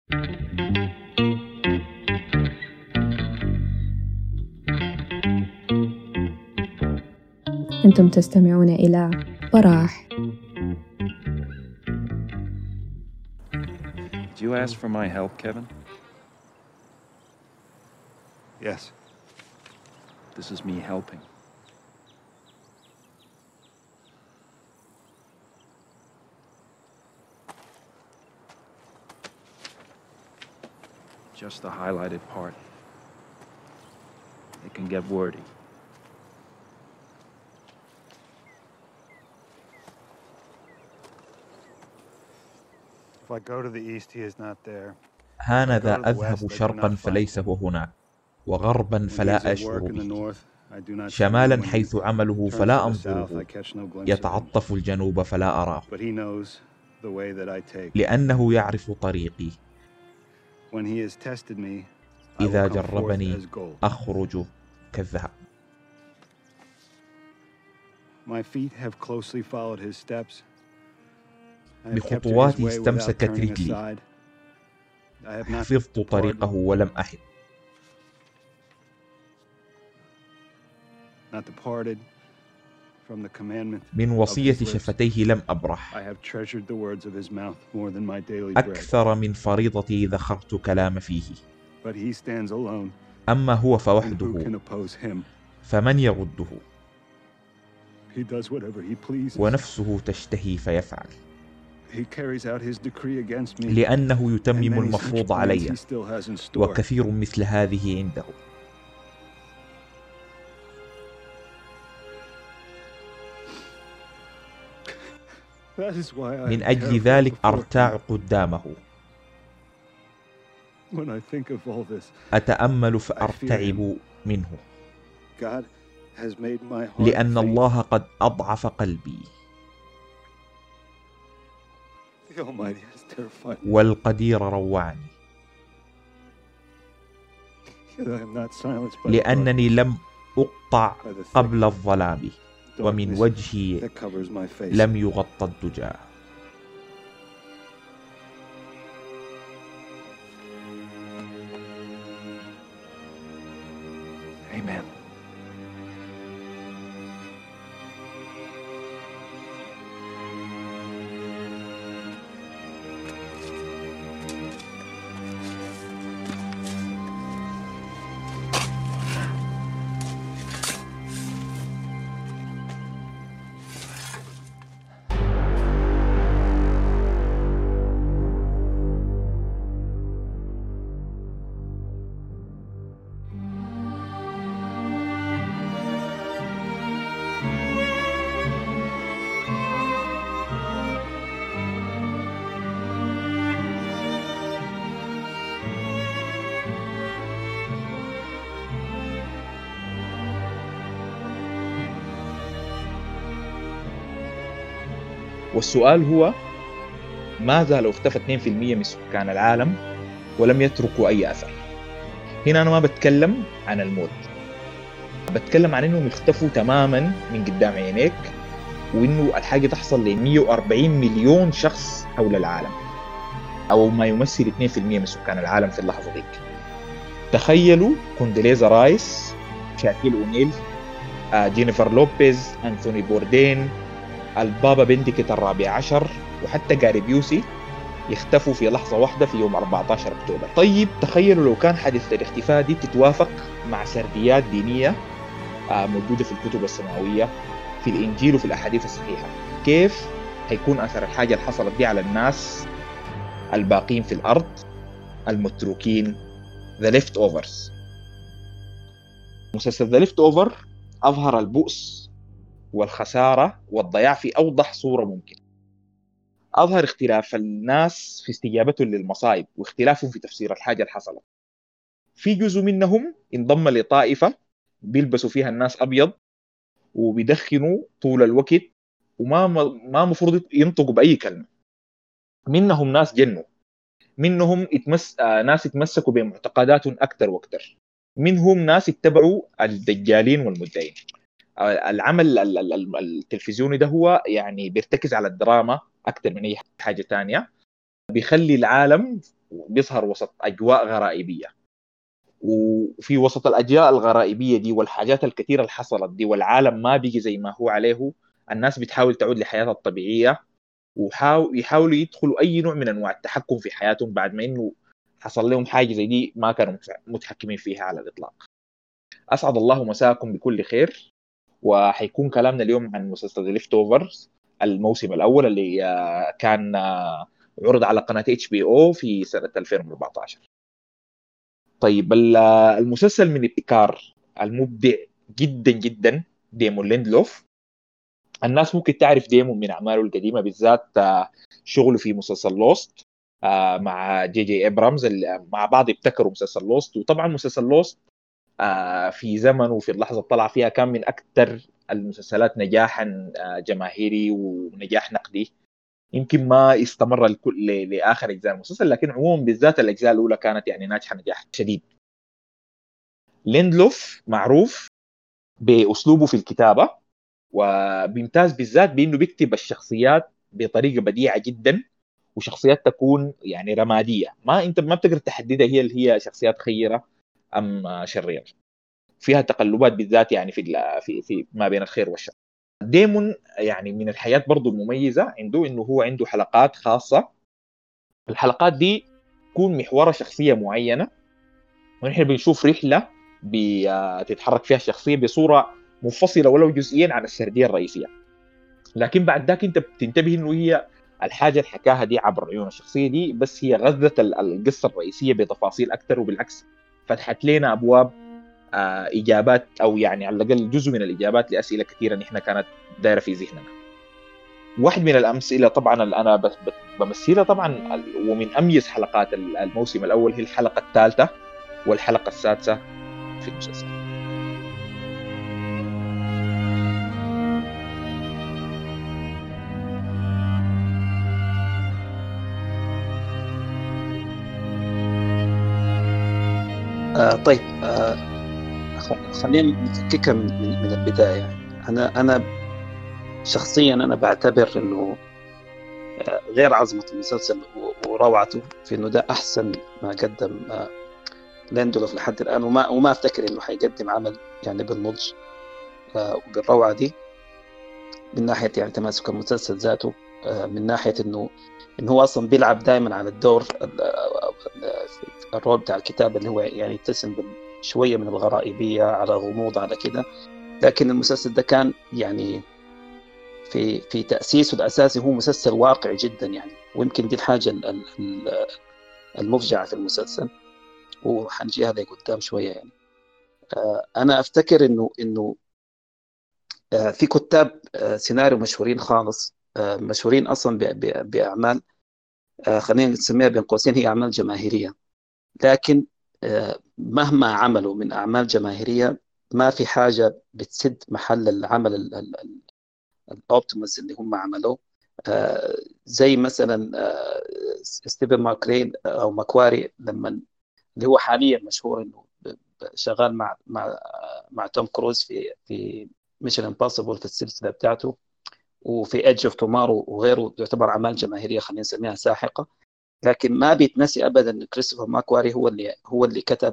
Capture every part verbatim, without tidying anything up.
أنتم تستمعون إلى براح. Did you ask for my help, Kevin? Yes. This is me helping. Just the highlighted part. It can get wordy. If I go to the east, he is not there. هانذا أذهب شرقا فليس هو هناك، وغربا فلا أشعر به، شمالا حيث عمله فلا أنظره، يتعطف الجنوب فلا أراه، لأنه يعرف طريقي. إذا جربني أخرج كالذهب. بخطواتي استمسكت رجلي، حفظت طريقه ولم أحد. من وصية شفتيه لم أبرح، أكثر من فريضتي ذخرت كلام فيه. أما هو فوحده، فمن يرده؟ ونفسه تشتهي فيفعل، لأنه يتمم المفروض علي، وكثير مثل هذه عنده. من أجل ذلك أرتاع قدامه، أتأمل فأرتعب منه، لأن الله قد أضعف قلبي، والقدير روعني، لأنني لم أقطع قبل الظلام، ومن وجهي لم يغطى الدجى. Amen. والسؤال هو: ماذا لو اختفى اثنين بالمئة من سكان العالم ولم يتركوا أي أثر؟ هنا أنا ما بتكلم عن الموت، بتكلم عن إنهم يختفوا تماما من قدام عينيك، وإنه الحاجة تحصل ل مئة وأربعين مليون شخص حول العالم، أو ما يمثل اثنين بالمئة من سكان العالم في اللحظة ديك. تخيلوا كوندليزا رايس، شاكيل أونيل، جينيفر لوبيز، أنثوني بوردين، البابا بنديكت الرابع عشر، وحتى غاري بيوسي يختفوا في لحظة واحدة في يوم أربعة عشر أكتوبر. طيب تخيلوا لو كان حادثة الاختفاء دي تتوافق مع سرديات دينية موجودة في الكتب السماوية، في الإنجيل وفي الأحاديث الصحيحة، كيف هيكون أثر الحاجة اللي حصلت دي على الناس الباقين في الأرض المتروكين، The Leftovers. مسلسل The Leftover أظهر البؤس والخسارة والضياع في أوضح صورة ممكن. أظهر اختلاف الناس في استجابتهم للمصائب، واختلافهم في تفسير الحاجة اللي حصلت. في جزء منهم انضم لطائفة بيلبسوا فيها الناس أبيض وبيدخنوا طول الوقت، وما ما مفروض ينطقوا بأي كلمة. منهم ناس جنوا، منهم اتمس... آه ناس اتمسكوا بمعتقداتهم أكثر وأكثر، منهم ناس اتبعوا الدجالين والمدعين. العمل التلفزيوني ده هو يعني بيرتكز على الدراما أكثر من أي حاجة تانية، بيخلي العالم وبيظهر وسط أجواء غرائبية. وفي وسط الأجواء الغرائبية دي والحاجات الكثيرة اللي حصلت دي والعالم ما بيجي زي ما هو عليه، الناس بتحاول تعود لحياتها الطبيعية ويحاولوا يدخلوا أي نوع من أنواع التحكم في حياتهم بعد ما إنه حصل لهم حاجة زي دي ما كانوا متحكمين فيها على الإطلاق. أسعد الله مساءكم بكل خير، وحيكون كلامنا اليوم عن مسلسل ليفت أوفرز الموسم الأول اللي كان عرض على قناة اتش بي او في سنة ألفين وأربعة عشر. طيب المسلسل من ابتكار المبدع جدا جدا ديمون ليندلوف. الناس ممكن تعرف ديمون من أعماله القديمة، بالذات شغله في مسلسل لوست مع جي جي إبرامز، مع بعض ابتكروا مسلسل لوست. وطبعا مسلسل لوست في زمن وفي اللحظة اللي طلع فيها كان من أكثر المسلسلات نجاحا جماهيري ونجاح نقدي، يمكن ما استمر الكل لآخر أجزاء المسلسل، لكن عموما بالذات الأجزاء الأولى كانت يعني ناجحة نجاح شديد. ليندلوف معروف بأسلوبه في الكتابة، وبيمتاز بالذات بأنه بيكتب الشخصيات بطريقة بديعة جدا، وشخصيات تكون يعني رمادية، ما أنت ما بتقدر تحددها هي اللي هي شخصيات خيرة أم شريرة، فيها تقلبات بالذات يعني في في في ما بين الخير والشر. ديمون يعني من الحياة برضو المميزة عنده إنه هو عنده حلقات خاصة، الحلقات دي تكون محورها شخصية معينة، ونحن بنشوف رحلة بتتحرك فيها الشخصية بصورة منفصلة ولو جزئيا عن السردية الرئيسية، لكن بعد ذاك أنت بتنتبه إنه هي الحاجة اللي حكاها دي عبر عيون الشخصية دي، بس هي غذت القصة الرئيسية بتفاصيل أكثر، وبالعكس فتحت لنا أبواب آه إجابات، أو يعني على الأقل جزء من الإجابات لأسئلة كثيرة نحن كانت دايرة في ذهننا. واحد من الأمثلة طبعا اللي أنا بمثلها طبعا ومن أميز حلقات الموسم الأول هي الحلقة الثالثة والحلقة السادسة في المسلسل. آه طيب آه خلينا نفككها من, من, من البداية. أنا أنا شخصيا أنا بعتبر إنه غير عظمة المسلسل وروعته في إنه ده أحسن ما قدم ليندلوف لحد الآن، وما وما أفتكر إنه حيقدم عمل يعني بالنضج وبالروعة دي، من ناحية يعني تماسك المسلسل ذاته، من ناحية إنه إنه هو أصلا بيلعب دائما على الدور الرول بتاع الكتاب اللي هو يعني يتسم شوية من الغرائبية على غموض على كده، لكن المسلسل ده كان يعني في في تأسيسه الأساسي هو مسلسل واقعي جدا يعني، ويمكن دي الحاجة المفجعة في المسلسل وحنجيها لي قدام شوية يعني. أنا أفتكر إنه إنه في كتاب سيناريو مشهورين خالص، مشهورين أصلا بأعمال خلينا نسميها بين قوسين هي أعمال جماهيرية، لكن مهما عملوا من أعمال جماهيرية ما في حاجة بتسد محل العمل الأوبتيموس اللي هم عملوه. زي مثلا ستيفن ماكرين أو ماكواري لما اللي هو حاليا مشهور إنه شغال مع مع مع توم كروز في في ميشن امبوسيبل في السلسلة بتاعته، وفي ايدج اوف تومارو وغيره، يعتبر أعمال جماهيرية خلينا نسميها ساحقة، لكن ما بيتنسي ابدا ان كريستوفر ماكواري هو اللي هو اللي كتب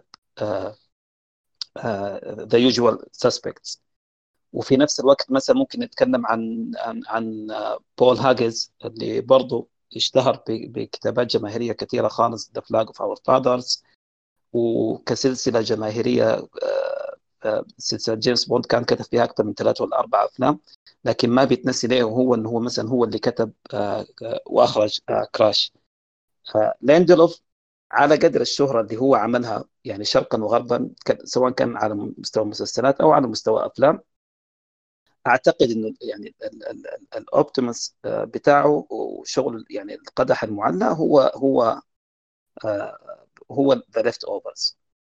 ذا يوجوال سسبكتس. وفي نفس الوقت مثلا ممكن نتكلم عن عن عن بول هاجز اللي برضه اشتهر بكتابات جماهيريه كثيره خالص، ذا فلاج اوف اور فاذرز، وكسلسله جماهيريه سلسله جيمس بوند كان كتب فيها اكثر من ثلاثة ولا أربعة افلام، لكن ما بيتنسي له هو انه هو مثلا هو اللي كتب واخرج كراش. ليندلوف على قدر الشهرة اللي هو عملها يعني شرقا وغربا، سواء كان على مستوى مسلسلات أو على مستوى أفلام، أعتقد إنه يعني الأوبتيموس بتاعه وشغل يعني القدح المعلى هو هو هو The Leftovers.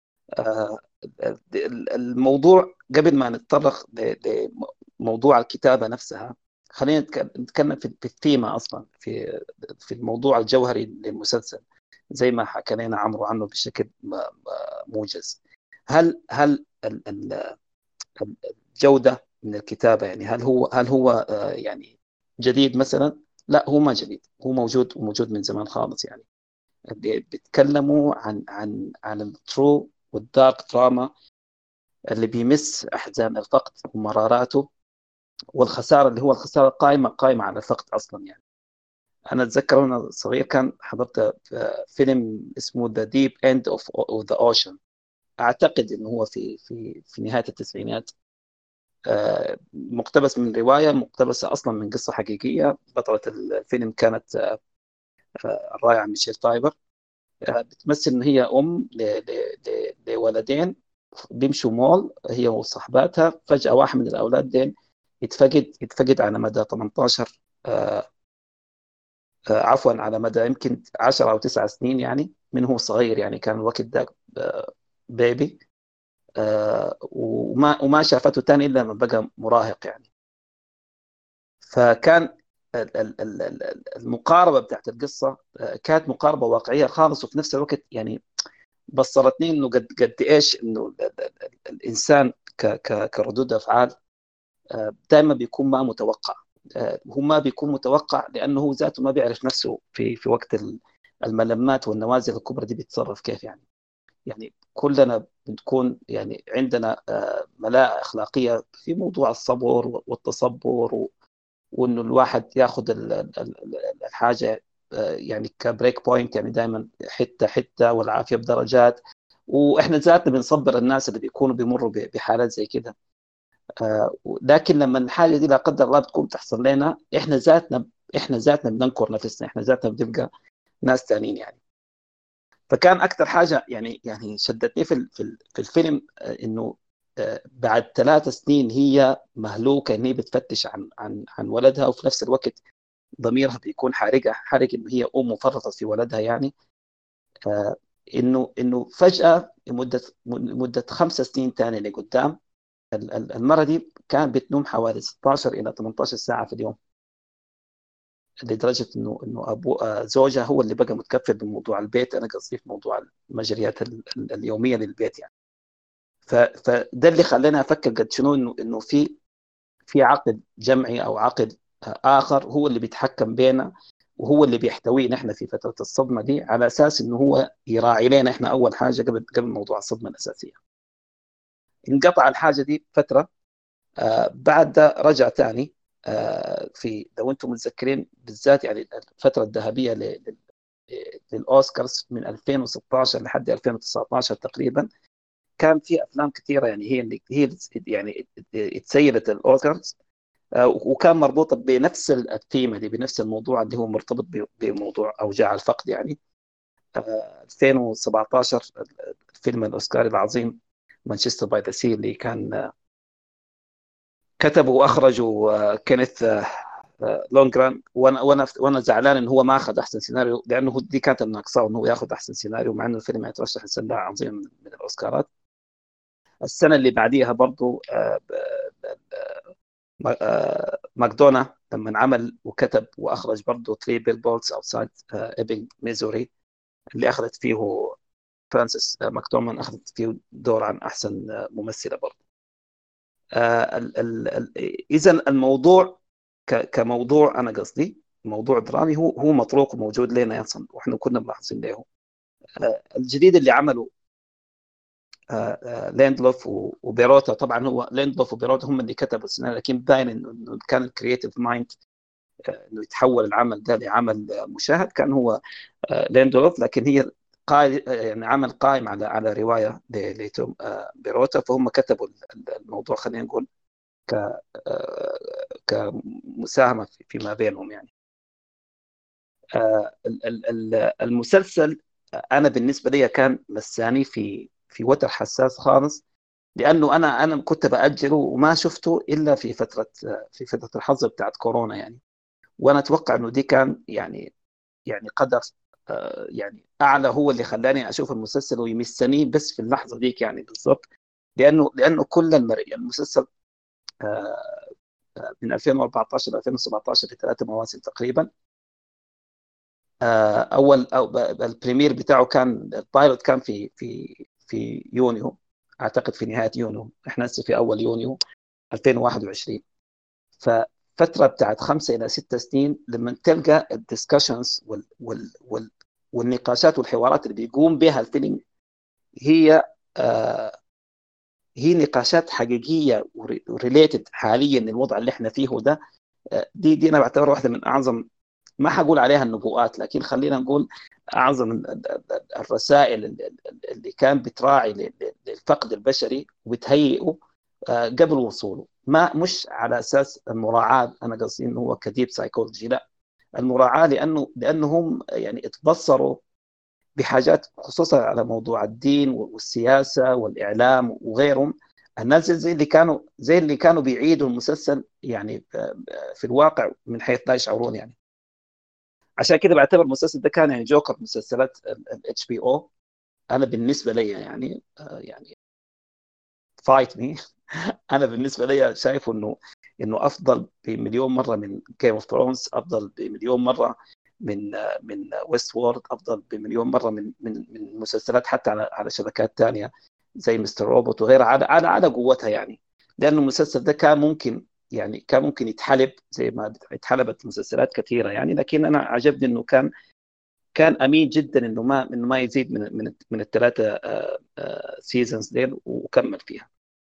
الموضوع قبل ما نتطرق لموضوع الكتابة نفسها، خلينا نتكلم في الثيمة أصلا في في الموضوع الجوهري للمسلسل زي ما حكى لنا عمرو عنه بشكل موجز. هل هل الجودة من الكتابة يعني هل هو هل هو يعني جديد مثلا؟ لا، هو ما جديد، هو موجود وموجود من زمان خالص يعني. اللي بيتكلموا عن عن عن الترو والدارك دراما اللي بيمس أحزان الفقد ومراراته والخسارة، اللي هو الخسارة قائمة قائمة على الفقد أصلا. يعني أنا أتذكر وأنا صغير كان حضرت فيلم اسمه The Deep End of, of the Ocean، أعتقد إنه هو في في في نهاية التسعينات، مقتبس من رواية مقتبسة أصلا من قصة حقيقية. بطلة الفيلم كانت الرائعة ميشيل فايبر، بتمثل إن هي أم لولدين بيمشوا مول هي وصحباتها. فجأة واحد من الأولاد دين يتفقد يتفقد على مدى ثمانية عشر آه آه عفوا على مدى يمكن عشرة أو تسعة سنين، يعني من هو صغير، يعني كان الوقت ده آه بيبي، آه وما وما شافته تاني إلا لما بقى مراهق يعني. فكان المقاربة بتاعت القصة كانت مقاربة واقعية خالص، وفي نفس الوقت يعني بصرتني إنه قد قد إيش إنه الإنسان كردود أفعال دائما بيكون ما متوقع. هو ما بيكون متوقع لأنه هو ذاته ما بيعرف نفسه في في وقت الملمات والنوازل الكبرى دي بيتصرف كيف. يعني يعني كلنا بنكون يعني عندنا ملاءة أخلاقية في موضوع الصبر والتصبر، وإنه الواحد ياخذ الحاجة يعني كبريك بوينت، يعني دائما حتة حتة، والعافية بدرجات. وإحنا ذاتنا بنصبر الناس اللي بيكونوا بيمروا بحالات زي كده. لكن لما الحاجة دي لا قدر الله بتكون تحصل لنا، إحنا ذاتنا إحنا ذاتنا بننكر نفسنا، إحنا ذاتنا بنبقى ناس تانيين يعني. فكان أكثر حاجة يعني يعني شدتني في في الفيلم إنه بعد ثلاث سنين هي مهلوكة إن هي بتفتش عن عن عن ولدها، وفي نفس الوقت ضميرها بيكون حارقة حارق إنه هي أم فرطت في ولدها يعني. آه إنه إنه فجأة مدة مدة خمس سنين تانية لقدام المرة دي كان بتنوم حوالي ستة عشر إلى ثمانية عشر ساعة في اليوم، لدرجة إنه إنه أبو آه زوجها هو اللي بقى متكفل بموضوع البيت. أنا قصدي في موضوع المجريات اليومية للبيت يعني. فده اللي خلاني أفكر قد شنو إنه إنه في في عقد جمعي أو عقد آخر هو اللي بيتحكم بينا، وهو اللي بيحتويه نحن في فترة الصدمة دي، على أساس إنه هو يراعي لنا إحنا أول حاجة قبل قبل موضوع الصدمة الأساسية. انقطع الحاجة دي فترة، آه بعد ده رجع تاني. آه في لو أنتم متذكرين بالذات يعني الفترة الذهبية للأوسكارز من ألفين وستة عشر لحد ألفين وتسعة عشر تقريبا، كان في أفلام كثيرة يعني هي اللي هي يعني اتسيدت الأوسكارز، وكان مربوطة بنفس الثيمة دي، بنفس الموضوع اللي هو مرتبط بموضوع أوجاع الفقد يعني. ألفين وسبعة عشر الفيلم الأوسكاري العظيم مانشستر باي ذا سي، اللي كان كتبه وأخرجه كينيث لونغران. وأنا وأنا وأنا زعلان إنه هو ما أخذ أحسن سيناريو، لأنه دي كانت الناقصة إنه هو يأخذ أحسن سيناريو، مع إنه الفيلم يترشح لسنة عظيم من الأوسكارات. السنة اللي بعديها برضو ماكدونا لما عمل وكتب وأخرج برضو ثري بيلبوردز أوتسايد إيبنج ميزوري، اللي أخذت فيه فرانسيس ماكدومان، أخذت فيه دور عن أحسن ممثلة برضو. إذن الموضوع كموضوع أنا قصدي موضوع درامي هو هو مطروق وموجود لنا أصلا، وإحنا كنا ملاحظين له. الجديد اللي عمله ليندلوف وبيروتا، طبعا هو ليندلوف وبيروتا هم اللي كتبوا السيناريو، لكن باين انه كان الكرييتيف مايند انه يتحول العمل ده لعمل مشاهد كان هو ليندلوف، لكن هي قاي يعني عمل قائم على على روايه لتوم بيروتا، فهم كتبوا الموضوع خلينا نقول ك كمساهمه فيما بينهم يعني. المسلسل انا بالنسبه لي كان مساني في في وتر حساس خالص، لانه انا انا كنت باجله وما شفته الا في فتره في فتره الحظر بتاعت كورونا يعني. وانا اتوقع انه دي كان يعني يعني قدر يعني اعلى هو اللي خلاني اشوف المسلسل ويمسني بس في اللحظه ديك يعني بالضبط، لانه لانه كل المرئي المسلسل من ألفين وأربعة عشر ل ألفين وسبعة عشر في ثلاث مواسم تقريبا. اول أو البريمير بتاعه كان البايلوت كان في في في يونيو، اعتقد في نهايه يونيو، احنا لسه في اول يونيو ألفين وواحد وعشرين. ففتره بتاعت خمسة الى ستة سنين لما تلقى الديسكشنز وال وال والنقاشات والحوارات اللي بيقوم بها الفيلم هي آه هي نقاشات حقيقيه وريليتد حاليا للوضع اللي احنا فيه ده. آه دي دي انا بعتبرها واحده من اعظم، ما حقول عليها النبوءات، لكن خلينا نقول اعظم الرسائل اللي كان بتراعي للفقد البشري وبتهيئه قبل وصوله. ما مش على اساس المراعاه، انا قصدي انه هو كديب سايكولوجي، لا، المراعاه لانه لانهم يعني اتبصروا بحاجات خصوصا على موضوع الدين والسياسه والاعلام وغيرهم. الناس زي اللي كانوا زي اللي كانوا بيعيدوا المسلسل يعني في الواقع من حيث لا يشعرون يعني. عشان كده بعتبر المسلسل ده كان يعني جوكر مسلسلات الاتش بي او. انا بالنسبه لي يعني يعني فايت مي انا بالنسبه لي شايف انه انه افضل بمليون مره من جيم اوف ثرونز، افضل بمليون مره من من ويست وورد، افضل بمليون مره من من من مسلسلات حتى على على شبكات ثانيه زي مستر روبوت وغيرها، على على على قوتها يعني. لانه المسلسل ده كان ممكن يعني كان ممكن يتحلب زي ما اتحلبت مسلسلات كثيره يعني، لكن انا عجبني انه كان كان امين جدا انه ما انه ما يزيد من من من الثلاثه سيزونز ديل وكمل فيها.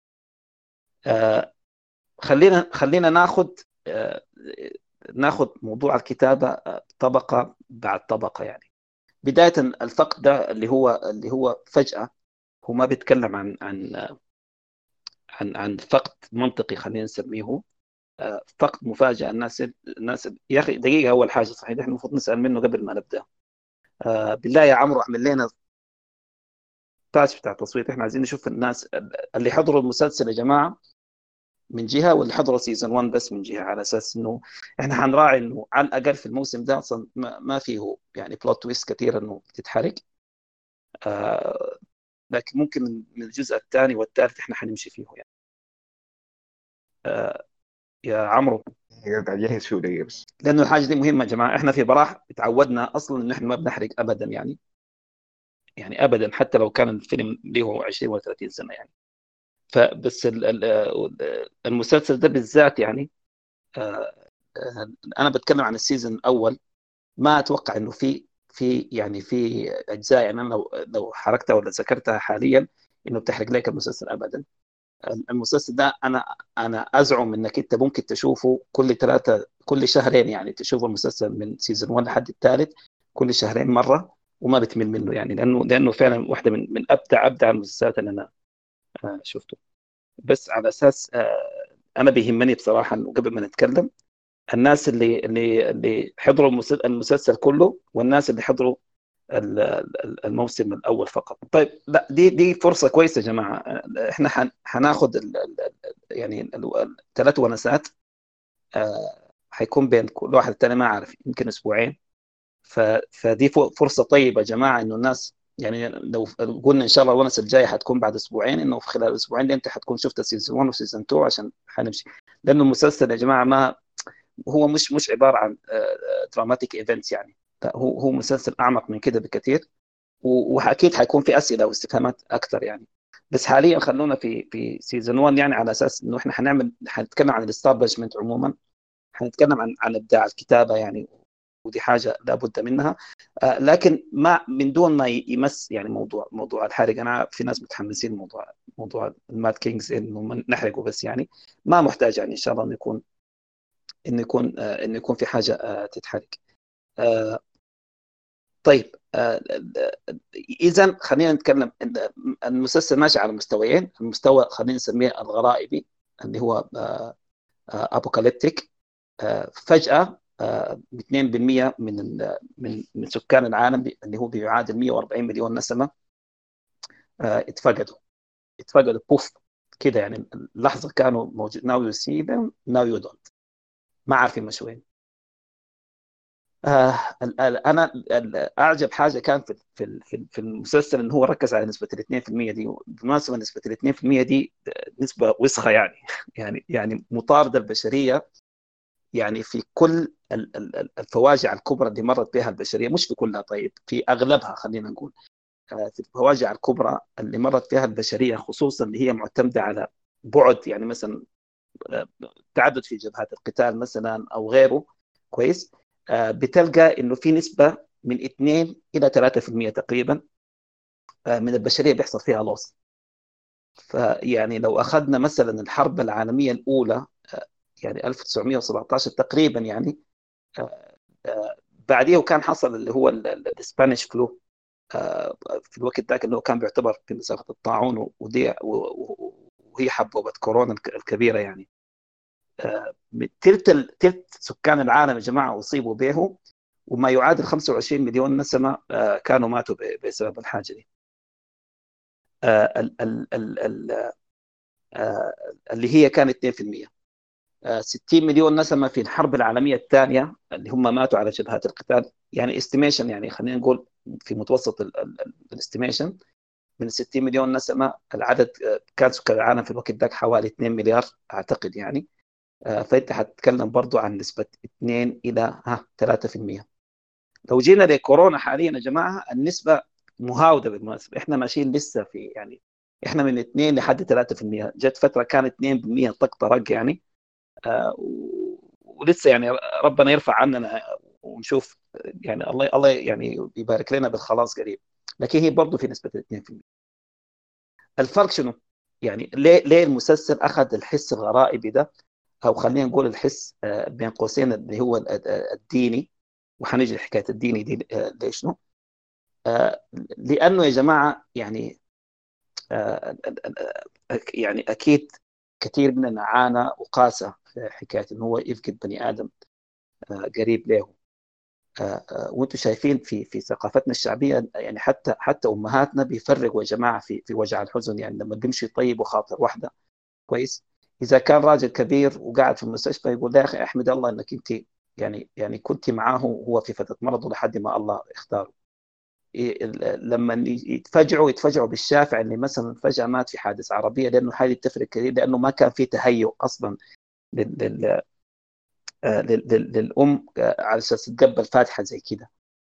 خلينا خلينا ناخذ ناخذ موضوع الكتابه طبقه بعد طبقه يعني. بدايه الفقد ده اللي هو اللي هو فجاه، هو ما بيتكلم عن عن عن عن فقد منطقي، خلينا نسميه فقد مفاجئ. الناس الناس يا اخي دقيقه، اول حاجه صحيح احنا المفروض نسال منه قبل ما نبدا. آه بالله يا عمرو اعمل لنا تاج بتاع تصويت، احنا عايزين نشوف الناس اللي حضروا المسلسل يا جماعه من جهه، واللي حضروا سيزون واحد بس من جهه، على اساس انه احنا حنراعي انه على الاقل في الموسم ده اصلا ما, ما فيه يعني بلوت تويست كثير انه تتحرق. آه لكن ممكن من الجزء الثاني والثالث احنا حنمشي فيه يعني. آه يا عمرو قاعد اجهز شو دقيقه بس، لانه الحاجه دي مهمه يا جماعه. احنا في براح تعودنا اصلا انه احنا ما بنحرق ابدا يعني يعني ابدا، حتى لو كان الفيلم له عشرين ولا ثلاثين سنه يعني. فبس المسلسل ده بالذات يعني آه انا بتكلم عن السيزون الاول. ما اتوقع انه في في يعني في اجزاء يعني انا لو لو حركتها ولا ذكرتها حاليا انه بتحرق لك المسلسل ابدا. المسلسل ده انا انا ازعم انك انت ممكن تشوفه كل ثلاثه كل شهرين يعني، تشوف المسلسل من سيزون واحد لحد الثالث كل شهرين مره وما بتمل منه يعني، لانه لانه فعلا واحده من من ابدع ابدع المسلسلات اللي انا شفته. بس على اساس انا بيهمني بصراحه انه قبل ما نتكلم الناس اللي اللي اللي حضروا المسلسل كله والناس اللي حضروا الموسم الاول فقط. طيب لا دي دي فرصه كويسه يا جماعه. احنا حناخد يعني الثلاث ونسات حيكون بين كل واحد الثاني ما اعرف يمكن اسبوعين. فدي فرصه طيبه يا جماعه انه الناس يعني لو قلنا ان شاء الله الونسه الجايه حتكون بعد اسبوعين، انه في خلال الاسبوعين دي انت حتكون شفت سيزون واحد وسيزون اثنين عشان حنمشي. لانه المسلسل يا جماعه ما هو مش مش عباره عن دراماتيك ايفنتس يعني، هو هو مسلسل اعمق من كده بكثير، واكيد حيكون في اسئله واستفهامات اكثر يعني. بس حاليا خلونا في في سيزون واحد يعني، على اساس انه احنا حنعمل حنتكلم عن الاستابلشمنت عموما، حنتكلم عن عن ابداع الكتابه يعني، ودي حاجه لابد منها. آه لكن ما من دون ما يمس يعني موضوع موضوع الحرق. انا في ناس متحمسين موضوع موضوع الماد كينجز انه نحرقه، بس يعني ما محتاج يعني ان شاء الله انه يكون انه يكون آه انه يكون في حاجه آه تتحرق. آه طيب آه اذا خلينا نتكلم. المسلسل ماشي على مستويين. المستوى خلينا نسميه الغرائبي اللي هو آه آه ابوكاليبتيك. آه فجاه آه اثنين بالمئة من من من سكان العالم اللي هو بيعادل مئة وأربعين مليون نسمه آه اتفقدوا اتفقدوا بوف كده يعني. اللحظه كانوا موجود ناو يو سي ذم ناو يو دونت، ما عارفين مش وين. آه انا اعجب حاجه كان في في في المسلسل انه هو ركز على نسبه ال اثنين بالمئة دي. بالمناسبه نسبه ال اثنين بالمئة دي نسبه وسخه يعني يعني يعني مطارده البشريه يعني في كل الفواجع الكبرى اللي مرت بها البشريه، مش في كلها طيب، في اغلبها خلينا نقول. في الفواجع الكبرى اللي مرت بها البشريه خصوصا اللي هي معتمده على بعد يعني مثلا تعدد في جبهات القتال مثلا او غيره كويس، بتلقى انه في نسبه من اثنين إلى ثلاثة بالمئة تقريبا من البشرية بيحصل فيها لوس. فيعني لو أخذنا مثلا الحرب العالمية الأولى يعني ألف وتسعمئة وسبعة عشر تقريبا يعني بعديه وكان حصل اللي هو الاسبانيش فلو في الوقت ذاك اللي هو كان بيعتبر في مسافة الطاعون، ودي وهي حبوبة كورونا الكبيرة يعني. تلت تلت سكان العالم يا جماعة أصيبوا به، وما يعادل خمسة وعشرين مليون نسمة كانوا ماتوا بسبب الحاجة دي. ال ال ال ال اللي هي كانت اثنين بالمئة. ستين مليون نسمة في الحرب العالمية الثانية اللي هم ماتوا على جبهات القتال، يعني استيميشن يعني خلينا نقول في متوسط الاستيميشن من ستين مليون نسمة العدد كان سكان العالم في الوقت ذاك حوالي اثنين مليار أعتقد يعني. فأنت هتتكلم برضو عن نسبة اثنين إلى ها ثلاثة بالمئة. لو جينا لكورونا حاليا يا جماعة النسبة مهاودة بالمناسبة، إحنا ماشيين لسه في يعني إحنا من اثنين لحد ثلاثة بالمئة. جت فترة كانت اثنين بالمئة طق طرق يعني. آه ولسه يعني ربنا يرفع عننا ونشوف يعني الله الله يعني يبارك لنا بالخلاص قريب، لكن هي برضه في نسبة اثنين بالمئة. الفرق شنو؟ يعني ليه ليه المسلسل أخذ الحس الغرائبي ده، أو خلينا نقول الحس آه بين قوسين اللي هو الديني، وحنيجي حكاية الديني دي آه ليش شنو؟ آه لأنه يا جماعة يعني آه يعني أكيد كثير مننا عانى وقاسى في حكاية إنه هو يفقد بني آدم آه قريب له. آه آه وانتم شايفين في في ثقافتنا الشعبية يعني حتى حتى أمهاتنا بيفرقوا يا جماعة في في وجع الحزن، يعني لما بيمشي طيب وخاطر واحدة كويس، إذا كان راجل كبير وقاعد في المستشفى يقول لا يا أخي أحمد الله إنك أنت يعني يعني كنت معاه وهو في فترة مرضه لحد ما الله اختاره. لما يتفجعوا يتفجعوا بالشافع اللي مثلا فجأة مات في حادث عربية، لأنه هذه بتفرق كثير، لأنه ما كان في تهيؤ أصلا لل... لل... لل... للأم على أساس تقبل فاتحة زي كده.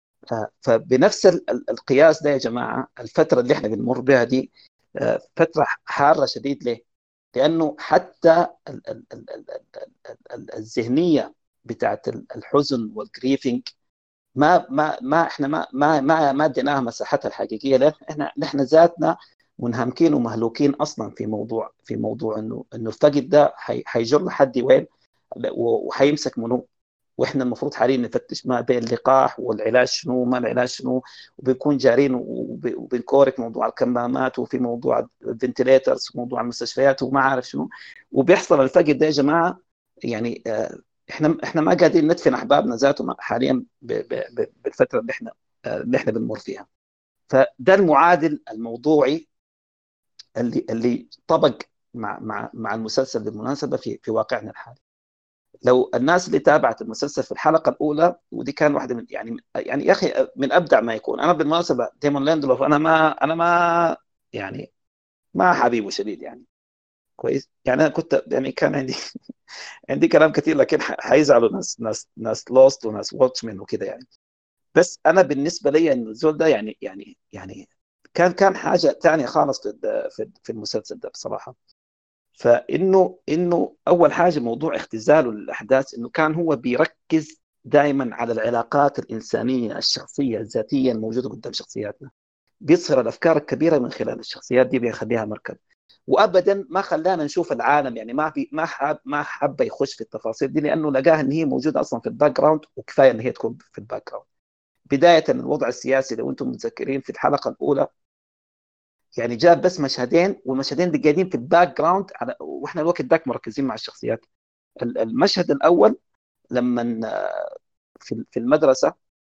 فبنفس القياس ده يا جماعة الفترة اللي احنا بنمر بها دي فترة حارة شديد. ليه؟ لأنه حتى ال... ال... ال... ال... الذهنية بتاعت الحزن والجريفينج ما ما ما احنا ما ما ما ما اديناها مساحتها الحقيقيه، لان احنا نحن ذاتنا منهمكين ومهلوكين اصلا في موضوع في موضوع انه انه الفقد ده حيجر لحد وين وحيمسك منه. واحنا المفروض حاليا نفتش ما بين اللقاح والعلاج شنو ما العلاج شنو، وبنكون جارين وبنكورك موضوع الكمامات وفي موضوع الفنتليترز وموضوع المستشفيات وما عارف شنو، وبيحصل الفقد ده يا جماعه. يعني آه احنا احنا ما قاعدين ندفن احبابنا ذاتهم حاليا بالفتره اللي احنا اللي احنا بنمر فيها. فده المعادل الموضوعي اللي اللي طبق مع مع مع المسلسل بالمناسبه في في واقعنا الحالي. لو الناس اللي تابعت المسلسل في الحلقه الاولى، ودي كان واحده من يعني يعني يا اخي من ابدع ما يكون. انا بالمناسبه ديمون ليندلوف انا ما انا ما يعني ما حبيبه شديد يعني كويس، يعني انا كنت يعني كان عندي عندي كلام كثير، لكن حيزعلوا ناس ناس ناس لوست وناس واتشمن وكده يعني. بس انا بالنسبه لي انه الزول ده يعني يعني يعني كان كان حاجه ثانيه خالص في في المسلسل ده بصراحه. فانه انه اول حاجه موضوع اختزاله للاحداث، انه كان هو بيركز دائما على العلاقات الانسانيه الشخصيه الذاتيه الموجوده قدام شخصياتنا، بيظهر الافكار الكبيره من خلال الشخصيات دي، بيخليها مركز، وابدا ما خلانا نشوف العالم يعني ما في ما حاب ما حب يخش في التفاصيل دي، لانه لقاها ان هي موجوده اصلا في الباك جراوند وكفايه ان هي تكون في الباك جراوند. بدايه الوضع السياسي لو انتم متذكرين في الحلقه الاولى يعني جاب بس مشهدين، والمشهدين اللي قاعدين في الباك جراوند على واحنا الوقت ذاك مركزين مع الشخصيات. المشهد الاول لما في في المدرسه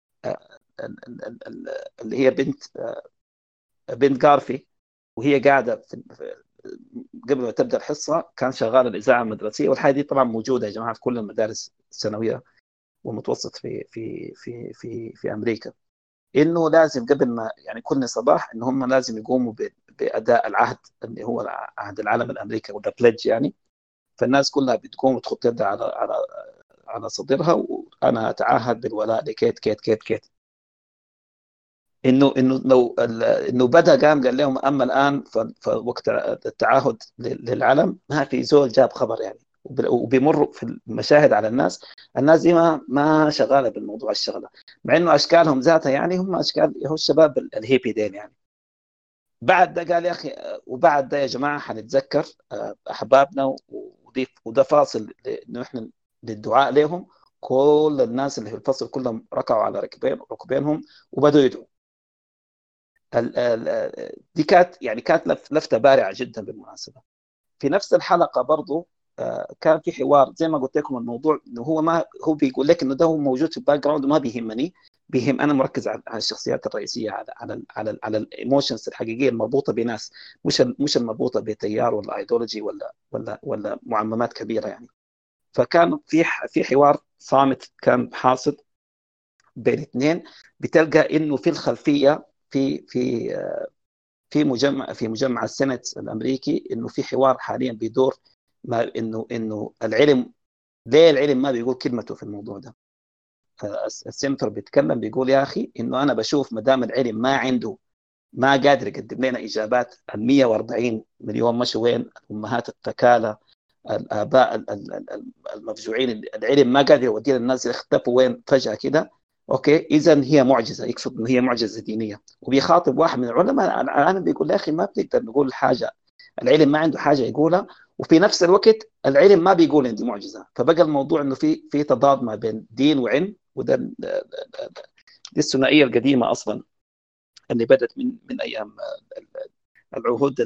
اللي هي بنت بنت جارفي وهي قاعده في قبل ما تبدا الحصه كان شغال الاذاعه المدرسيه، والحاجه دي طبعا موجوده يا جماعه في كل المدارس الثانويه والمتوسط في في في في في امريكا، انه لازم قبل ما يعني كل صباح ان هم لازم يقوموا باداء العهد اللي هو عهد العلم الامريكي ولا بليدج يعني. فالناس كلها بتقوم وتحط يدها على على على صدرها، وانا اتعهد بالولاء لكيت كيت كيت كيت. انه انه لو انه بدا قام قال لهم اما الان فوقت التعهد للعلم ما في زول جاب خبر يعني، وبيمر في المشاهد على الناس الناس دي ما ما شغاله بالموضوع الشغله، مع انه اشكالهم ذاتها يعني هم اشكال هو الشباب الهيبي ديل يعني. بعد ده قال يا اخي، وبعد ده يا جماعه حنتذكر احبابنا، ودي وده فاصل انه احنا للدعاء لهم. كل الناس اللي في الفصل كلهم ركعوا على ركبين ركبينهم وبدوا يدعوا. دي كانت يعني كانت لفته بارعه جدا بالمناسبه. في نفس الحلقه برضو كان في حوار زي ما قلت لكم، الموضوع انه هو ما هو بيقول لك انه ده هو موجود في الباك جراوند وما بيهمني، بيهم انا مركز على الشخصيات الرئيسيه، على على على على الايموشنز الحقيقيه المربوطه بناس، مش مش المربوطه بتيار ولا ايديولوجي ولا ولا ولا معممات كبيره يعني. فكان في في حوار صامت كان حاصل بين اثنين، بتلقى انه في الخلفيه في في في مجمع في مجمع السنت الامريكي انه في حوار حاليا بيدور، ما انه انه العلم ليه العلم ما بيقول كلمته في الموضوع ده. السنتر بيتكلم بيقول يا اخي انه انا بشوف ما دام العلم ما عنده ما قادر يقدم لنا اجابات، ال مية وأربعين مليون مشوا وين؟ امهات الثكالى، الاباء المفجوعين، العلم ما قادر يودينا الناس اللي اختفوا وين فجاه كده. اوكي، اذا هي معجزه، يقصد انه هي معجزه دينيه. وبيخاطب واحد من العلماء العالم بيقول يا اخي ما بنقدر نقول حاجه، العلم ما عنده حاجه يقولها، وفي نفس الوقت العلم ما بيقول عندي معجزه. فبقى الموضوع انه في في تضاد ما بين دين وعلم، وده دي الثنائيه القديمه اصلا اللي بدت من من ايام العهود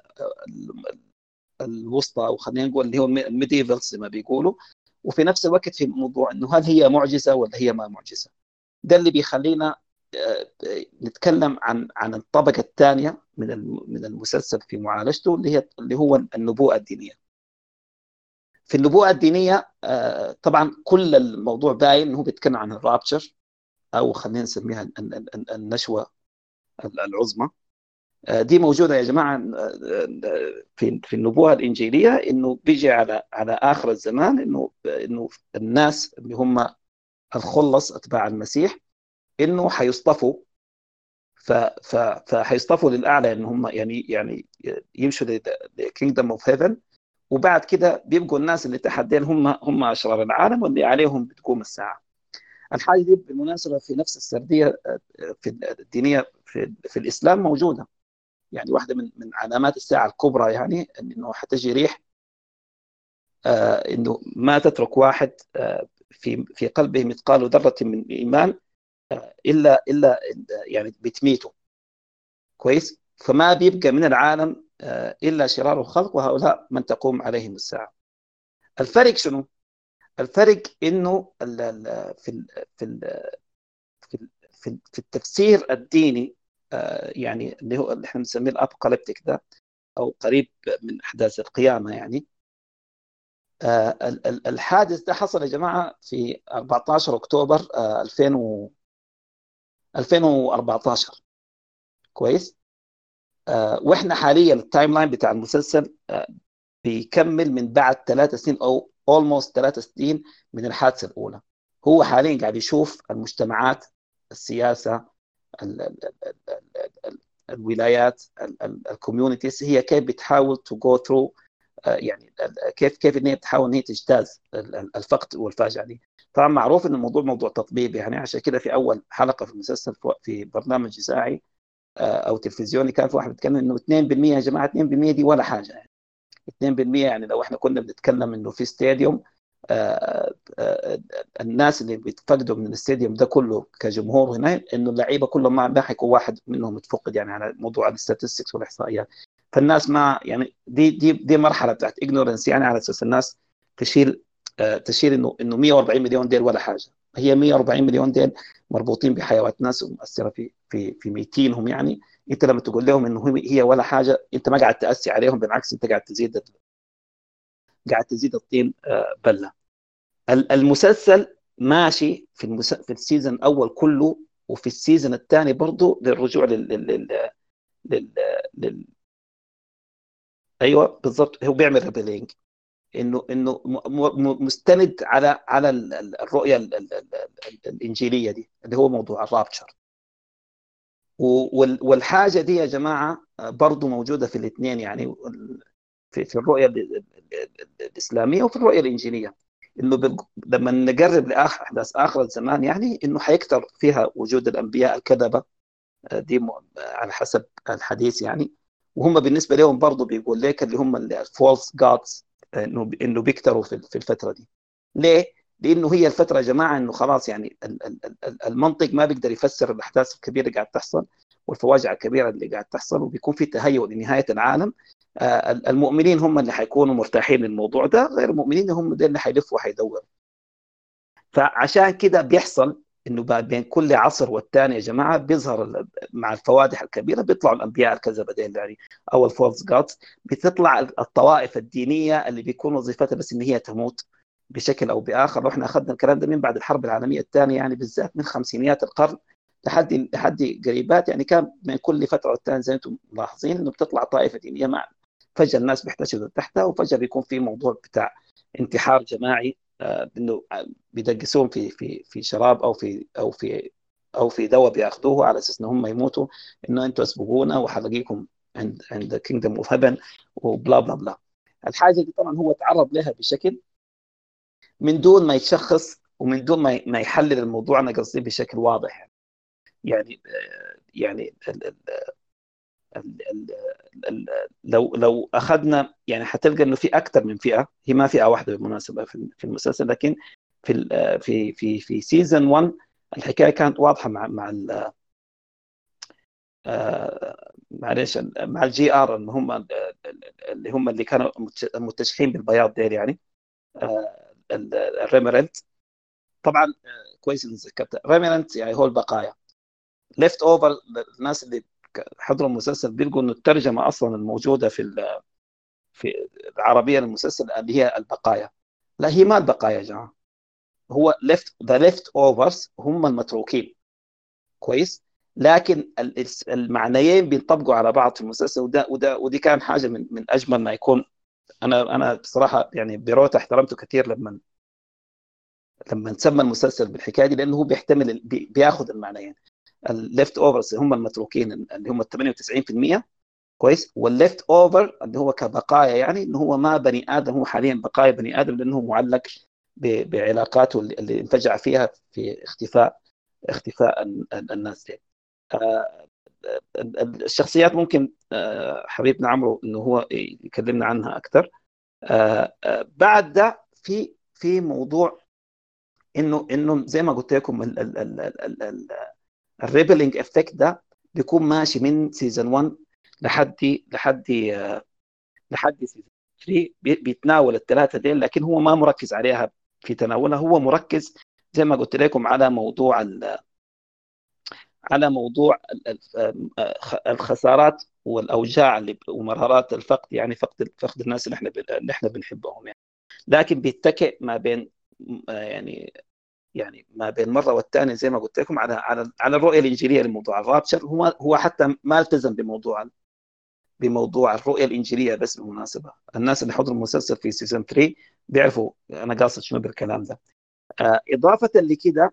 الوسطى، او خلينا نقول اللي هو الميديفال زي ما بيقولوا. وفي نفس الوقت في موضوع انه هل هي معجزه ولا هي ما معجزه. ده اللي بيخلينا نتكلم عن عن الطبقه الثانيه من من المسلسل في معالجته، اللي هي اللي هو النبوءه الدينيه. في النبوءه الدينيه طبعا كل الموضوع باين انه بيتكلم عن الرابتشر، او خلينا نسميها النشوه العظمى. دي موجوده يا جماعه في في النبوءه الانجيليه، انه بيجي على على اخر الزمان، انه انه الناس اللي هم الخلص اتباع المسيح انه حيصطفوا، ف ف فحيصطفوا للاعلى، ان هم يعني يعني يمشوا لكينجدم اوف هيفن، وبعد كده بيبقوا الناس اللي تحت دين هم هم اشرار العالم واللي عليهم بتقوم الساعه. الحاجه دي بالمناسبه في نفس السرديه في الدينيه في, في الاسلام موجوده، يعني واحده من من علامات الساعه الكبرى، يعني انه حتجي ريح، آه انه ما تترك واحد آه في في قلبه مثقال ذره من ايمان آه الا الا يعني بتميته كويس. فما بيبقى من العالم آه الا شرار الخلق، وهؤلاء من تقوم عليهم الساعه. الفرق شنو؟ الفرق انه ال ال في ال في ال في, في, في التفسير الديني آه يعني اللي هو اللي احنا بنسميه الابوكاليبتيك ده، او قريب من احداث القيامه يعني. آه الحادث ده حصل يا جماعه في أربعة عشر أكتوبر آه ألفين وأربعة عشر كويس. آه واحنا حاليا التايم لاين بتاع المسلسل آه بيكمل من بعد ثلاث سنين او almost ثلاث سنين من الحادثه الاولى. هو حاليا قاعد يشوف المجتمعات، السياسه، ال ال ال ال ال الولايات، الكوميونيتيز، هي كيف بتحاول تو جو ثرو، يعني كيف كيف ان هي بتحاول ان هي تجتاز الفقد والفاجعه دي. طبعا معروف ان الموضوع موضوع تطبيبي، يعني عشان كده في اول حلقه في المسلسل في برنامج اذاعي او تلفزيوني كان في واحد بيتكلم انه اثنين بالمئة يا جماعه، اثنين بالمئة دي ولا حاجه يعني. اثنين بالمئة يعني لو احنا كنا بنتكلم انه في استاديوم آآ آآ الناس اللي بيتفقدوا من الاستاديوم ده كله كجمهور هنا، انه اللعيبه كلهم ما حيكون واحد منهم متفقد، يعني على موضوع الستاتستكس والاحصائيات. فالناس ما يعني دي دي دي مرحله بتاعت اجنورنس، يعني على اساس الناس تشيل تشيل انه انه مية وأربعين مليون ديل ولا حاجه. هي مية وأربعين مليون ديل مربوطين بحيوات ناس ومؤثره في في في ميتينهم. يعني انت لما تقول لهم انه هي ولا حاجه، انت ما قاعد تاسي عليهم، بالعكس انت قاعد تزيد قاعد تزيد الطين بله. المسلسل ماشي في المس... في السيزون الاول كله، وفي السيزون الثاني برضه للرجوع لل لل لل, لل... ايوه بالضبط، هو بيعمل ريبلينج، انه انه م... م... مستند على على الرؤيه ال... ال... ال... الانجيليه دي اللي هو موضوع الرابتشر. وال... والحاجه دي يا جماعه برضه موجوده في الاثنين، يعني في في الرؤيه ال... ال... ال... الاسلاميه وفي الرؤيه الانجيليه. انه بال... لما نقرب لاخر احداث اخر الزمان يعني انه حيكثر فيها وجود الانبياء الكذبه، دي م... على حسب الحديث يعني. وهم بالنسبه لهم برضه بيقول لك اللي هم الفولس جادز انه انه بيكثروا في في الفتره دي. ليه؟ لانه هي الفتره يا جماعه انه خلاص يعني المنطق ما بيقدر يفسر الاحداث الكبيره اللي قاعد تحصل والفواجع الكبيره اللي قاعد تحصل، وبيكون في تهيؤ لنهايه العالم. المؤمنين هم اللي حيكونوا مرتاحين للموضوع ده، غير المؤمنين هم اللي حيلفوا وحيدوروا. فعشان كده بيحصل انه بين كل عصر والثاني يا جماعه بيظهر مع الفوادح الكبيره بيطلعوا الانبياء الكذبه دين يعني او الفولس جادز، بتطلع الطوائف الدينيه اللي بيكون وظيفتها بس ان هي تموت بشكل او باخر. واحنا اخذنا الكلام ده من بعد الحرب العالميه الثانيه يعني بالذات من خمسينيات القرن لحد لحد قريبات يعني، كان من كل فتره والثانيه زي ما انتم ملاحظين انه بتطلع طائفه دينيه مع فجاه الناس بيحتشدوا تحتها، وفجاه بيكون في موضوع بتاع انتحار جماعي انه بيدقسوهم في في في شراب او في او في او في دواء بياخذوه على اساس ان هم يموتوا، انه انتم اسبقونا وحلقيكم عند عند كينجدم اوف هيفن وبلا بلا بلا. الحاجه دي طبعا هو تعرض لها بشكل من دون ما يتشخص ومن دون ما ما يحلل الموضوع، انا قصدي بشكل واضح يعني يعني ال ال ال ال ال لو لو اخذنا يعني حتلقى انه في اكثر من فئه، هي ما فئه واحده بالمناسبه في المسلسل، لكن في في في في سيزون واحد الحكايه كانت واضحه مع مع معلش مع الجي ار اللي هم اللي هم اللي كانوا متشحين بالبياض ديل يعني الريمرنت. طبعا كويس اني ذكرت ريمرنت يعني هو البقايا ليفت اوفر. الناس اللي حضروا المسلسل بيلقوا انه الترجمه اصلا الموجوده في في العربيه للمسلسل اللي هي البقايا، لا هي ما البقايا يا جماعه، هو ليفت ذا ليفت اوفرز هم المتروكين كويس. لكن المعنيين بينطبقوا على بعض في المسلسل، وده وده ودي كان حاجه من من اجمل ما يكون. انا انا بصراحه يعني بيروتا احترمته كثير لما لما نسمى المسلسل بالحكايه دي، لانه هو بيحتمل بياخذ المعنيين. الليفت اوفرز هم المتروكين اللي هم ثمانية وتسعين بالمئة كويس، والليفت اوفر اللي هو كبقايا يعني انه هو ما بني ادم، هو حاليا بقايا بني ادم لانه معلق بعلاقاته اللي انفجع فيها في اختفاء اختفاء الناس دي. الشخصيات ممكن حبيبنا عمرو انه هو يكلمنا عنها اكثر. بعد ده في في موضوع انه انه زي ما قلت لكم الريبلينج افكت ده بيكون ماشي من سيزون واحد لحد لحد لحد سيزون ثلاثة، بيتناول الثلاثه دي، لكن هو ما مركز عليها في تناولها، هو مركز زي ما قلت لكم على موضوع على موضوع الخسارات والاوجاع اللي ومرارات الفقد يعني فقد فقد الناس اللي احنا اللي احنا بنحبهم يعني. لكن بيتكئ ما بين يعني يعني ما بين مره والثانيه زي ما قلت لكم على على على الرؤيه الانجيليه لموضوع الرابشر. هو هو حتى ما التزم بموضوع بموضوع الرؤيه الانجيليه. بس بالمناسبه الناس اللي حضروا المسلسل في سيزون ثلاثة بيعرفوا انا قاصد شنو بالكلام ده. آه اضافه لكده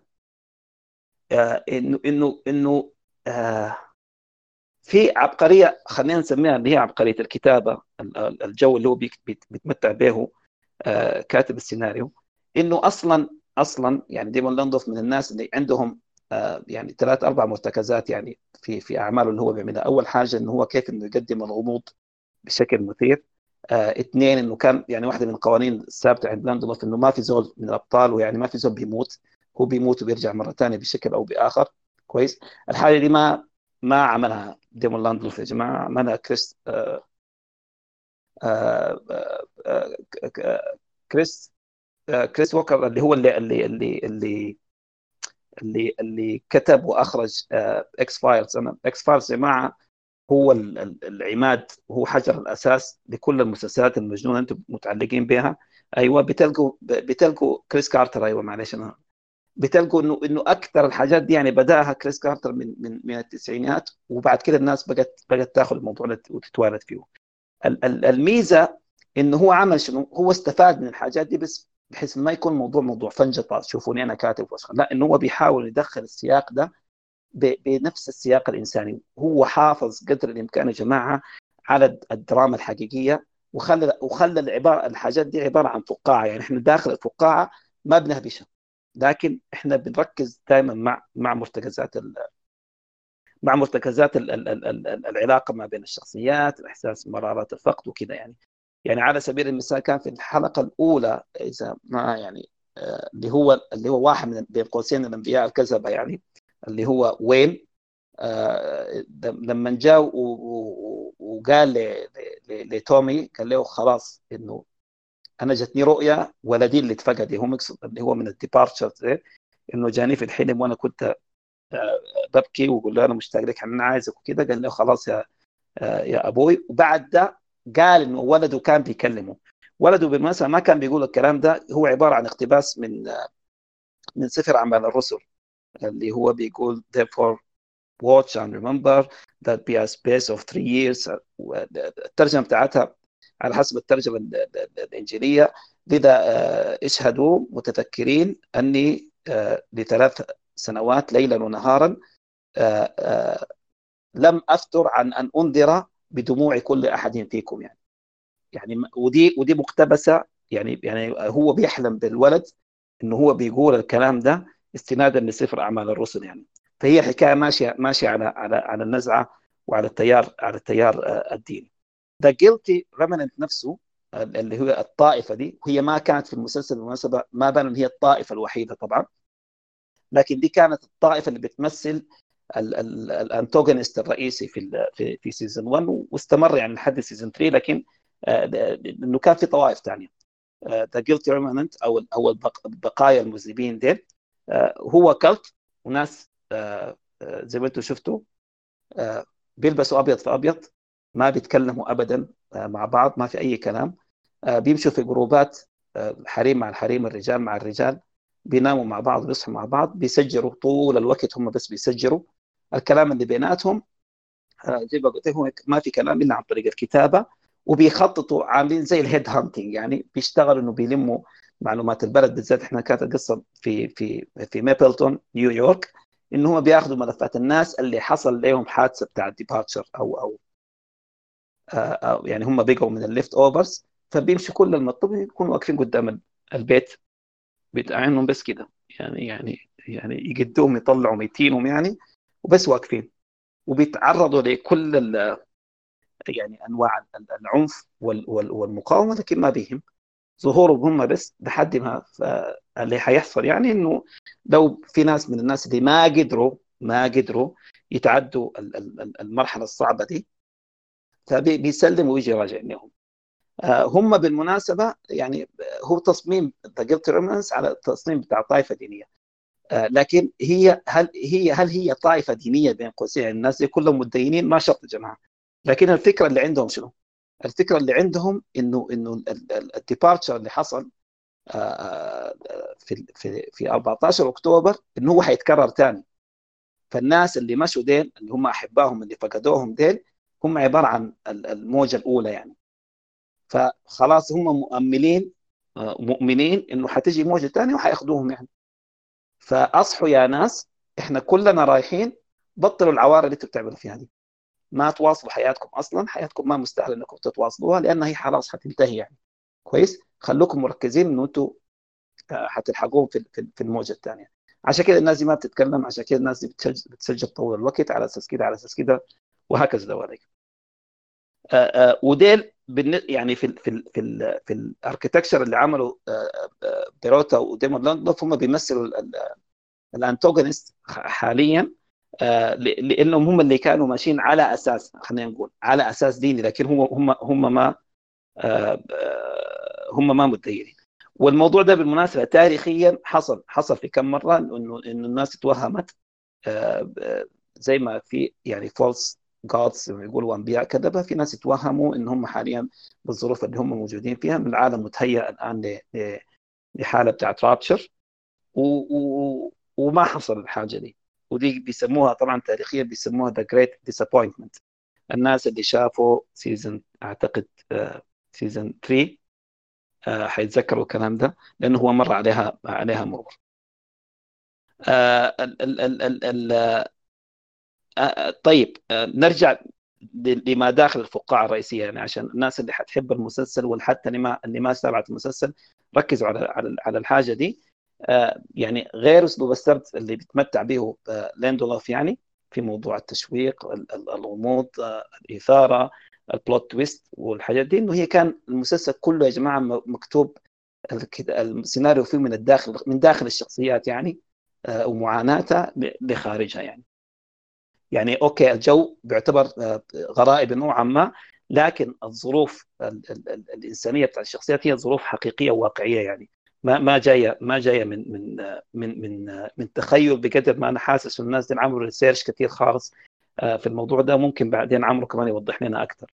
آه انه انه انه آه في عبقريه خلينا نسميها اللي هي عبقريه الكتابه، الجو اللي هو بيتمتع به آه كاتب السيناريو، انه اصلا اصلا يعني ديمون لاندوف من الناس اللي عندهم آه يعني ثلاث اربع مرتكزات يعني في في اعماله اللي هو بيعملها. اول حاجه انه هو كيف انه يقدم الغموض بشكل مثير. آه اثنين انه كان يعني واحده من القوانين الثابته عند لاندوف انه ما في زول من الابطال ويعني ما في زول بيموت، هو بيموت وبيرجع مره ثانيه بشكل او باخر كويس. الحاجه دي ما ما عملها ديمون لاندوف يا جماعه، عملها كريس آه آه آه آه كريس آه كريس ووكر اللي هو اللي اللي اللي اللي اللي, اللي كتب واخرج آه اكس فايلز. انا اكس فايلز يا جماعه هو العماد وهو حجر الاساس لكل المسلسلات المجنونه انتم متعلقين بها. ايوه بتلقوا بتلقوا كريس كارتر، ايوه معلش انا بتلقوا انه انه اكثر الحاجات دي يعني بداها كريس كارتر من من من التسعينات، وبعد كده الناس بقت بقت تاخذ الموضوع وتتوارد فيه. الميزه انه هو عمل شنو، هو استفاد من الحاجات دي بس بحيث ما يكون موضوع موضوع فنجطه شوفوني انا كاتب واسخن، لا انه هو بيحاول يدخل السياق ده بنفس السياق الانساني. هو حافظ قدر الامكان يا جماعه على الدراما الحقيقيه وخلى وخلى العباره الحاجات دي عباره عن فقاعه. يعني احنا داخل الفقاعه ما بنهبشها، لكن احنا بنركز دائما مع مع مرتكزات ال مع مرتكزات ال ال ال ال العلاقه ما بين الشخصيات، الاحساس بمرارة الفقد وكذا. يعني يعني على سبيل المثال كان في الحلقه الاولى اذا ما يعني آه اللي هو اللي هو واحد من بين قوسين الانبياء الكذبه، يعني اللي هو وين، آه لما جاء وقال لتومي، قال له خلاص انه انا جتني رؤيا ولدي اللي اتفقد، هم اللي هو من الديبارتشر، انه جاني في الحلم وانا كنت ببكي وقول له انا مشتاق لك، انا عايزك وكذا. قال له خلاص يا يا ابوي. وبعد ده قال انه ولده كان بيكلمه. ولده بالمناسبه ما كان بيقول الكلام ده، هو عباره عن اقتباس من من سفر اعمال الرسل اللي هو بيقول therefore watch and remember that be a space of three years. الترجمه بتاعتها على حسب الترجمه الانجيليه، لذا اشهدوا متذكرين اني لثلاث سنوات ليلا ونهارا لم افتر عن ان انذر بدموع كل احد فيكم. يعني يعني ودي ودي مقتبسه، يعني يعني هو بيحلم بالولد انه هو بيقول الكلام ده استنادا لسفر اعمال الرسل. يعني فهي حكايه ماشيه ماشيه على على على النزعه وعلى التيار على التيار الديني. ذا جيلتي ريمننت نفسه اللي هو الطائفه دي، وهي ما كانت في المسلسل بالمناسبه، ما بان ان هي الطائفه الوحيده طبعا، لكن دي كانت الطائفه اللي بتمثل الانتوجونست الرئيسي في في في سيزون واحد، واستمر يعني لحد سيزون ثلاثة. لكن انه كان في طوائف ثانيه. ذا جيلتي ريمننت او او البقايا المذنبين دي هو كلت، وناس زي ما انتم شفتوا بيلبسوا ابيض في ابيض، ما بيتكلموا ابدا مع بعض، ما في اي كلام، بيمشوا في جروبات، الحريم مع الحريم، الرجال مع الرجال، بيناموا مع بعض، بيصحوا مع بعض، بيسجلوا طول الوقت، هم بس بيسجلوا الكلام اللي بيناتهم. زي ما قلت لكم ما في كلام الا عن طريق الكتابه، وبيخططوا عاملين زي الهيد هانتنج، يعني بيشتغلوا انه بيلموا معلومات البلد. بالذات احنا كانت القصه في في في ميبلتون نيويورك، انه هم بياخذوا ملفات الناس اللي حصل لهم حادثه بتاع ديبارتشر او او, أو يعني هم بقوا من الليفت اوفرز، فبيمشوا كل المطلوب يكونوا واقفين قدام البيت بتاعهم بس كده، يعني يعني يعني يقدوهم يطلعوا ميتينهم يعني، وبس واقفين، وبيتعرضوا لكل يعني انواع العنف والمقاومه، لكن ما بيهم ظهورهم هم بس لحد ما اللي حيحصل. يعني انه لو في ناس من الناس اللي ما قدروا ما قدروا يتعدوا المرحله الصعبه دي، فبيسلموا ويجي راجع لهم. هم بالمناسبه يعني هو تصميم ذا جيلتي ريمننس على التصميم بتاع طائفه دينيه، لكن هي هل هي هل هي طائفه دينيه بين قوسين؟ الناس دي كلهم متدينين؟ ما شرط يا جماعه، لكن الفكره اللي عندهم شنو؟ الفكره اللي عندهم انه انه الديبارتشر اللي حصل في في في أربعة عشر أكتوبر انه هو حيتكرر ثاني. فالناس اللي مشوا دين اللي هم احبائهم اللي فقدوهم دين هم عباره عن الموجه الاولى يعني، فخلاص هم مؤملين مؤمنين انه حتيجي موجه ثانيه وحياخذوهم يعني. فاصحوا يا ناس، احنا كلنا رايحين، بطلوا العوار اللي انتم بتعملوا فيها دي، ما تواصلوا حياتكم اصلا، حياتكم ما مستاهل انكم تتواصلوها لانها هي خلاص حتنتهي يعني. كويس، خلوكم مركزين انه انتم حتلحقوهم في في الموجه الثانيه. عشان كده الناس دي ما بتتكلم، عشان كده الناس دي بتسجل, بتسجل طول الوقت على اساس كده على اساس كده وهكذا دواليك. وديل يعني في ال في ال في ال في الاركتكتشر اللي عملوا بيروتا وديمون لاندلوف، هم بيمثلوا الانتوجونست حاليا، لانهم هم اللي كانوا ماشيين على اساس، خلينا نقول على اساس ديني، لكن هم هم هم ما هم ما متدينين. والموضوع ده بالمناسبه تاريخيا حصل حصل في كم مره انه انه الناس توهمت، زي ما في يعني فولس جادز يقولوا انبياء كذبه، في ناس يتوهموا ان هم حاليا بالظروف اللي هم موجودين فيها من العالم متهيأ الان لحاله بتاعت رابتشر، وما حصل الحاجه دي. ودي بيسموها طبعا تاريخيا بيسموها ذا جريت ديسابوينتمنت. الناس اللي شافوا سيزون اعتقد سيزون ثلاثة حيتذكروا الكلام ده، لانه هو مر عليها عليها مرور. ال ال ال ال طيب نرجع لما داخل الفقاعة الرئيسية، يعني عشان الناس اللي حتحب المسلسل وحتى اللي ما اللي ما تابعت المسلسل ركزوا على على على الحاجة دي. آه يعني غير أسلوب السرد اللي بيتمتع به آه ليندولوف، يعني في موضوع التشويق، الغموض، آه الإثارة، البلوت تويست والحاجات دي، إنه هي كان المسلسل كله يا جماعة مكتوب السيناريو فيه من الداخل، من داخل الشخصيات يعني، آه ومعاناتها لخارجها يعني. يعني أوكي الجو بيعتبر غرائب نوعا ما، لكن الظروف ال ال ال الإنسانية بتاع الشخصيات هي ظروف حقيقية وواقعية يعني، ما ما جاية ما جاية من من من من من تخيل، بقدر ما أنا حاسس الناس دي عملوا ريسيرش كثير خالص في الموضوع ده. ممكن بعدين عمرو كمان يوضح لنا أكثر.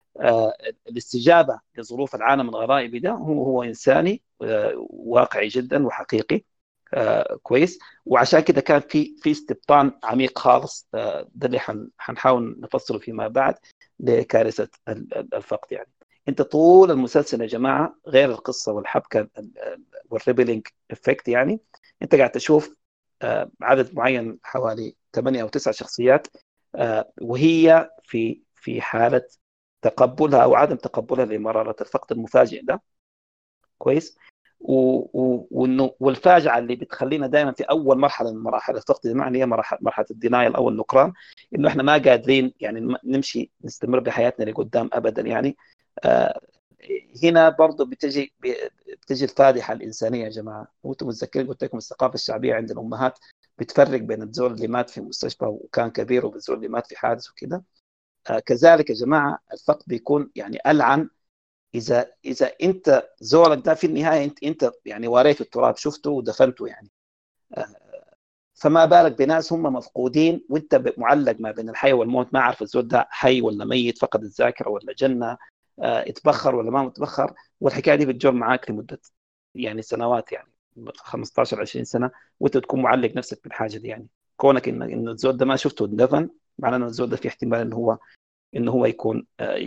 الاستجابة لظروف العالم الغرائبي ده هو هو إنساني واقعي جدا وحقيقي. آه كويس. وعشان كده كان في في استبطان عميق خالص، آه ده اللي حنحاول نفصله فيما بعد لكارثة الفقد. يعني انت طول المسلسل يا جماعة، غير القصة والحبكة والريبلينج افكت، يعني انت قاعد تشوف آه عدد معين حوالي ثمانية او تسعة شخصيات، آه وهي في في حالة تقبلها او عدم تقبلها لمرارة الفقد المفاجئ ده. كويس. وانه والفاجعه اللي بتخلينا دائما في اول مرحله من مراحل الفقد المعني هي مرحله مرحله الدينايل او النكران، انه احنا ما قادرين يعني نمشي نستمر بحياتنا لقدام ابدا يعني. آه هنا برضه بتجي بتجي الفادحه الانسانيه يا جماعه. وانتم متذكرين قلت لكم الثقافه الشعبيه عند الامهات بتفرق بين الزول اللي مات في مستشفى وكان كبير وبالزول اللي مات في حادث وكده. آه كذلك يا جماعه الفقد بيكون يعني ألعن إذا إذا أنت زورك ده في النهاية أنت أنت يعني وريته التراب، شفته ودفنته يعني. فما بالك بناس هم مفقودين وأنت معلق ما بين الحي والموت، ما عارف الزول ده حي ولا ميت، فقد الذاكرة ولا جنة، اتبخر ولا ما متبخر. والحكاية دي بتجر معاك لمدة يعني سنوات، يعني خمسة عشر عشرين سنة، وأنت تكون معلق نفسك بالحاجة دي. يعني كونك إن إن الزول ده ما شفته ودفن، معناه إن الزول ده في احتمال إنه هو إنه هو يكون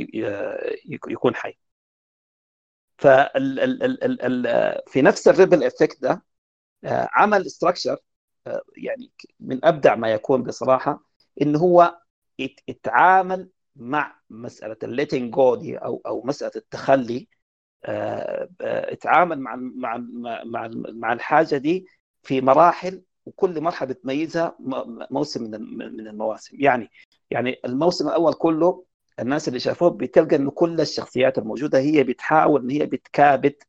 يكون حي. فال ال ال ال ال في نفس الريبل افكت ده عمل ستراكشر يعني من ابدع ما يكون بصراحه، انه هو يتعامل مع مساله الليتنج جو دي او او مساله التخلي. اتعامل مع مع مع مع الحاجه دي في مراحل، وكل مرحله بتميزها موسم من من المواسم. يعني يعني الموسم الاول كله الناس اللي شافوه بتلقى انه كل الشخصيات الموجوده هي بتحاول ان هي بتكابت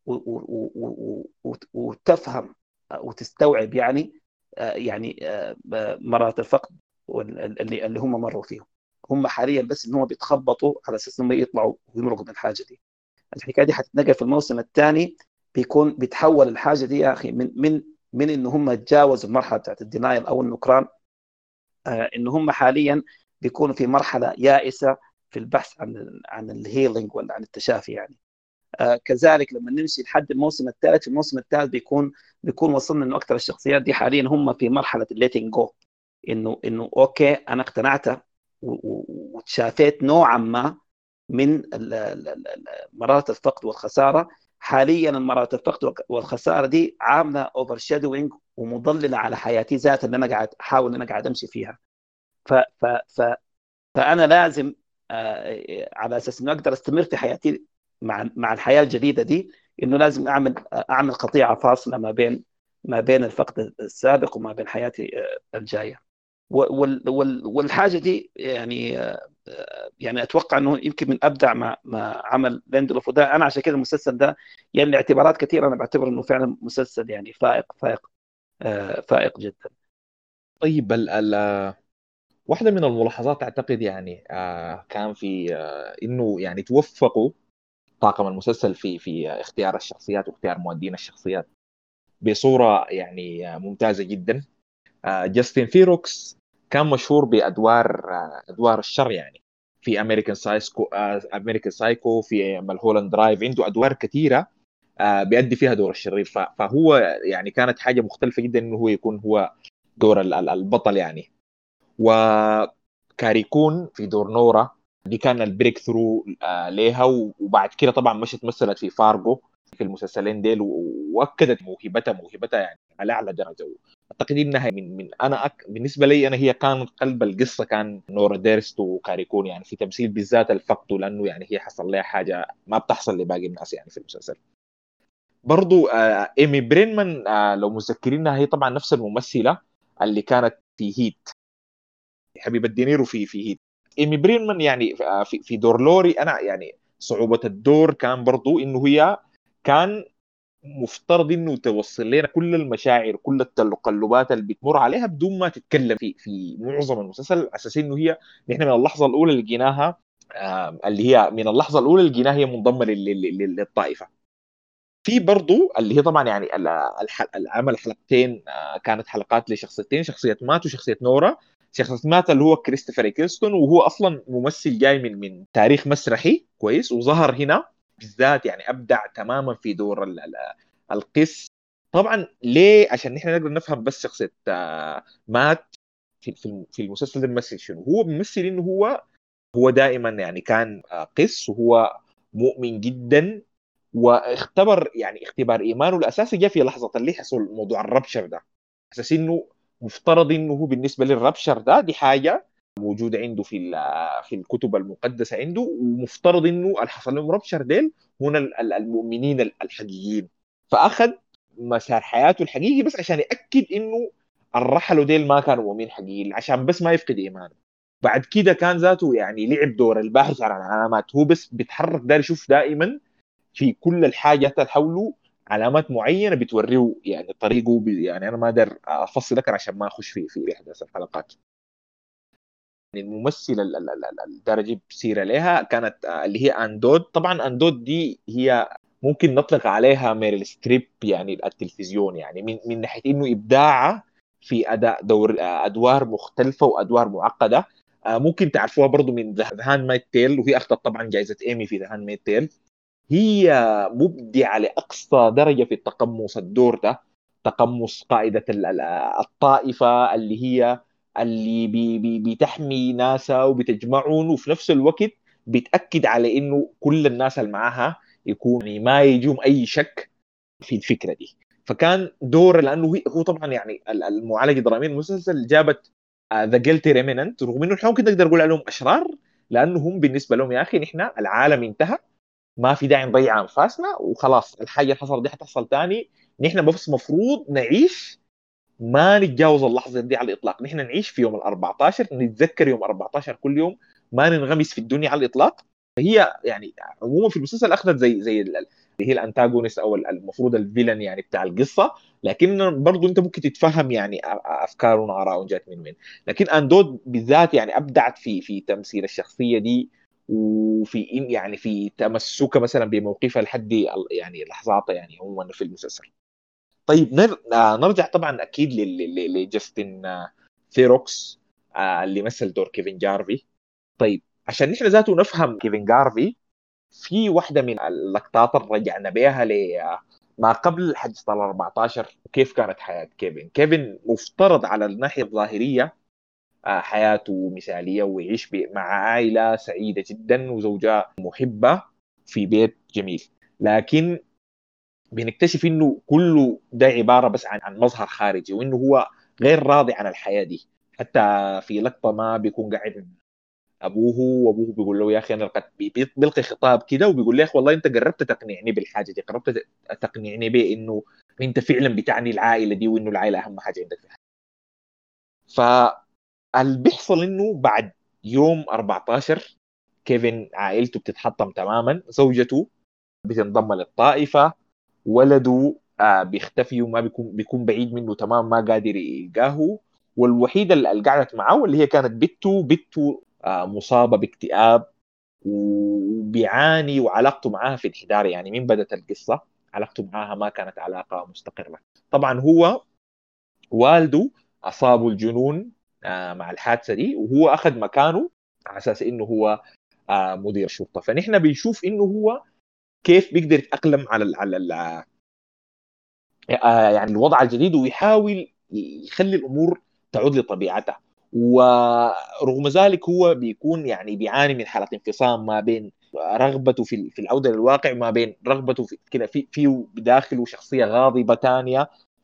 وتفهم وتستوعب يعني يعني مرات الفقد اللي اللي هم مروا فيهم. هم حاليا بس ان هم بيتخبطوا على اساس انهم يطلعوا ويمرقوا من الحاجه دي. الحكايه دي حتتنقل في الموسم الثاني، بيكون بيتحول الحاجه دي يا اخي من من من ان هم تجاوزوا المرحله بتاعت الدينايل او النكران، ان هم حاليا بيكونوا في مرحله يائسه في البحث عن عن الهيلينج ولا عن التشافي يعني. آه كذلك لما نمشي لحد الموسم الثالث، في الموسم الثالث بيكون بيكون وصلنا انه اكثر الشخصيات دي حاليا هم في مرحله الليتنج جو، انه انه اوكي انا اقتنعت وتشافيت نوعا ما من مرارة الفقد والخساره. حاليا مرارة الفقد والخساره دي عامله اوفر شادوينج ومضلله على حياتي ذات اللي انا قاعد احاول ان انا قاعد امشي فيها. ف ف ف فانا لازم آه على اساس انه اقدر استمر في حياتي مع مع الحياه الجديده دي، انه لازم اعمل اعمل قطيعه فاصله ما بين ما بين الفقد السابق وما بين حياتي الجايه. وال وال والحاجه دي يعني يعني اتوقع انه يمكن من ابدع ما ما عمل ليندلوف. وده انا عشان كده المسلسل ده يعني لاعتبارات كثيره انا بعتبر انه فعلا مسلسل يعني فائق فائق فائق جدا. طيب ال ال واحدة من الملاحظات أعتقد يعني آه كان في آه إنه يعني توفقوا طاقم المسلسل في في اختيار الشخصيات واختيار مؤدين الشخصيات بصورة يعني ممتازة جدا. آه جاستن فيروكس كان مشهور بأدوار آه أدوار الشر يعني في أمريكان سايكو آه أمريكان سايكو في ملهولند درايف، عنده أدوار كثيرة آه بيأدي فيها دور الشرير. فهو يعني كانت حاجة مختلفة جدا إنه هو يكون هو دور البطل يعني. وكاريكون في دور نورا دي كان البريك ثرو آه ليها، وبعد كده طبعا مشت مثلت في فارغو في المسلسلين ديل، واكدت موهبتها موهبتها يعني على اعلى درجه، اعتقد انها من من انا أك... بالنسبه لي انا هي كانت قلب القصه كان نورا ديرست وكاريكون يعني في تمثيل بالذات الفقد لانه يعني هي حصل لها حاجه ما بتحصل لباقي الناس يعني في المسلسل. برضو آه ايمي برينمان آه لو متذكرينها هي طبعا نفس الممثله اللي كانت في هيت، حبيبه دينيرو في في هيت. ايمي برينمان يعني آه في في دور لوري انا يعني صعوبه الدور كان برضو انه هي كان مفترض انه توصل لنا كل المشاعر كل التقلبات اللي بتمر عليها بدون ما تتكلم في في معظم المسلسل، على اساس انه هي نحن من اللحظه الاولى اللي لقيناها آه اللي هي من اللحظه الاولى اللي لقيناها هي منضمه لل- لل- للطائفه. في برضو اللي هي طبعا يعني ال- الح- العمل حلقتين آه كانت حلقات لشخصيتين، شخصيه مات وشخصيه نورا. شخصيه مات اللي هو كريستوفر ايكلستون وهو اصلا ممثل جاي من من تاريخ مسرحي كويس وظهر هنا بالذات يعني ابدع تماما في دور ال- ال- القس. طبعا ليه؟ عشان نحن نقدر نفهم بس شخصيه آه، مات في في في المسلسل ده بيمثل شنو. هو بيمثل انه هو هو دائما يعني كان آه، قس وهو مؤمن جدا، واختبر يعني اختبار ايمانه الاساسي جاء في لحظه اللي حصل موضوع الربشر ده، اساس انه مفترض انه هو بالنسبه للربشر ده دي حاجه موجوده عنده في ال- في الكتب المقدسه عنده، ومفترض انه اللي حصل لهم ربشر ديل هنا ال- ال- المؤمنين ال- الحقيقيين. فاخذ مسار حياته الحقيقي بس عشان ياكد انه الرحلوا ديل ما كانوا مؤمنين حقيقيين عشان بس ما يفقد ايمانه. بعد كده كان ذاته يعني لعب دور الباحث عن العلامات، هو بس بيتحرك داير يشوف دائما في كل الحاجات اللي حوله علامات معينه بتوريه يعني طريقه بي يعني انا ما اقدر افصل لك عشان ما اخش في في احداث الحلقات. الممثله ال- ال- ال- اللي اجيب سيره لها كانت آه، اللي هي اندود. طبعا اندود دي هي ممكن نطلق عليها ميريل ستريب يعني التلفزيون، يعني من من ناحيه انه ابداعها في اداء دور آه، ادوار مختلفه وادوار معقده. آه، ممكن تعرفوها برضو من ذا هاند ميد تيل، وهي اخذت طبعا جائزه ايمي في ذا هاند ميد تيل. هي مبدعة لأقصى درجة في التقمص الدور ده، تقمص قائدة ال- ال- الطائفة اللي هي اللي بي بي بتحمي ناسها وبتجمعهم، وفي نفس الوقت بتأكد على إنه كل الناس اللي معاها يكون يعني ما يجيهم أي شك في الفكرة دي. فكان دور لأنه هي- هو طبعا يعني ال- المعالجة الدرامية المسلسل جابت ذا جيلتي ريميننت، رغم إنه إحنا ممكن نقدر نقول عليهم أشرار لأنه هم بالنسبة لهم يا أخي نحن العالم انتهى، ما في داعي نضيع انفاسنا وخلاص الحاجه اللي حصلت دي حتحصل تاني، نحن بس مفروض نعيش ما نتجاوز اللحظه دي على الاطلاق، نحن نعيش في يوم ال أربعتاشر نتذكر يوم أربعة عشر كل يوم، ما ننغمس في الدنيا على الاطلاق. فهي يعني عموما في المسلسل اخذت زي زي ال- اللي هي الانتاغونست او ال- المفروض الفيلن يعني بتاع القصه، لكن برضه انت ممكن تتفهم يعني أ- افكاره وارائه جات من وين. لكن اندود بالذات يعني ابدعت في في تمثيل الشخصيه دي، وفي إن- يعني في تمسكها مثلا بموقفها لحد ال- يعني لحظاتها يعني عموما في المسلسل. طيب نر... آه، نرجع طبعا اكيد لل- لل- لجاستن آه، ثيروكس آه، اللي مثل دور كيفن جارفي. طيب عشان نحن ذاته نفهم كيفن جارفي، في واحده من اللقطات اللي رجعنا بها لما قبل حدث ال أربعتاشر وكيف كانت حياه كيفن. كيفن مفترض على الناحيه الظاهريه آه، حياته مثاليه ويعيش ب- مع عائله سعيده جدا وزوجة محبه في بيت جميل، لكن بنكتشف انه كله ده عباره بس عن عن مظهر خارجي، وانه هو غير راضي عن الحياه دي. حتى في لقطه ما بيكون قاعد ابوه وابوه بيقول له يا اخي انا لقد بي- بي- بيلقي خطاب كده وبيقول له يا اخي والله انت قربت تقنعني بالحاجه دي، قربت ت- تقنعني بانه انت فعلا بتعني العائله دي وانه العائله اهم حاجه عندك في الحياه. فاللي بيحصل انه بعد يوم أربعتاشر كيفن عائلته بتتحطم تماما، زوجته بتنضم للطائفه، ولده آه بيختفي وما بيكون بيكون بعيد منه تمام ما قادر يلقاه، والوحيده اللي قعدت معه اللي هي كانت بنته بنته آه مصابه باكتئاب وبيعاني، وعلاقته معاها في انحدار. يعني من بدأت القصه علاقته معاها ما كانت علاقه مستقره. طبعا هو والده اصابه الجنون آه مع الحادثه دي، وهو اخذ مكانه على اساس انه هو آه مدير شرطه. فنحن بنشوف انه هو كيف بيقدر يتاقلم على ال على ال آه، يعني الوضع الجديد ويحاول يخلي الامور تعود لطبيعتها. ورغم ذلك هو بيكون يعني بيعاني من حاله انفصام ما بين رغبته في في العوده للواقع، ما بين رغبته في كده في في بداخله شخصيه غاضبه ثانيه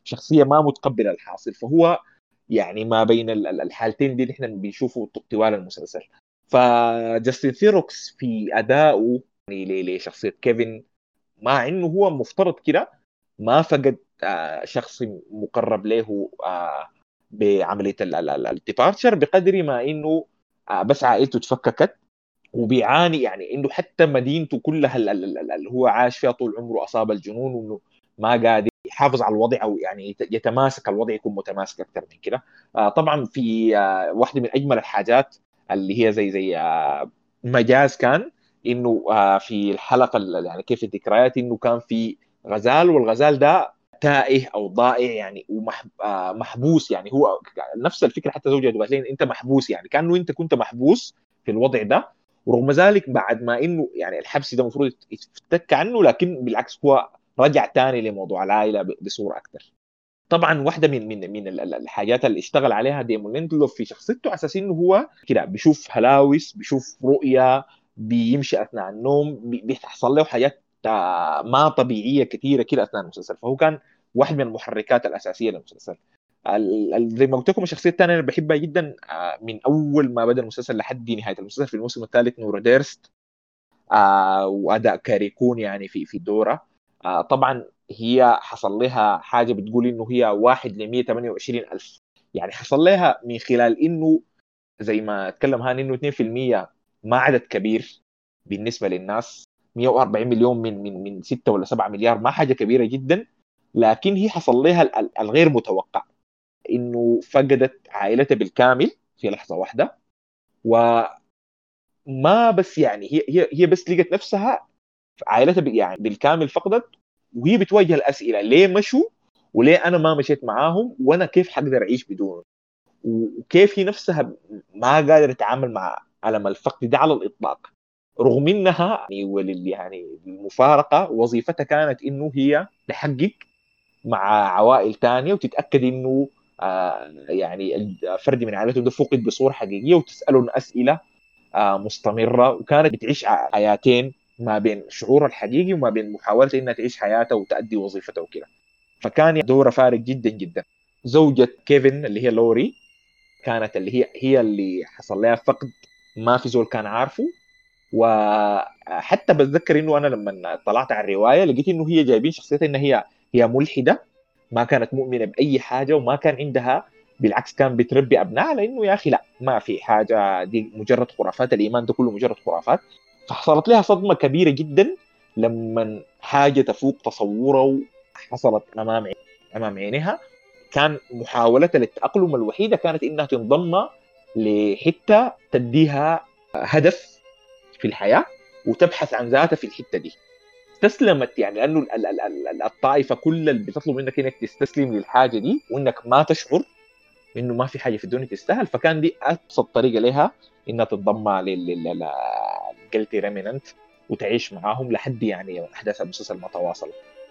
شخصيه ما متقبله الحاصل، فهو يعني ما بين الحالتين دي نحن بنشوفه طوال المسلسل. فجاستن ثيروكس في ادائه يعني لشخصيه كيفن، مع انه هو مفترض كده ما فقد شخص مقرب له بعمليه الديبارتشر بقدر ما انه بس عائلته تفككت وبيعاني، يعني انه حتى مدينته كلها اللي هو عاش فيها طول عمره اصاب الجنون، وانه ما قادر يحافظ على الوضع او يعني يتماسك الوضع يكون متماسك اكثر من كده. طبعا في واحده من اجمل الحاجات اللي هي زي زي مجاز كان انه في الحلقه يعني كيف الذكريات انه كان في غزال، والغزال ده تائه او ضائع يعني ومحبوس، يعني هو نفس الفكره حتى زوجته قالت لي انت محبوس، يعني كانه انت كنت محبوس في الوضع ده، ورغم ذلك بعد ما انه يعني الحبس ده المفروض يتفك عنه، لكن بالعكس هو رجع تاني لموضوع العائله بصوره اكثر. طبعا واحده من من من الحاجات اللي اشتغل عليها ديمون ليندلوف في شخصيته على اساس انه هو كده بيشوف هلاوس، بيشوف رؤيه، بيمشي اثناء النوم، بيحصل له حاجات ما طبيعيه كثيره كده اثناء المسلسل، فهو كان واحد من المحركات الاساسيه للمسلسل. زي ما قلت لكم الشخصيه الثانيه انا بحبها جدا من اول ما بدا المسلسل لحد نهايه المسلسل في الموسم الثالث، نورا ديرست، واداء كاريكون يعني في في دوره. طبعا هي حصل لها حاجه بتقول انه هي واحد ل مية وثمانية وعشرين ألف، يعني حصل لها من خلال انه زي ما اتكلم هان انه اثنين بالمية ما عدد كبير بالنسبه للناس، مية وأربعين مليون من من من ستة ولا سبعة مليار ما حاجه كبيره جدا، لكن هي حصل لها الغير متوقع انه فقدت عائلتها بالكامل في لحظه واحده، وما بس يعني هي هي هي بس لقت نفسها عائلتها يعني بالكامل فقدت، وهي بتواجه الاسئله ليه مشوا وليه انا ما مشيت معاهم وانا كيف حقدر اعيش بدونهم، وكيف هي نفسها ما قادره تتعامل مع الم الفقد ده على الاطلاق، رغم انها يعني ولل يعني المفارقه وظيفتها كانت انه هي تحقق مع عوائل ثانيه وتتاكد انه آه يعني فرد من عائلته ده فقد بصوره حقيقيه، وتسالهم اسئله آه مستمره، وكانت بتعيش حياتين ما بين شعورها الحقيقي وما بين محاوله انها تعيش حياتها وتؤدي وظيفتها وكده. فكان دوره فارق جدا جدا. زوجة كيفن اللي هي لوري كانت اللي هي هي اللي حصل لها فقد ما في زول كان عارفه، وحتى بتذكر انه انا لما طلعت على الروايه لقيت انه هي جايبين شخصيتها ان هي هي ملحده، ما كانت مؤمنه باي حاجه وما كان عندها، بالعكس كان بتربي ابنائها لانه يا اخي لا ما في حاجه دي مجرد خرافات، الايمان ده كله مجرد خرافات. فحصلت لها صدمه كبيره جدا لما حاجه تفوق تصورها حصلت امام امام عينها. كان محاولتها للتاقلم الوحيده كانت انها تنضم لحته تديها هدف في الحياه وتبحث عن ذاتها في الحته دي. استسلمت يعني لانه الطائفه كلها اللي بتطلب منك انك تستسلم للحاجه دي وانك ما تشعر انه ما في حاجه في الدنيا تستاهل، فكان دي ابسط طريقه لها انها تنضم للجلتي ريميننت وتعيش معاهم لحد يعني احداث المسلسل ما تواصل.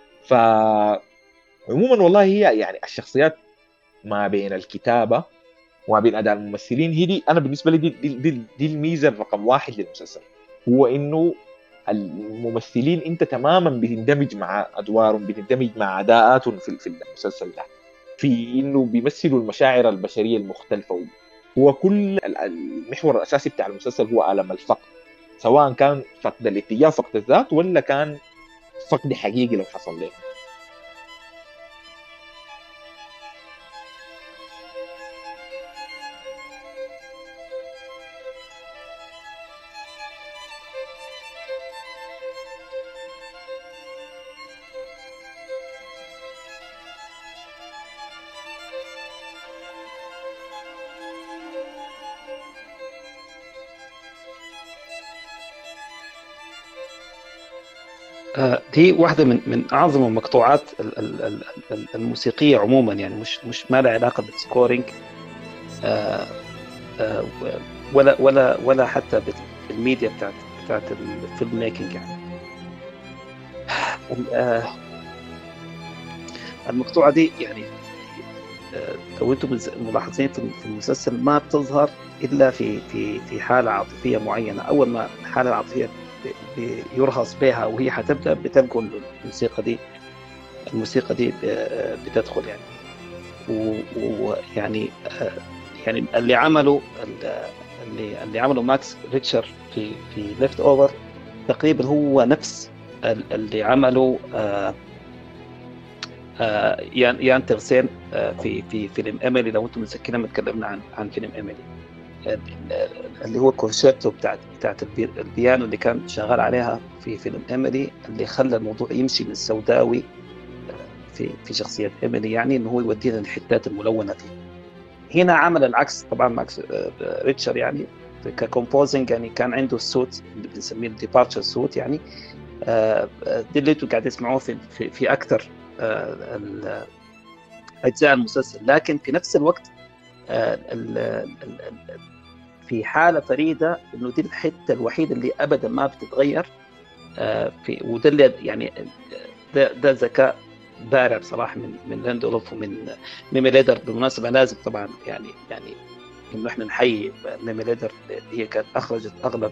فعموما والله هي يعني الشخصيات ما بين الكتابه وما بين اداء الممثلين هي دي انا بالنسبه لي دي دي, دي, دي الميزه رقم واحد للمسلسل، هو انه الممثلين انت تماما بتندمج مع ادوارهم، بتندمج مع اداءاتهم في في المسلسل ده، في انه بيمثلوا المشاعر البشريه المختلفه. هو كل المحور الاساسي بتاع المسلسل هو الم الفقد، سواء كان فقد الاتجاه فقد الذات ولا كان فقد حقيقي لو حصل له. دي واحدة من من أعظم المقطوعات الموسيقية عموما، يعني مش مش ما لها علاقة بالسكورينج ولا ولا ولا حتى بالميديا بتاعت بتاعت الفيلم ميكينج. يعني المقطوعة دي يعني لو انتم ملاحظين في المسلسل ما بتظهر إلا في في في حالة عاطفية معينة. أول ما الحالة العاطفية بيرهص بها وهي حتبدأ بتنقل الموسيقى دي الموسيقى دي بتدخل يعني. ويعني يعني اللي عمله اللي اللي عمله ماكس ريتشر في في ليفت اوفر تقريبا هو نفس اللي عمله آه آه يان يان ترسين آه في في فيلم إيميلي. لو انتم متذكرين لما تكلمنا عن عن فيلم إيميلي اللي هو الكونسيرتو بتاعت بتاعت البيانو اللي كان شغال عليها في فيلم إيميلي، اللي خلى الموضوع يمشي من سوداوي في في شخصية إيميلي، يعني إنه هو يودينا الحتات الملونة فيه. هنا عمل العكس طبعا ماكس ريتشر، يعني ككومبوزنج يعني كان عنده السوت اللي بنسميه الديبارتشر سوت، يعني دي اللي انتوا قاعد تسمعوه في في, في اكثر اجزاء المسلسل. لكن في نفس الوقت في حاله فريده انه دي الحته الوحيده اللي ابدا ما بتتغير في، وده اللي يعني ده ده ذكاء بارع بصراحه من من لاندولوف ومن ميمي ليدر. بالمناسبه لازم طبعا يعني يعني انه احنا نحيي ميمي ليدر، هي كانت اخرجت اغلب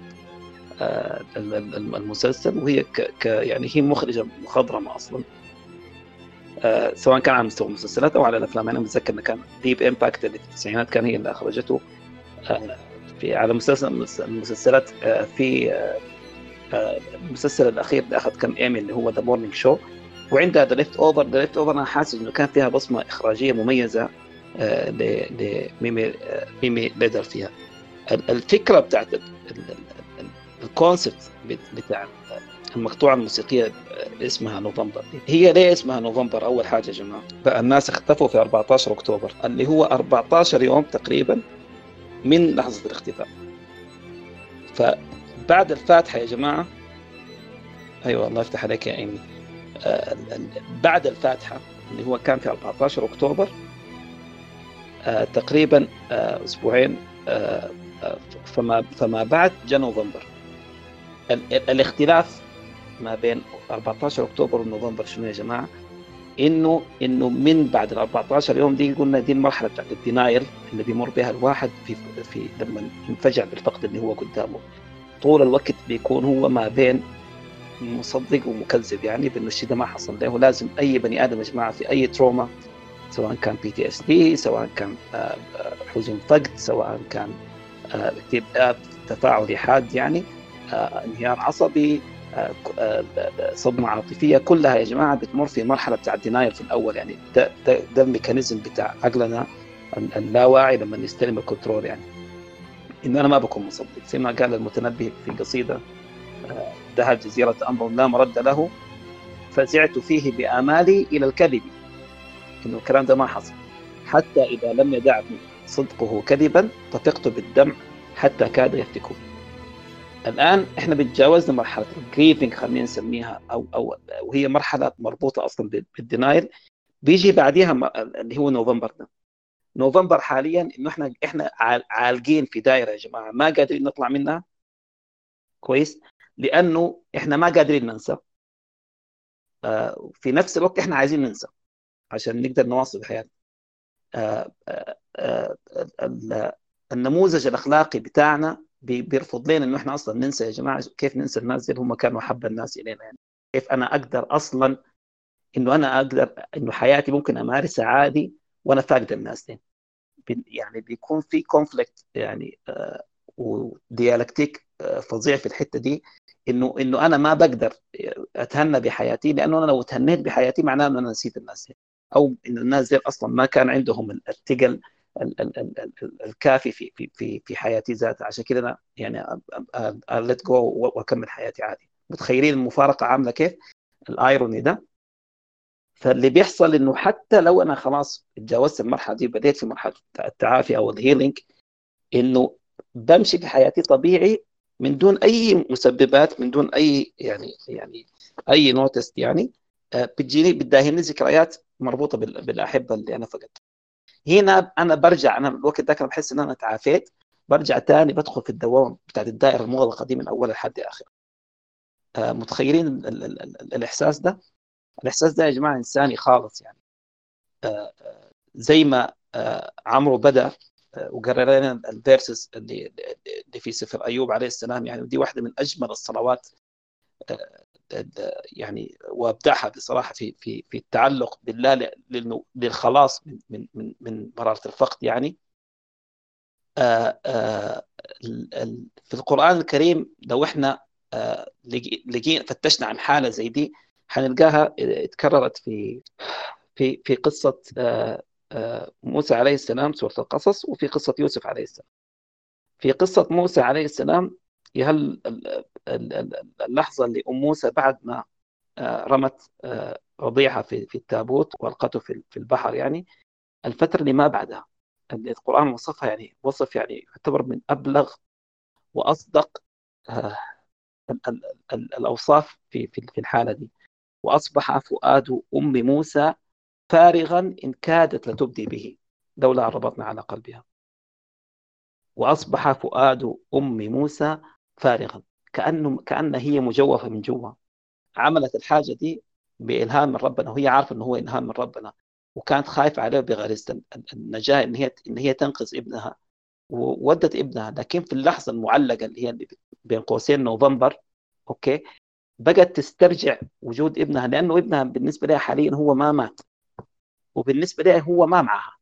المسلسل، وهي ك ك يعني هي مخرجه مخضرمه اصلا، سواء كان على مستوى المسلسلات او على الافلام. انا متذكر انه كان ديب امباكت اللي في التسعينات كان هي اللي اخرجته في على مسلسل المسلسلات. في المسلسل الاخير اللي اخذ كان ايمي اللي هو ذا مورنينج شو، وعندها ذا ليفت اوفر. ذا ليفت اوفر انا حاسس انه كان فيها بصمه اخراجيه مميزه لميمي ميمي ليدر فيها. الفكره بتاعت الكونسبت بتاع المقطوعه الموسيقيه اسمها نوفمبر. هي ليه اسمها نوفمبر؟ اول حاجه يا جماعه بقى الناس اختفوا في أربعة عشر أكتوبر، اللي هو أربعة عشر يوم تقريبا من لحظه الاختفاء. فبعد الفاتحه يا جماعه، ايوه الله يفتح عليك يا ايمي، آه بعد الفاتحه اللي هو كان في أربعة عشر أكتوبر آه تقريبا آه اسبوعين آه فما فما بعد جاء نوفمبر. الاختلاف ما بين أربعة عشر أكتوبر ونوفمبر شنو يا جماعه؟ انه انه من بعد ال أربعة عشر يوم دي قلنا دي المرحله بتاعت الدينايل اللي بيمر بها الواحد في في لما ينفجع بالفقد اللي هو قدامه. طول الوقت بيكون هو ما بين مصدق ومكذب، يعني بانه الشيء ده ما حصل له. لازم اي بني ادم يا جماعه في اي تروما، سواء كان بي تي اس دي، سواء كان حزن فقد، سواء كان اكتئاب تفاعلي حاد، يعني انهيار عصبي، صدمه عاطفيه، كلها يا جماعه بتمر في مرحله بتاع الدينايل في الاول. يعني ده ده, ده الميكانيزم بتاع عقلنا اللاواعي لما نستلم الكنترول، يعني ان انا ما بكون مصدق. زي ما قال المتنبي في قصيده ذهب جزيره امر لا مرد له فزعت فيه بآمالي الى الكذب، انه الكلام ده ما حصل. حتى اذا لم يدعني صدقه كذبا طفقت بالدمع حتى كاد يفتكه. الان احنا بنتجاوزنا مرحله الجريفنج خلينا نسميها، او او وهي مرحله مربوطه اصلا بالدينايل. بيجي بعديها اللي هو نوفمبر. ده نوفمبر حاليا انه احنا احنا عالقين في دائره يا جماعه ما قادرين نطلع منها كويس، لانه احنا ما قادرين ننسى. آه في نفس الوقت احنا عايزين ننسى عشان نقدر نواصل حياتنا. آه آه آه النموذج الاخلاقي بتاعنا بيرفض لنا انه احنا اصلا ننسى يا جماعه. كيف ننسى الناس اللي هم كانوا احب الناس الينا؟ يعني كيف انا اقدر اصلا انه انا اقدر انه حياتي ممكن امارسها عادي وانا فاقد الناس دي؟ يعني بيكون في كونفليكت يعني آه وديالكتيك آه فظيع في الحته دي، انه انه انا ما بقدر اتهنى بحياتي، لانه انا لو تهنيت بحياتي معناه انه انا نسيت الناس دي، او ان الناس دي اصلا ما كان عندهم الثقل الكافي في في في في حياتي ذاتها. عشان كده انا يعني ليت جو واكمل حياتي عادي. متخيلين المفارقه عامله كيف؟ الايروني ده. فاللي بيحصل انه حتى لو انا خلاص تجاوزت المرحله دي بديت في مرحله التعافي او الهيلينج، انه بمشي في حياتي طبيعي من دون اي مسببات، من دون اي يعني يعني اي نوتس، يعني بتجيني بتداهمني ذكريات مربوطه بالاحبه اللي انا فقدتهم. هنا انا برجع، انا الوقت ده كان بحس ان انا تعافيت، برجع تاني بدخل في الدوام بتاعت الدائره المغلقه دي من اول لحد اخر. متخيلين ال ال ال الاحساس ده؟ الاحساس ده يا جماعه انساني خالص. يعني زي ما عمرو بدا وقرر لنا الفيرسز اللي اللي في سفر ايوب عليه السلام، يعني ودي واحده من اجمل الصلوات يعني وابدعها بصراحه في في في التعلق بالله للخلاص من من من من مراره الفقد يعني. آآ آآ في القرآن الكريم لو احنا لقينا فتشنا عن حالة زي دي حنلقاها اتكررت في في في قصة آآ آآ موسى عليه السلام سورة القصص، وفي قصة يوسف عليه السلام. في قصة موسى عليه السلام هل اللحظة اللي أم موسى بعد ما رمت رضيعها في في التابوت والقته في في البحر، يعني الفترة اللي ما بعدها القرآن وصفها، يعني وصف يعني يعتبر من أبلغ وأصدق الأوصاف في في الحالة دي. وأصبح فؤاد أم موسى فارغا إن كادت لتبدي به لولا ربطنا على قلبها. وأصبح فؤاد أم موسى فارغا، كأنه كأن هي مجوفة من جوا، عملت الحاجة دي بإلهام من ربنا، وهي عارفة إنه هو إلهام من ربنا، وكانت خايفة عليه بغريزة النجاة إن هي إن هي تنقذ ابنها، وودت ابنها. لكن في اللحظة المعلقة اللي هي بين قوسين نوفمبر، أوكي، بقت تسترجع وجود ابنها، لأنه ابنها بالنسبة لها حاليا هو ما مات، وبالنسبة لها هو ما معها.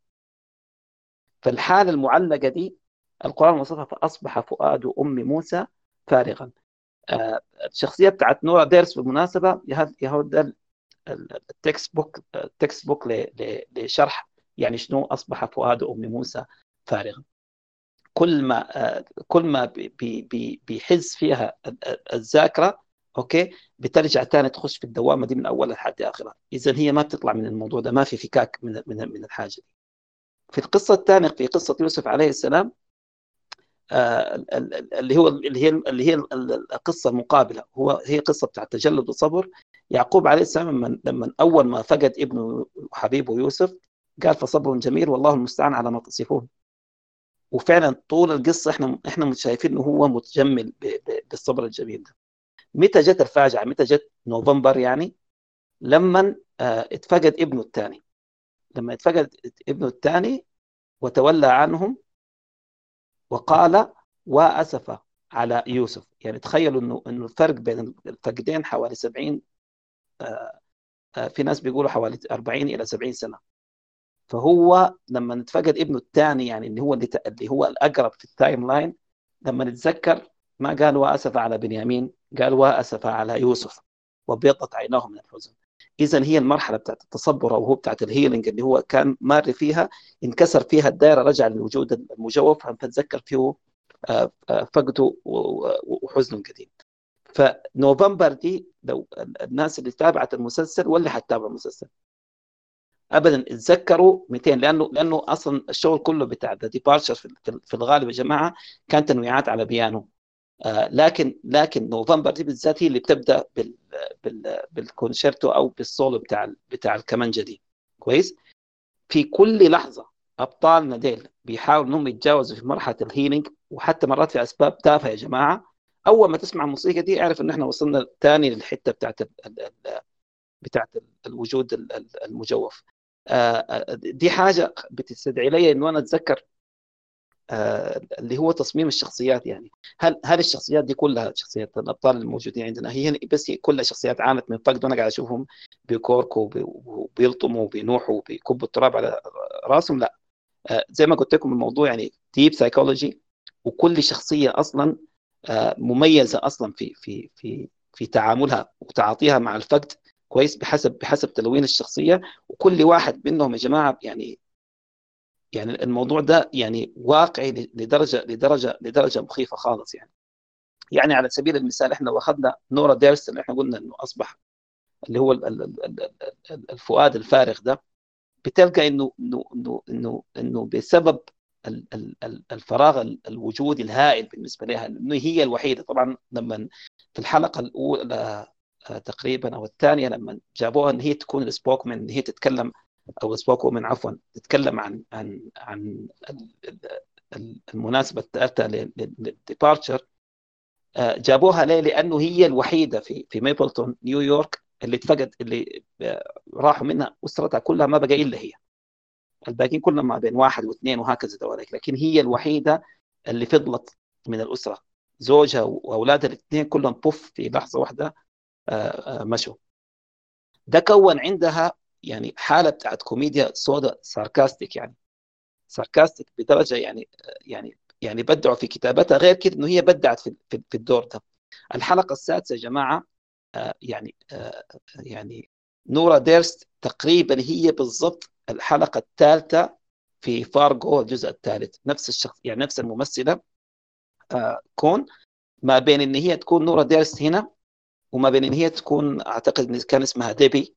فالحالة المعلقة دي القرآن وصفها فأصبح فؤاد أم موسى فارغا. آه الشخصية بتاعت نورا ديرس بالمناسبة يهود التكست بوك التكست بوك لشرح يعني شنو أصبح فؤاد أم موسى فارغا. كل ما آه كل ما بي بي بيحز فيها الذاكرة، اوكي، بترجع تاني تخش في الدوامة دي من أولها لحد آخرها. إذن هي ما بتطلع من الموضوع ده، ما في فكاك من من من الحاجة دي. في القصة الثانية في قصة يوسف عليه السلام آه اللي هو اللي هي اللي هي القصة المقابلة، هو هي قصة بتاع التجلد والصبر. يعقوب عليه السلام لما لما أول ما فقد ابنه وحبيبه يوسف قال فصبر جميل والله المستعان على ما تصفون. وفعلا طول القصة احنا احنا شايفين انه هو متجمل بالصبر الجميل ده. متى جت الفاجعة؟ متى جت؟ نوفمبر يعني لما اه اتفقد ابنه الثاني. لما اتفقد ابنه الثاني وتولى عنهم وقال وأسف على يوسف. يعني تخيلوا انه انه الفرق بين الفقدين حوالي سبعين اه اه في ناس بيقولوا حوالي أربعين الى سبعين سنة. فهو لما نتفقد ابنه الثاني يعني اللي هو اللي هو الأقرب في التايم لاين، لما نتذكر ما قال وأسف على بنيامين، قال وأسف على يوسف وبيضت عيناه من الحزن. إذن هي المرحلة بتاعت التصبر أو هو بتاعت الهيلينج اللي هو كان مار فيها، انكسر فيها الدائرة، رجع للوجود المجوف، فنتذكر فيه فقده وحزنه قديم. فنوفمبر دي لو الناس اللي تابعت المسلسل واللي حتتابع المسلسل ابدا اتذكروا مئتين، لانه لانه اصلا الشغل كله بتاع ذا ديبارتشر في الغالب يا جماعه كان تنويعات على بيانو. آه لكن لكن نوفمبر دي بالذات هي اللي بتبدا بال بال بالكونشيرتو او بالسولو بتاع بتاع الكمانجه دي. كويس. في كل لحظه ابطالنا ديل بيحاولوا انهم يتجاوزوا في مرحله الهيلينج، وحتى مرات في اسباب تافهه يا جماعه. اول ما تسمع الموسيقى دي اعرف ان احنا وصلنا ثاني للحته بتاعت بتاعت الوجود المجوف. دي حاجة بتستدعي لي إنه أنا أتذكر اللي هو تصميم الشخصيات. يعني هل هل الشخصيات دي كلها شخصيات الأبطال الموجودين عندنا هي بس كلها شخصيات عانت من فقد وأنا قاعد أشوفهم بيكوركوا وبيلطموا وبينوحوا وبيكبوا التراب على راسهم؟ لا، زي ما قلت لكم الموضوع يعني ديب سايكولوجي، وكل شخصية أصلا مميزة أصلا في في في في تعاملها وتعاطيها مع الفقد. كويس. بحسب بحسب تلوين الشخصيه، وكل واحد منهم يا جماعه يعني يعني الموضوع ده يعني واقعي لدرجه لدرجه لدرجه مخيفه خالص. يعني يعني على سبيل المثال احنا لو اخذنا نورا ديرس اللي احنا قلنا انه اصبح اللي هو الفؤاد الفارغ ده، بتلقى انه انه انه انه انه بسبب الفراغ الوجودي الهائل بالنسبه لها، انه هي الوحيده. طبعا لما في الحلقه الاولى تقريبا او الثانيه لما جابوها ان هي تكون السبوكمان، ان هي تتكلم او السبوكومن عفوا تتكلم عن عن عن المناسبه الثالثه للديبارتشر، جابوها ليه؟ لانه هي الوحيده في في ميبلتون نيويورك اللي اتفقد، اللي راحوا منها اسرتها كلها، ما بقى الا هي. الباقيين كلهم ما بين واحد واثنين وهكذا دواليك، لكن هي الوحيده اللي فضلت من الاسره، زوجها واولادها الاثنين كلهم بوف في لحظه واحده مشوا. ده كون عندها يعني حالة بتاعت كوميديا سودا ساركاستيك، يعني ساركاستيك بدرجة يعني يعني يعني بدعوا في كتابتها. غير كده إنه هي بدعت في في الدور ده. الحلقة السادسة يا جماعة آه يعني آه يعني نورا ديرست تقريبا هي بالضبط الحلقة الثالثة في فارغو الجزء الثالث. نفس الشخص يعني نفس الممثلة آه كون ما بين إن هي تكون نورا ديرست هنا وما بين إن هي تكون أعتقد إن كان اسمها ديبي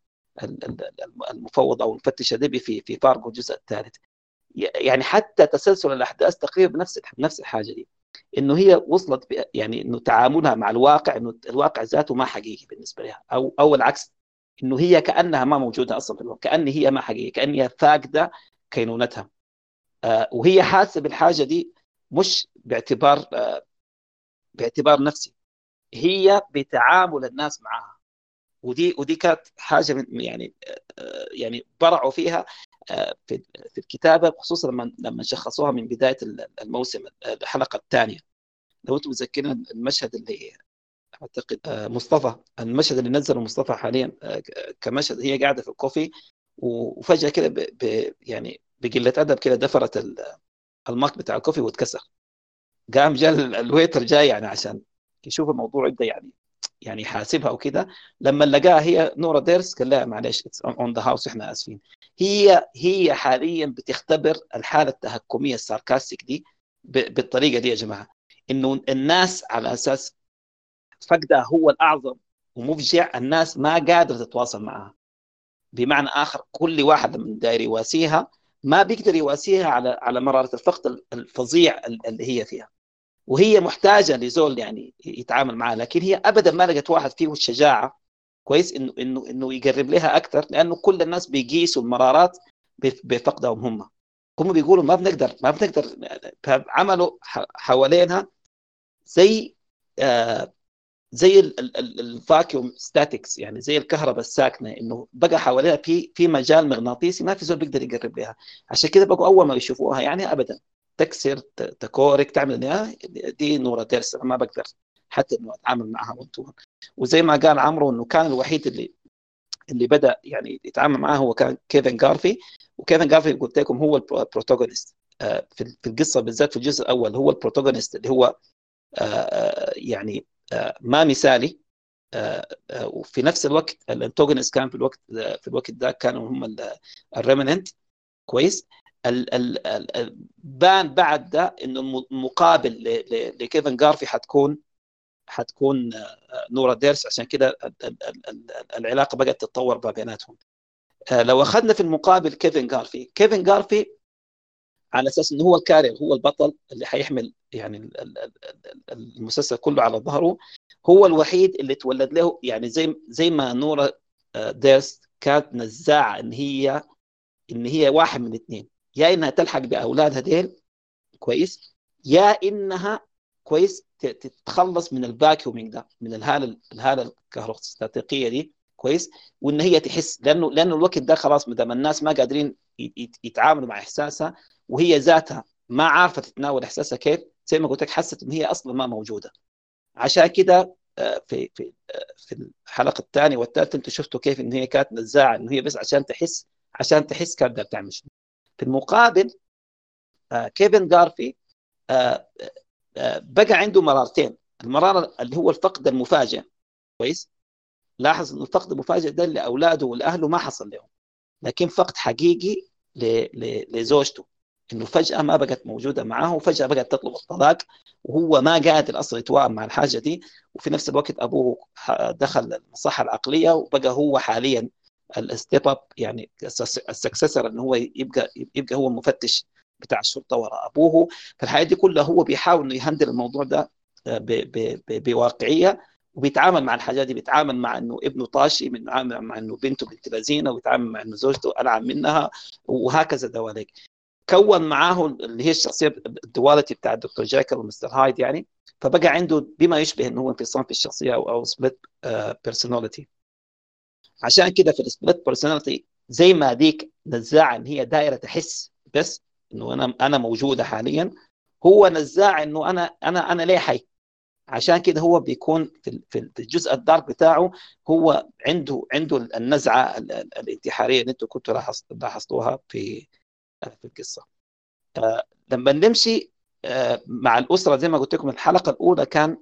المفوضة أو المفتشة ديبي في في فارغو الجزء الثالث. يعني حتى تسلسل الأحداث تقريبا نفس نفس الحاجة دي، إنه هي وصلت يعني إنه تعاملها مع الواقع إنه الواقع ذاته ما حقيقي بالنسبة لها، أو أو العكس، إنه هي كأنها ما موجودة أصلا في الواقع، كأن هي ما حقيقية، كأن هي فاقدة كينونتها. آه وهي حاسة بالحاجة دي مش باعتبار آه باعتبار نفسي، هي بتعامل الناس معها. ودي ودي كانت حاجة من يعني آه يعني برعوا فيها في في الكتابه، خصوصا لما لما شخصوها من بدايه الموسم الحلقه الثانيه. لو انتم متذكرين المشهد اللي اعتقد مصطفى المشهد اللي نزله مصطفى حاليا كمشهد، هي قاعده في الكوفي وفجاه كده يعني بقله ادب كده دفرت الماك بتاع الكوفي واتكسر. قام جاء الويتر جاي يعني عشان يشوف الموضوع يبدا يعني يعني حاسبها وكده. لما لقاها هي نورا ديرس قال لها معلش اون ذا هاوس احنا اسفين. هي هي حاليا بتختبر الحاله التهكميه الساركاستيك دي بالطريقه دي يا جماعه، انه الناس على اساس فقدها هو الاعظم ومفجع، الناس ما قادره تتواصل معها. بمعنى اخر كل واحد من داير يواسيها ما بيقدر يواسيها على على مراره الفقد الفظيع اللي هي فيها، وهي محتاجه لزول يعني يتعامل معها. لكن هي ابدا ما لقت واحد فيه الشجاعه كويس انه انه انه يقرب لها اكثر، لانه كل الناس بيقيسوا المرارات بفقدهم هم. هم بيقولوا ما بنقدر ما بنقدر عملوا حوالينها زي آه زي الفاكيوم ستاتيكس، يعني زي الكهرباء الساكنه، انه بقى حواليها في في مجال مغناطيسي ما في زول بيقدر يقرب لها. عشان كده بقوا اول ما يشوفوها يعني ابدا تكسر تكورك تعمل دي نورا ديرس ما بقدر حتى انه اتعامل معها وانتوها. وزي ما قال عمرو انه كان الوحيد اللي اللي بدا يعني يتعامل معاه هو كان كيفن غارفي. وكيفن غارفي قلت لكم هو البروتاغونست في القصه بالذات في الجزء الاول، هو البروتاغونست اللي هو يعني ما مثالي. وفي نفس الوقت الانتاغونست كان في الوقت في الوقت ده كانوا هم الريمننت كويس. ال ال ال بان بعد ده انه المقابل لكيفن غارفي حتكون حتكون نورا ديرس. عشان كده العلاقه بقت تتطور ما بيناتهم. لو اخذنا في المقابل كيفن غارفي كيفن غارفي على اساس انه هو الكارير هو البطل اللي حيحمل يعني المسلسل كله على ظهره، هو الوحيد اللي تولد له يعني زي زي ما نورا ديرس كانت نزاعه ان هي ان هي واحد من الاثنين، يا انها تلحق باولادها ديل كويس، يا انها كويس تتخلص من الفاكيومينج ده، من الهاله الهاله الكهروستاتيقيه دي كويس، وان هي تحس لانه لانه الوقت ده خلاص ما دام الناس ما قادرين يتعاملوا مع احساسها وهي ذاتها ما عارفه تتناول احساسها كيف، زي ما قلت لك حست ان هي اصلا ما موجوده. عشان كده في في في الحلقه الثانيه والثالثه انتم شفتوا كيف ان هي كانت نزاعه، انه هي بس عشان تحس عشان تحس كانت بتعمل شنو. في المقابل كيفن غارفي بقى عنده مرارتين. المراره اللي هو الفقد المفاجئ كويس، لاحظ انه الفقد المفاجئ ده لاولاده والاهله ما حصل لهم، لكن فقد حقيقي لزوجته، انه فجاه ما بقت موجوده معاه وفجاه بقت تطلب الطلاق وهو ما قادر اصلا يتواءم مع الحاجه دي. وفي نفس الوقت ابوه دخل المصحه العقليه وبقى هو حاليا الستيب اب يعني السكسسر، انه هو يبقى يبقى هو المفتش بتاع الشرطه وراء ابوه. فالحياه دي كلها هو بيحاول انه يهندل الموضوع ده بواقعيه، وبيتعامل مع الحاجات دي، بيتعامل مع انه ابنه طاشي، بيتعامل مع انه بنته بنت لذينه، وبيتعامل مع انه زوجته العن منها، وهكذا دواليك. كون معاه اللي هي الشخصيه الدواليتي بتاع الدكتور جاكل ومستر هايد يعني، فبقى عنده بما يشبه انه هو انفصام في الشخصيه او او سبليت بيرسوناليتي. عشان كده في السبليت بيرسوناليتي زي ما ديك نزاعه ان هي دايره تحس بس انه انا انا موجوده حاليا، هو نزاع انه انا انا انا ليه حي، عشان كده هو بيكون في في الجزء الدارك بتاعه هو عنده عنده النزعه الانتحاريه اللي انتم كنتوا لاحظتوها في في القصه. آه لما نمشي آه مع الاسره زي ما قلت لكم الحلقه الاولى كان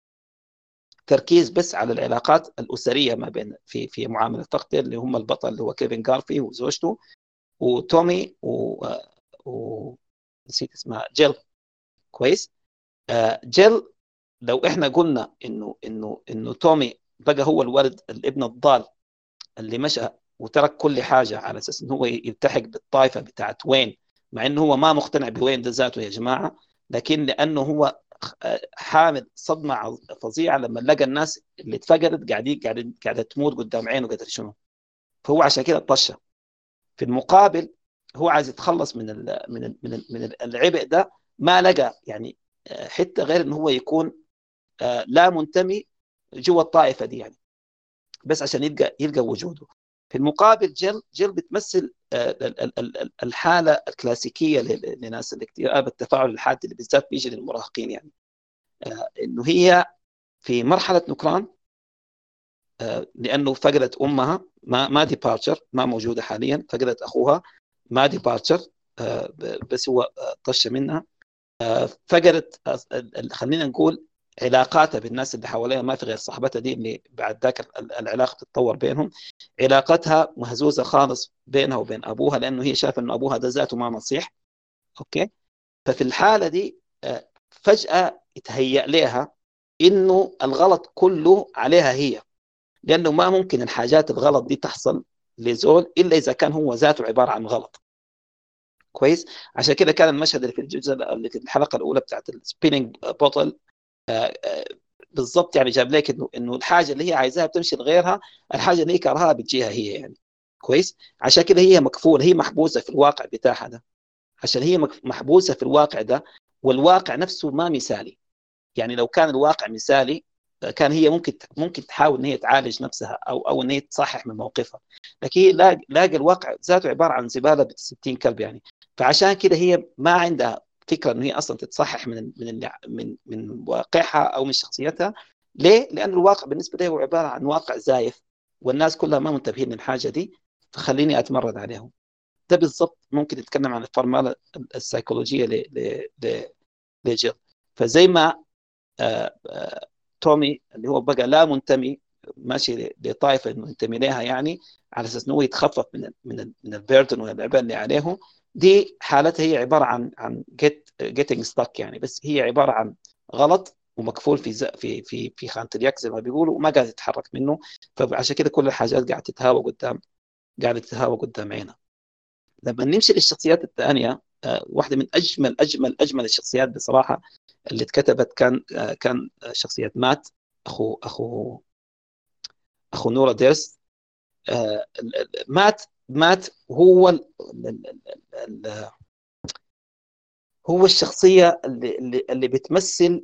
تركيز بس على العلاقات الاسريه ما بين في في معامله تقتل اللي هم البطل اللي هو كيفن جارفي وزوجته وتومي و, و... نسيت اسمها جيل. كويس. آه جيل لو احنا قلنا انه انه انه تومي بقى هو الولد الابن الضال اللي مشى وترك كل حاجه على اساس انه هو يلتحق بالطائفه بتاعت وين، مع انه هو ما مقتنع بوين ده ذاته يا جماعه، لكن لانه هو حامل صدمه فظيعه لما لقى الناس اللي اتفقدت قاعدين قاعدين قاعده تموت قدام عينه قدر شنو، فهو عشان كده طشه. في المقابل هو عايز يتخلص من ال من ال من, ال من العبء ده، ما لقى يعني حتى غير انه هو يكون لا منتمي جوا الطائفه دي يعني، بس عشان يلقى يلقى وجوده. في المقابل جيل جيل بتمثل الحاله الكلاسيكيه لناس الاكتئاب التفاعل الحاد اللي بالذات بيجي للمراهقين، يعني انه هي في مرحله نكران لانه فقدت امها، ما ما ديبارتشر، ما موجوده حاليا، فقدت اخوها ما ديبارتشر بس هو طش منها، فقدت خلينا نقول علاقاتها بالناس اللي حواليها، ما في غير صاحبتها دي اللي بعد ذاك العلاقه تتطور بينهم، علاقتها مهزوزه خالص بينها وبين ابوها لانه هي شايفه انه ابوها ده ذاته ما نصيح. اوكي. ففي الحاله دي فجاه يتهيأ لها انه الغلط كله عليها هي، لانه ما ممكن الحاجات الغلط دي تحصل لزول الا اذا كان هو ذاته عباره عن غلط. كويس. عشان كده كان المشهد اللي في الجزء اللي في الحلقه الاولى بتاعت السبيننج بوتل بالضبط، يعني جاب لك انه انه الحاجه اللي هي عايزاها بتمشي لغيرها، الحاجه اللي هي كرهها بتجيها هي يعني. كويس. عشان كده هي مكفوله، هي محبوسه في الواقع بتاعها ده، عشان هي محبوسه في الواقع ده، والواقع نفسه ما مثالي. يعني لو كان الواقع مثالي كان هي ممكن ممكن تحاول ان هي تعالج نفسها او او ان هي تصحح من موقفها، لكن هي لاقى الواقع ذاته عباره عن زباله ب ستين كلب يعني. فعشان كده هي ما عندها فكره ان هي اصلا تتصحح من من من من واقعها او من شخصيتها. ليه؟ لان الواقع بالنسبه لها هو عباره عن واقع زايف، والناس كلها ما منتبهين للحاجه دي، فخليني اتمرد عليهم. ده بالضبط ممكن نتكلم عن الفورماله السيكولوجيه ل ل لجيل. فزي ما آآ آآ تومي اللي هو بقى لا منتمي، ماشي لطائفه منتمي لها يعني، على اساس انه يتخفف من ال من ال من البيردن والعبء اللي عليه، دي حالتها هي عباره عن عن جيت جيتنج ستاك يعني، بس هي عباره عن غلط ومكفول في في في في خانه اليك زي ما بيقولوا، وما قاعد يتحرك منه. فعشان كده كل الحاجات قاعده تتهاوى قدام قاعده تتهاوى قدام عينها. لما نمشي للشخصيات الثانيه، واحده من اجمل اجمل اجمل الشخصيات بصراحه اللي اتكتبت كان كان شخصيه مات، اخو اخو اخو نورا ديرس. مات مات هو ال ال ال هو الشخصيه اللي اللي, اللي بتمثل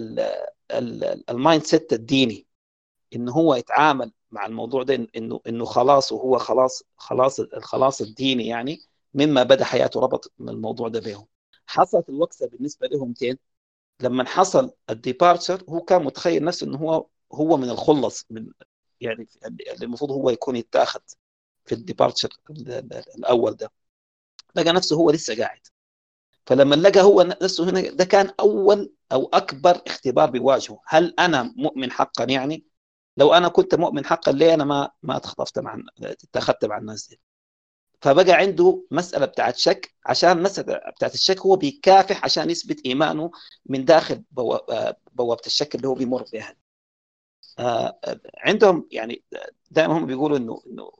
المايند سيت الديني، انه هو يتعامل مع الموضوع ده انه انه خلاص، وهو خلاص خلاص الخلاص الديني يعني مما بدا حياته ربط من الموضوع ده بهم. حصلت الوقفه بالنسبه لهم تين لما حصل الديبارتشر، هو كان متخيل نفسه انه هو هو من الخلص، من يعني اللي المفروض هو يكون يتاخد في الديبارتشر الاول ده، لقى نفسه هو لسه قاعد. فلما لقى هو نفسه هنا، ده كان اول او اكبر اختبار بيواجهه، هل انا مؤمن حقا؟ يعني لو انا كنت مؤمن حقا ليه انا ما ما اتخطفت مع اتخذت مع الناس دي؟ فبقى عنده مساله بتاعت شك، عشان المساله بتاعت الشك هو بيكافح عشان يثبت ايمانه من داخل بوابه الشك اللي هو بيمر بها. آه عندهم يعني دائما هم بيقولوا انه انه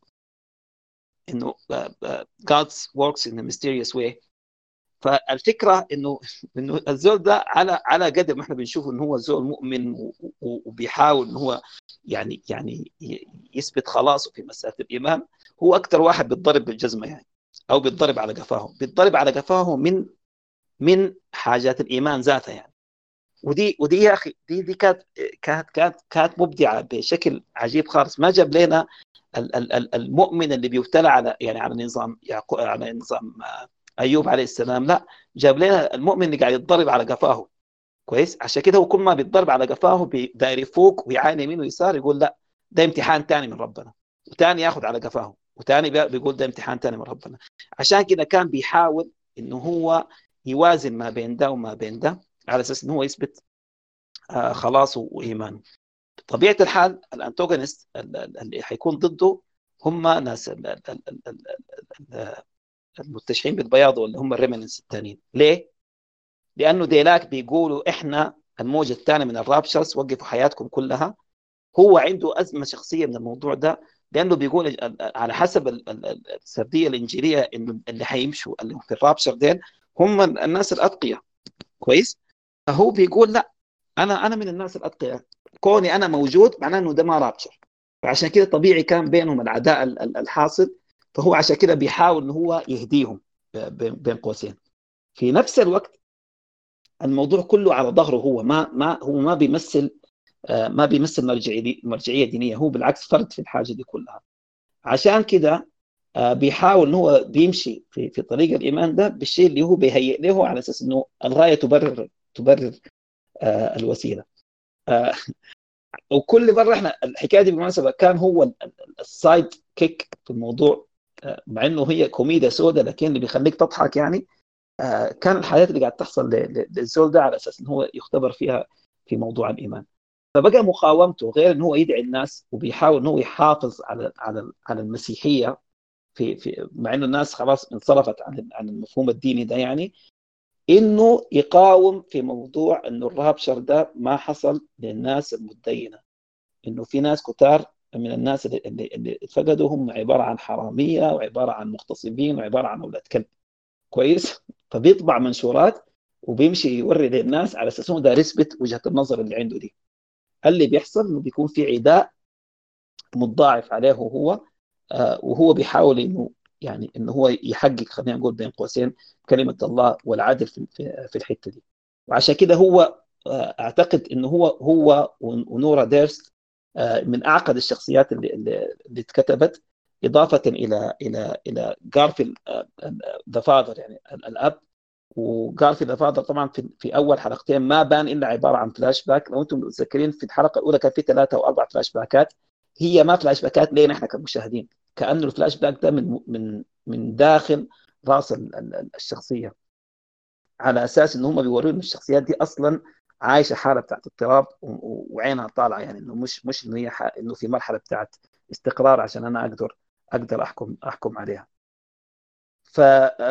انه God works in a mysterious way. فالفكره انه انه الزول ده على على قدر ما احنا بنشوفه انه هو زول مؤمن وبيحاول انه هو يعني يعني يثبت خلاصه في مساله الايمان، هو اكثر واحد بيتضرب بالجزمه يعني، او بيتضرب على قفاه، بيتضرب على قفاه من من حاجات الايمان ذاتها يعني. ودي ودي يا اخي دي دي كانت كانت كانت كانت مبدعه بشكل عجيب خالص. ما جاب لنا المؤمن اللي بيبتلى على يعني على نظام يعقوب، على نظام ايوب عليه السلام، لا، جاب لنا المؤمن اللي قاعد يتضرب على قفاه. كويس. عشان كده هو كل ما بيتضرب على قفاه داير يفوق ويعاني يمين ويسار يقول لا ده امتحان تاني من ربنا، وتاني ياخد على قفاه، وتاني بيقول ده امتحان تاني من ربنا. عشان كده كان بيحاول انه هو يوازن ما بين ده وما بين ده على اساس انه هو يثبت آه خلاصه وايمانه. بطبيعه الحال الانتوجونست اللي حيكون ضده هم ناس المتشحين بالبياض واللي هم الريمننس الثانيين. ليه؟ لانه ديلاك بيقولوا احنا الموجه الثانيه من الرابشرز وقفوا حياتكم كلها. هو عنده ازمه شخصيه من الموضوع ده، لانه بيقول على حسب السرديه الانجيليه انه اللي حيمشوا اللي في الرابشر دين هم الناس الاتقياء. كويس. فهو بيقول لا انا انا من الناس الاتقياء، كوني انا موجود معناه انه ده ما رابشر. فعشان كده طبيعي كان بينهم العداء الحاصل. فهو عشان كده بيحاول انه هو يهديهم بين قوسين. في نفس الوقت الموضوع كله على ظهره، هو ما ما هو ما بيمثل ما بيمثل مرجعيه مرجعيه دينيه، هو بالعكس فرد في الحاجه دي كلها. عشان كده بيحاول انه هو بيمشي في في طريق الايمان ده بالشيء اللي هو بيهيئ له على اساس انه الغايه تبرر تبرر الوسيله. وكل مره احنا الحكايه دي بالمناسبه كان هو السايد كيك في الموضوع، مع انه هي كوميديا سوداء لكن اللي بيخليك تضحك يعني. كان الحياه اللي قاعد تحصل للزول ده على اساس انه هو يختبر فيها في موضوع الايمان. فبقى مقاومته غير انه هو يدعي الناس وبيحاول انه هو يحافظ على على على المسيحيه في في مع انه الناس خلاص انصرفت عن عن المفهوم الديني ده، يعني انه يقاوم في موضوع انه الرابشر ده ما حصل للناس المتدينه، انه في ناس كتار من الناس اللي اللي فقدوا هم عباره عن حراميه وعباره عن مغتصبين وعباره عن اولاد كلب. كويس. فبيطبع منشورات وبيمشي يوري للناس على اساس انه ده يثبت وجهه النظر اللي عنده دي. اللي بيحصل انه بيكون في عداء متضاعف عليه هو، آه وهو بيحاول انه يعني انه هو يحقق خلينا نقول بين قوسين كلمه الله والعدل في في الحته دي. وعشان كده هو آه اعتقد انه هو هو ونورا ديرست آه من اعقد الشخصيات اللي اللي اتكتبت، اضافه الى الى الى جارفيل ذا فاذر يعني الاب. وجارفيل ذا فاذر طبعا في في اول حلقتين ما بان الا عباره عن فلاش باك. لو انتم متذكرين في الحلقه الاولى كان في ثلاثه او اربع فلاش باكات، هي ما فلاش باكات لينا احنا كمشاهدين، كانه الفلاش باك ده من من من داخل راس الشخصيه، على اساس ان هم بيوروا ان الشخصيات دي اصلا عايشه حاله بتاعت اضطراب وعينها طالعه، يعني انه مش مش انه هي انه في مرحله بتاعت استقرار عشان انا اقدر اقدر احكم احكم عليها. ف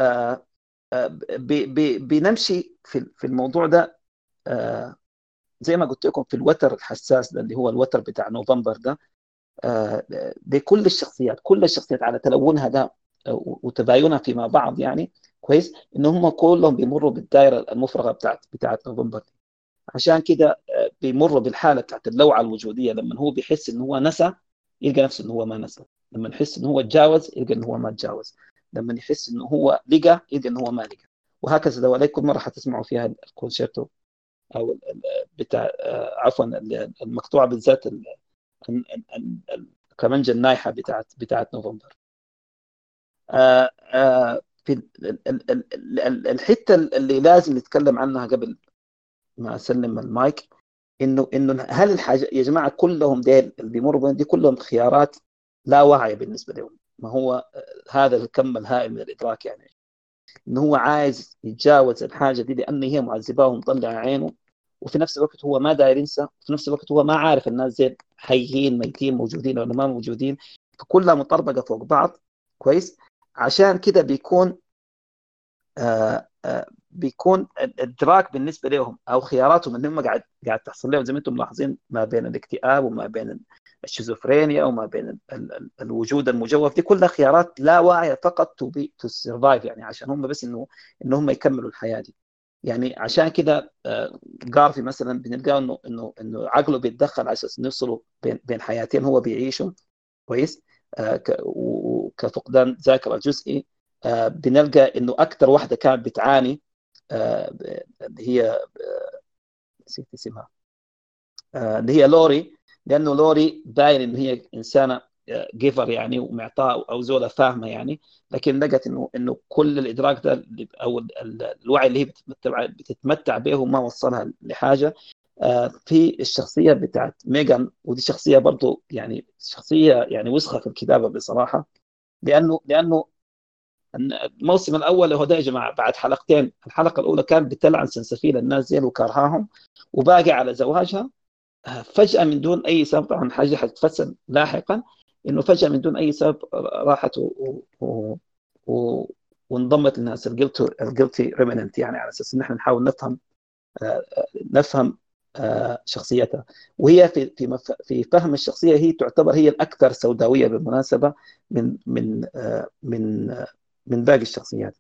بنمشي في في الموضوع ده زي ما قلت لكم في الوتر الحساس ده اللي هو الوتر بتاع نوفمبر ده. بكل الشخصيات كل الشخصيات على تلونها ده وتباينها فيما بعض، يعني كويس ان هم كلهم بيمروا بالدائره المفرغه بتاعت بتاعت نوفمبر. عشان كده بيمروا بالحاله بتاعت اللوعه الوجوديه، لما هو بيحس ان هو نسى يلقى نفسه ان هو ما نسى، لما يحس ان هو تجاوز يلقى ان هو ما تجاوز، لما يحس انه هو لقى يلقى ان هو ما لقى، وهكذا. لو كل مره حتسمعوا فيها الكونسيرتو او بتاع عفوا المقطوعه بالذات الكمانجه النايحه بتاعت بتاعت نوفمبر. آآ آآ في الحته اللي لازم نتكلم عنها قبل ما اسلم المايك، انه انه هل الحاجه يا جماعه كلهم ديل اللي بيمروا دي كلهم خيارات لا واعيه بالنسبه لهم. ما هو هذا الكم الهائل من الادراك، يعني انه هو عايز يتجاوز الحاجه دي لان هي معذباه ومطلعه عينه، وفي نفس الوقت هو ما داير ينسى، وفي نفس الوقت هو ما عارف الناس زين حيين ميتين موجودين ولا ما موجودين، فكلها مطربقه فوق بعض. كويس. عشان كده بيكون آآ آآ بيكون الادراك بالنسبه لهم او خياراتهم ان هم قاعد قاعد تحصل لهم زي ما انتم ملاحظين ما بين الاكتئاب وما بين الشيزوفرينيا وما بين ال ال الوجود المجوف، دي كلها خيارات لا واعيه فقط تو بي تو سرفايف، يعني عشان هم بس انه ان هم يكملوا الحياه دي. يعني عشان كده جارفي مثلا بنلقاه انه انه انه عقله بيتدخل على اساس يفصلوا بين بين حياتين هو بيعيشهم. كويس. وكفقدان ذاكره جزئي. آه بنلقى انه اكثر واحده كانت بتعاني اللي آه هي نسيت آه اسمها آه اللي هي لوري، لانه لوري باين ان هي انسانه جيفر يعني ومعطاء او زوله فاهمه يعني، لكن لقت انه انه كل الادراك ده او الوعي اللي هي بتتمتع بتتمتع به ما وصلها لحاجه. في الشخصيه بتاعت ميغان، ودي شخصيه برضو يعني شخصيه يعني وسخه في الكتابه بصراحه، لانه لانه الموسم الاول هو ده يا جماعه بعد حلقتين، الحلقه الاولى كانت بتلعن سلسفيل الناس زين وكرهاهم وباقي على زواجها، فجاه من دون اي سبب، طبعا حاجه حتتفسر لاحقا، انه فجاه من دون اي سبب راحت و... و... و... وانضمت للناس الجلتي ريمننت، يعني على اساس ان احنا نحاول نفهم نفهم شخصيتها. وهي في في في فهم الشخصيه هي تعتبر هي الاكثر سوداويه بالمناسبه من من من من باقي الشخصيات.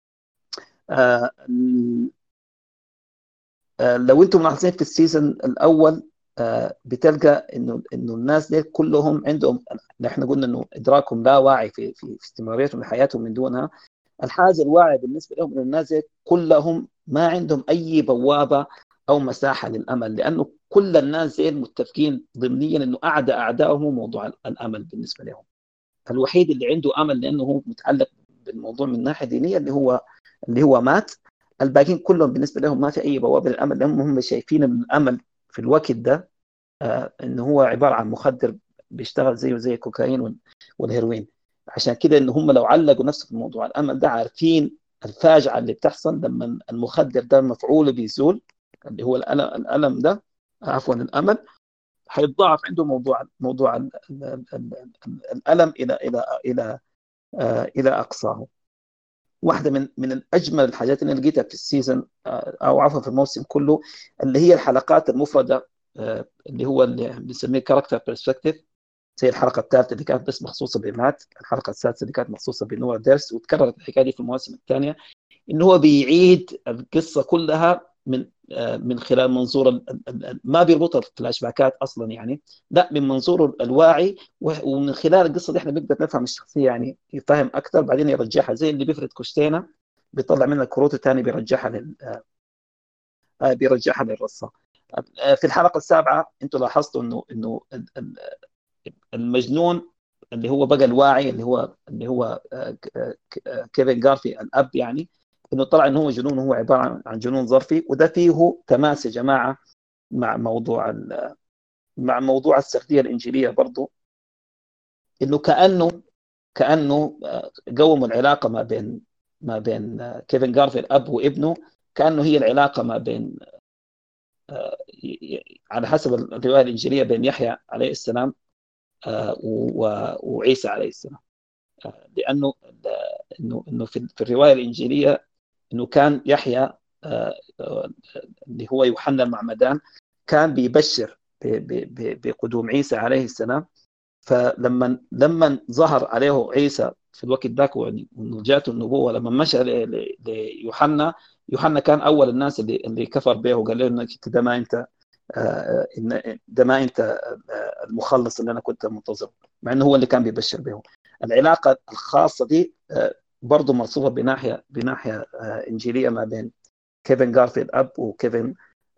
لو انتم ملاحظين في السيزون الاول بتلقى انه انه الناس دي كلهم عندهم، احنا قلنا انه ادراكهم لا واعي في في استمراريتهم لحياتهم من دونها. الحاجه الواعيه بالنسبه لهم ان الناس دي كلهم ما عندهم اي بوابه او مساحه للامل، لانه كل الناس زي متفقين ضمنيا انه اعدى اعدائهم هو موضوع الامل بالنسبه لهم. الوحيد اللي عنده امل لانه هو متعلق بالموضوع من ناحيه دينيه اللي هو اللي هو مات. الباقيين كلهم بالنسبه لهم ما في اي بوابه للامل، لانهم هم شايفين ان الامل في الوقت ده آه انه هو عباره عن مخدر بيشتغل زيه زي الكوكايين والهيروين. عشان كده ان هم لو علقوا نفسه في موضوع الامل ده عارفين الفاجعه اللي بتحصل لما المخدر ده مفعوله بيزول، اللي هو الالم, الألم ده عفوا الامل حيتضاعف عنده موضوع موضوع الالم الى الى الى آه الى اقصاه. واحده من من اجمل الحاجات اللي لقيتها في السيزون او عفوا في الموسم كله اللي هي الحلقات المفرده اللي هو اللي بنسميه كاركتر برسبكتيف، زي الحلقه الثالثه اللي كانت بس مخصوصه بمات، الحلقه السادسه اللي كانت مخصوصه بنورا ديرس، وتكررت الحكايه دي في المواسم الثانيه، انه هو بيعيد القصه كلها من من خلال منظور ما بيربطها الفلاش باكات اصلا يعني، لا من منظور الواعي، ومن خلال القصه دي احنا بنقدر نفهم الشخصيه يعني يفهم اكثر، بعدين يرجعها زي اللي بيفرد كشتينه بيطلع منها الكروت الثاني بيرجعها لل بيرجعها للرصه. في الحلقه السابعه انتم لاحظتوا انه انه المجنون اللي هو بقى الواعي اللي هو اللي هو كيفن جارفي الاب يعني، انه طلع انه هو جنون، هو عباره عن جنون ظرفي، وده فيه تماس يا جماعه مع موضوع مع موضوع السرديه الانجيليه برضه، انه كانه كانه قوموا العلاقه ما بين ما بين كيفن جارفي الاب وابنه، كانه هي العلاقه ما بين على حسب الروايه الانجيليه بين يحيى عليه السلام وعيسى عليه السلام، لانه انه انه في الروايه الانجيليه انه كان يحيى اللي هو يوحنا المعمدان كان بيبشر بقدوم عيسى عليه السلام، فلما لما ظهر عليه عيسى في الوقت ذاك وانه جاته النبوه، لما مشى ليوحنا، يوحنا كان اول الناس اللي اللي كفر به وقال له انك ده ما انت ده ما انت المخلص اللي انا كنت منتظره، مع انه هو اللي كان بيبشر به. العلاقه الخاصه دي برضه مرصوفه بناحيه بناحيه انجيليه ما بين كيفن جارفي الاب وكيفن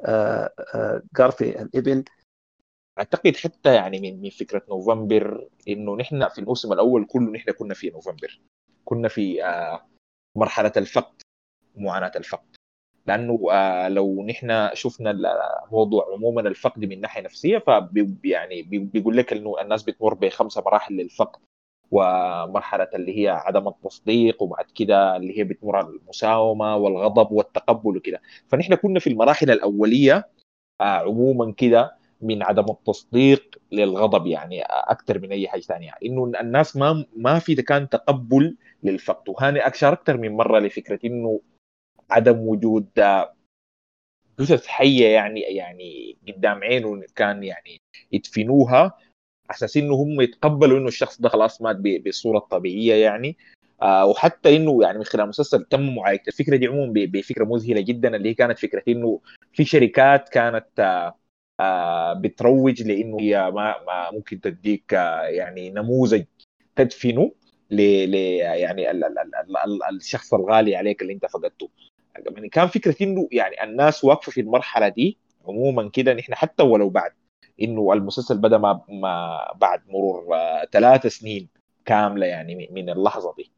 جارفي الابن. اعتقد حتى يعني من من فكره نوفمبر انه نحن في الموسم الاول كله نحن كنا في نوفمبر، كنا في مرحله الفقد، معاناه الفقد، لانه لو نحن شفنا الموضوع عموما الفقد من ناحيه نفسيه فبي يعني بيقول لك انه الناس بتمر بخمسه مراحل للفقد، ومرحله اللي هي عدم التصديق، وبعد كده اللي هي بتمر المساومه والغضب والتقبل وكده. فنحن كنا في المراحل الاوليه عموما كده من عدم التصديق للغضب، يعني اكثر من اي حاجه ثانيه، انه الناس ما ما في كان تقبل للفقد. وهاني اشار اكثر من مره لفكره انه عدم وجود جثث حيه يعني يعني قدام عينه كان يعني يدفنوها اساس انه هم يتقبلوا انه الشخص ده خلاص مات بالصوره الطبيعيه يعني. آه وحتى انه يعني من خلال المسلسل تم معالجه الفكره دي عموما بفكره مذهله جدا، اللي هي كانت فكره انه في شركات كانت آه آه بتروج لانه هي ما, ما ممكن تديك آه يعني نموذج تدفنه ل يعني ال ال ال ال الشخص الغالي عليك اللي انت فقدته. يعني كان فكره انه يعني الناس واقفه في المرحله دي عموما كده، نحن حتى ولو بعد انه المسلسل بدا ما, ما بعد مرور ثلاث سنين كامله يعني من اللحظه دي.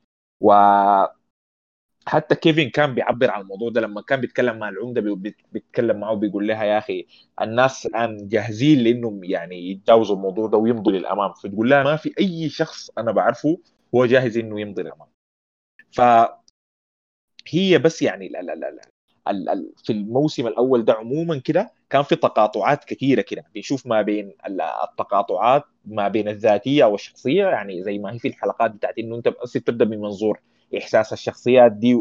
وحتى كيفن كان بيعبر عن الموضوع ده لما كان بيتكلم مع العمده، بي- بيتكلم معه بيقول لها يا اخي الناس الان جاهزين لانهم يعني يتجاوزوا الموضوع ده ويمضوا للامام، فتقول لها ما في اي شخص انا بعرفه هو جاهز انه يمضي للامام. فهي بس يعني لا لا لا لا ال- ال- في الموسم الاول ده عموما كده كان في تقاطعات كثيره كده، بنشوف ما بين ال- التقاطعات ما بين الذاتيه والشخصيه، يعني زي ما هي في الحلقات بتاعت انه انت بس تبدا من منظور احساس الشخصيات دي،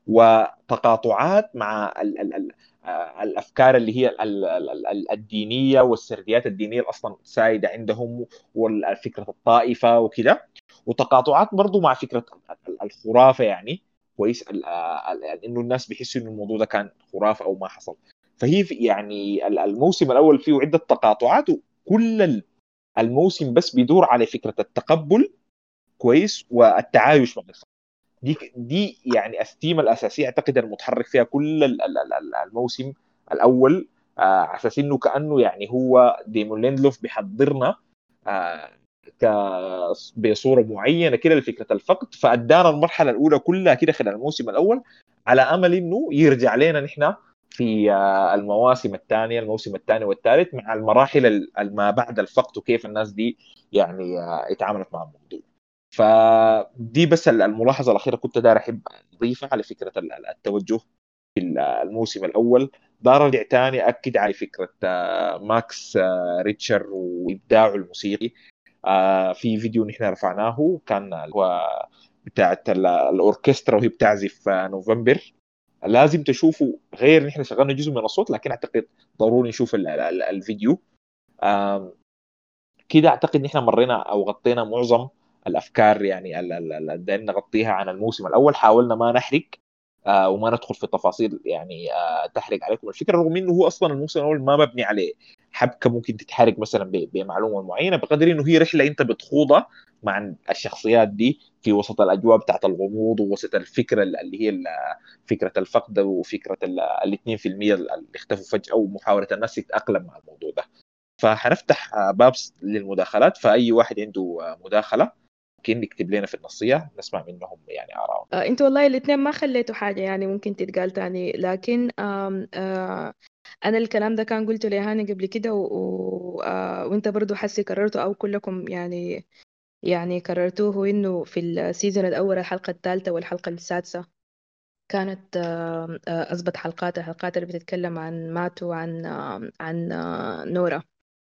وتقاطعات مع ال ال ال آه، الافكار اللي هي ال- ال- ال- ال- الدينيه والسرديات الدينيه اللي اصلا سائده عندهم، والفكره الطائفه وكده، وتقاطعات برضو مع فكره ال- الخرافه يعني كويس، ال- ال- انه الناس بيحسوا انه الموضوع ده كان خرافه او ما حصل. فهي في- يعني ال- الموسم الاول فيه عده تقاطعات، وكل ال- الموسم بس بيدور على فكره التقبل كويس والتعايش مع الناس. دي دي يعني الثيمه الاساسيه اعتقد المتحرك فيها كل ال- ال- ال- الموسم الاول، آه، على اساس انه كانه يعني هو ديمون ليندلوف بيحضرنا آه، ك بصوره معينه كده لفكره الفقد، فادانا المرحله الاولى كلها كده خلال الموسم الاول، على امل انه يرجع لنا نحن في آه، المواسم الثانيه، الموسم الثاني والثالث مع المراحل ال- ما بعد الفقد وكيف الناس دي يعني آه، اتعاملت مع الموضوع. فدي بس الملاحظه الاخيره كنت داير احب اضيفها على فكره ال- ال- التوجه في الموسم الاول. دار ارجع تاني اكد على فكره آه، ماكس آه، ريتشر وابداعه الموسيقي. آه، في فيديو نحن رفعناه كان هو بتاعت ال- الاوركسترا وهي بتعزف آه، نوفمبر. لازم تشوفوا، غير نحن شغلنا جزء من الصوت لكن اعتقد ضروري نشوف ال- ال- الفيديو. آم، كده اعتقد نحن مرينا او غطينا معظم الافكار يعني اللي بدنا نغطيها عن الموسم الاول. حاولنا ما نحرق آه وما ندخل في تفاصيل يعني آه تحرق عليكم الفكره، رغم انه هو اصلا الموسم الاول ما مبني عليه حبكه ممكن تتحرق مثلا ب- بمعلومه معينه، بقدر انه هي رحله انت بتخوضها مع الشخصيات دي في وسط الاجواء بتاعت الغموض، ووسط الفكره اللي هي ال- فكره الفقد وفكره ال اثنين في المية اللي اختفوا فجاه، ومحاوله الناس تتاقلم مع الموضوع ده. فحنفتح آه، باب للمداخلات، فأي واحد عنده آه، مداخلة ممكن يكتب لنا في النصية نسمع منهم يعني آراءهم. آه، انتوا والله الاثنين ما خليتوا حاجة يعني ممكن تتقال تاني، لكن آم آه انا الكلام ده كان قلته لهاني قبل كده و... و... آه وانت برضو حسي كررته او كلكم يعني يعني كررتوه، انه في السيزون الاول الحلقة الثالثة والحلقة السادسة كانت آم، آه، اثبت حلقات الحلقات اللي بتتكلم عن ماتوا عن آم، عن آه، نورا.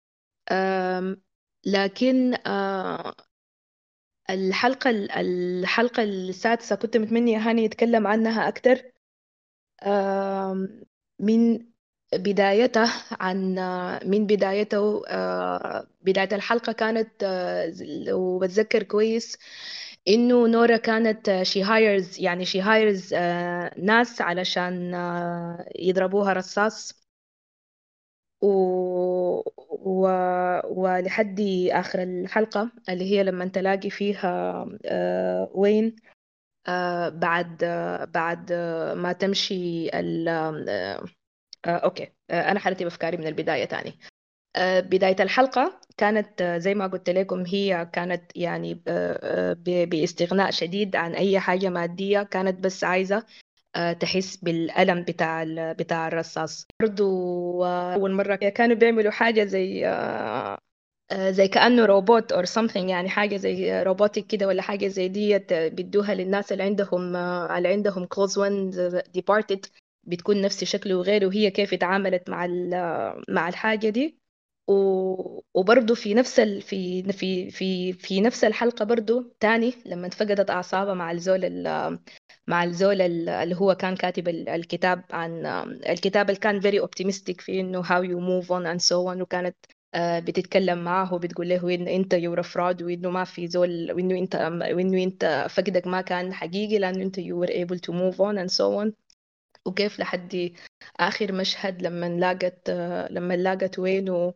آم، لكن آه، الحلقة الحلقة السادسة كنت متمنية هاني يتكلم عنها أكتر، آم، من بدايته عن من بدايته آه، بداية الحلقة كانت آه، لو بتذكر كويس إنه نورا كانت شي هايرز يعني شي هايرز ناس علشان آه، يضربوها رصاص، و... و... ولحد آخر الحلقة اللي هي لما تلاقي فيها آه، وين آه، بعد آه، بعد آه، ما تمشي ال... آه، آه، أوكي آه، أنا حالتي بأفكاري من البداية تاني. آه، بداية الحلقة كانت آه، زي ما قلت لكم، هي كانت يعني آه، آه، ب- باستغناء شديد عن أي حاجة مادية، كانت بس عايزة آه، تحس بالألم بتاع ال- بتاع الرصاص. برضو آه، أول مرة كانوا بيعملوا حاجة زي آه، آه، زي كأنه روبوت or something، يعني حاجة زي روبوتك كده ولا حاجة زي دي بيدوها للناس اللي عندهم آه، اللي عندهم close one departed، بتكون نفس شكله وغيره، وهي كيف اتعاملت مع ال- مع الحاجة دي. و- وبرضه في نفس ال... في في في في نفس الحلقة برضه تاني لما فقدت أعصابها مع الزول ال... مع الزول ال- اللي هو كان كاتب ال- الكتاب عن الكتاب اللي كان very optimistic في إنه how you move on and so on، وكانت آه، بتتكلم معاه وبتقول له إن أنت you're a fraud، وإنه ما في زول، وإنه أنت وإنه أنت فقدك ما كان حقيقي لأنه أنت you were able to move on and so on. وكيف لحد آخر مشهد لما لاقت آه، لما لاقت وين و...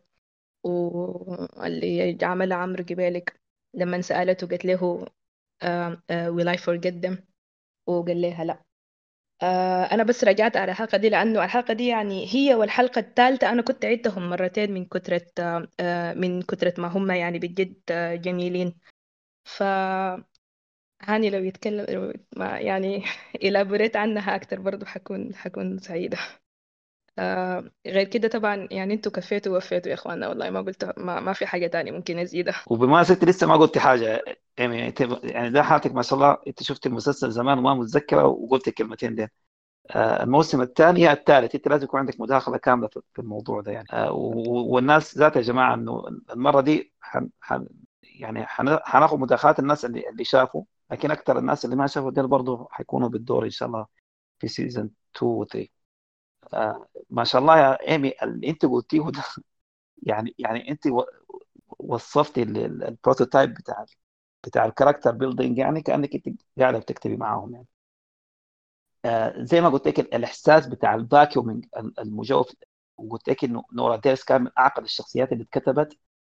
واللي عملها عمرو جبالك لما سألته قالت له آه، آه، will I forget them، وقال لها لا. آه، أنا بس رجعت على الحلقة دي لأنه الحلقة دي يعني هي والحلقة الثالثة أنا كنت عدتهم مرتين من كترة آه، آه، من كترة ما هم يعني بجد آه، جميلين. ف هاني لو يتكلم لو ما يعني إلابوريت عنها أكتر برضو حكون حكون سعيدة. آه غير كده طبعا يعني انتوا كفيتوا ووفيتوا يا اخوانا، والله ما قلت ما, ما في حاجة تانية ممكن أزيدها. وبما انت لسه ما قلت حاجه ايمي، انت يعني ده حالتك ما شاء الله، انت شفت المسلسل زمان وما متذكره وقلت الكلمتين دي. آه، الموسم الثاني يا الثالث انت لازم يكون عندك مداخله كامله في في الموضوع ده يعني. آه، و- والناس ذات يا جماعه انه المره دي حن حن يعني حن- حناخذ مداخلات الناس اللي اللي شافوا، لكن اكثر الناس اللي ما شافوا دول برضه حيكونوا بالدور ان شاء الله في سيزون اتنين و ثلاثة. آه، ما شاء الله يا ايمي اللي انت قلتيه ده يعني يعني انت و- وصفتي ال- ال- البروتوتايب بتاع بتاع الكاركتر بيلدينج، يعني كانك انت قاعده بتكتبي معاهم يعني. آه، زي ما قلت لك الاحساس بتاع الفاكيومينج المجوف، وقلت لك انه نورا ديرس كان من اعقد الشخصيات اللي اتكتبت،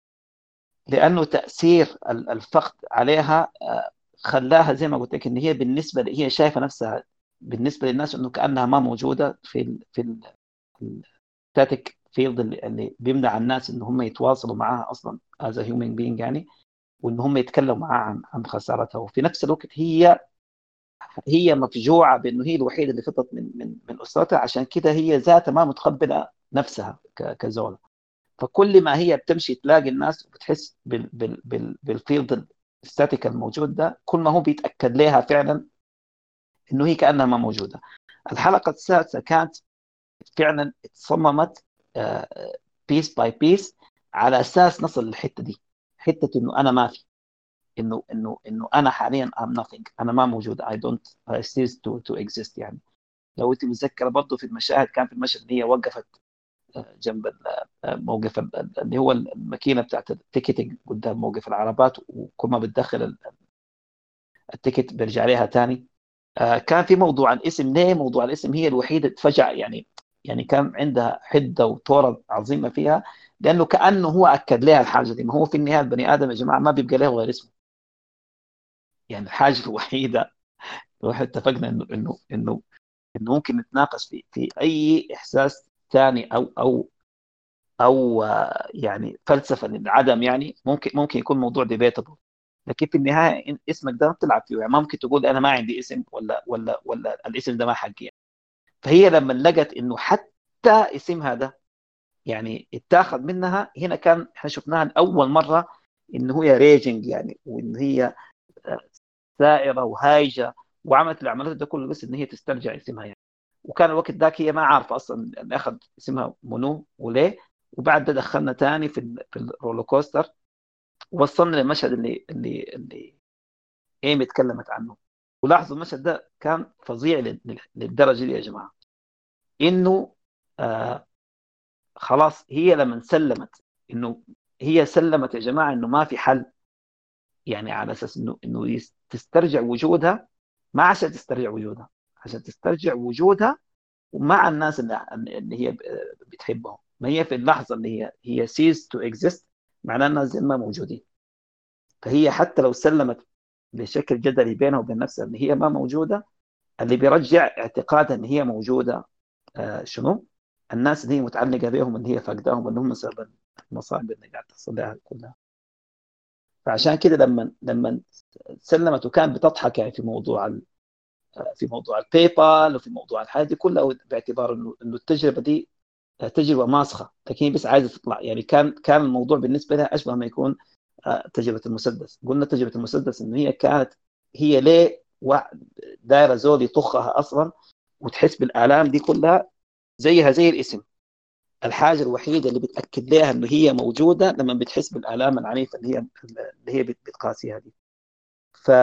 لانه تاثير ال- الفقد عليها آه، خلاها زي ما قلت لك ان هي بالنسبه هي شايفه نفسها بالنسبه للناس انه كانها ما موجوده في ال في الستاتيك فيلد اللي, اللي بيمنع الناس ان هم يتواصلوا معاها اصلا از هيومن بينج يعني، وان هم يتكلموا معاها عن عن خسارتها. وفي نفس الوقت هي هي مفجوعه بانه هي الوحيده اللي فضلت من من من اسرتها، عشان كده هي ذاتها ما متقبله نفسها ك- كزوله. فكل ما هي بتمشي تلاقي الناس بتحس بال بال بال بالفيلد الستاتيك الموجود ده، كل ما هو بيتاكد لها فعلا انه هي كانها ما موجوده. الحلقه السادسه كانت فعلا اتصممت بيس باي بيس على اساس نصل للحته دي، حته انه انا ما في، انه انه انه انا حاليا I'm nothing، انا ما موجود، I don't I cease to to exist يعني. لو انت متذكره برضه في المشاهد، كان في المشهد اللي هي وقفت آه، جنب ال- آه، موقف ال- ال- اللي هو الماكينه بتاعت التيكتنج قدام موقف العربات، وكل ما بتدخل ال- التيكت بيرجع عليها تاني. آه، كان في موضوع الاسم، ليه موضوع الاسم هي الوحيده تفجع يعني، يعني كان عندها حده وثوره عظيمه فيها، لانه كانه هو اكد لها الحاجه دي. ما هو في النهايه البني ادم يا جماعه ما بيبقى له غير اسمه، يعني الحاجه الوحيده واحد اتفقنا انه انه انه انه ممكن نتناقش في في اي احساس ثاني او او او آه، يعني فلسفه للعدم، يعني ممكن ممكن يكون موضوع ديبيتبل، لكن في النهايه اسمك ده بتلعب فيه، يعني ممكن تقول انا ما عندي اسم، ولا ولا ولا الاسم ده ما حقي يعني. فهي لما لقت انه حتى اسمها ده يعني اتاخذ منها، هنا كان احنا شفناها لاول مره انه هي ريجنج يعني، وان هي آه، ثائره وهايجه، وعملت اللي عملته ده كله بس ان هي تسترجع اسمها يعني. وكان الوقت ذاك هي ما عارفه اصلا اللي اخذ اسمها منو وليه. وبعد ده دخلنا تاني في ال في الرولر كوستر، ووصلنا للمشهد اللي اللي اللي ايمي اتكلمت عنه. ولاحظوا المشهد ده كان فظيع لل- للدرجه دي يا جماعه، انه آه خلاص هي لما سلمت، انه هي سلمت يا جماعه انه ما في حل، يعني على اساس انه انه يس- تسترجع وجودها، ما عشان تسترجع وجودها، عشان تسترجع وجودها ومع الناس اللي, اللي هي بتحبهم. ما هي في اللحظه اللي هي هي cease to exist، معناه الناس زي ما موجودين. فهي حتى لو سلمت بشكل جدلي بينها وبين نفسها ان هي ما موجوده، اللي بيرجع اعتقادها ان هي موجوده آه شنو؟ الناس اللي هي متعلقه بهم، اللي هي فقدهم، اللي هم سبب المصائب اللي قاعد تحصل لها كلها. فعشان كده لما لما سلمت وكانت بتضحك يعني في موضوع ال... في موضوع الباي بال وفي موضوع الحاجات دي كلها، باعتبار انه انه التجربه دي تجربه ماسخه، لكن هي بس عايزه تطلع يعني. كان كان الموضوع بالنسبه لها اشبه ما يكون آه، تجربه المسدس. قلنا تجربه المسدس انه هي كانت هي ليه دايره زول يطخها اصلا وتحس بالالام دي كلها، زيها زي الاسم. الحاجه الوحيده اللي بتاكد لها انه هي موجوده لما بتحس بالالام العنيفه اللي هي اللي هي بتقاسيها دي. ف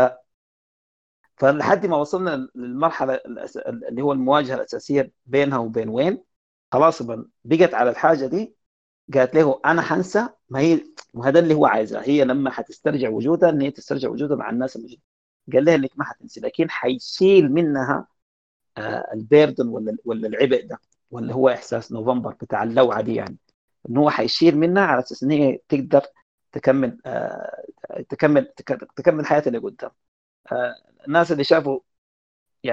فلحد ما وصلنا للمرحله الأس... اللي هو المواجهه الاساسيه بينها وبين وين، خلاص بقت على الحاجه دي، قالت له انا حنسى. ما هي وهذا اللي هو عايزاه، هي لما حتسترجع وجودها ان هي تسترجع وجودها مع الناس الموجودين. قال لها انك ما حتنسي، لكن حيشيل منها آه البيردن ولا ولا العبء ده، ولا هو احساس نوفمبر بتاع اللوعه دي يعني، ان هو حيشيل منها على اساس ان هي تقدر تكمل آه تكمل تكمل الحياه اللي قدام. آه الناس اللي شافوا يعني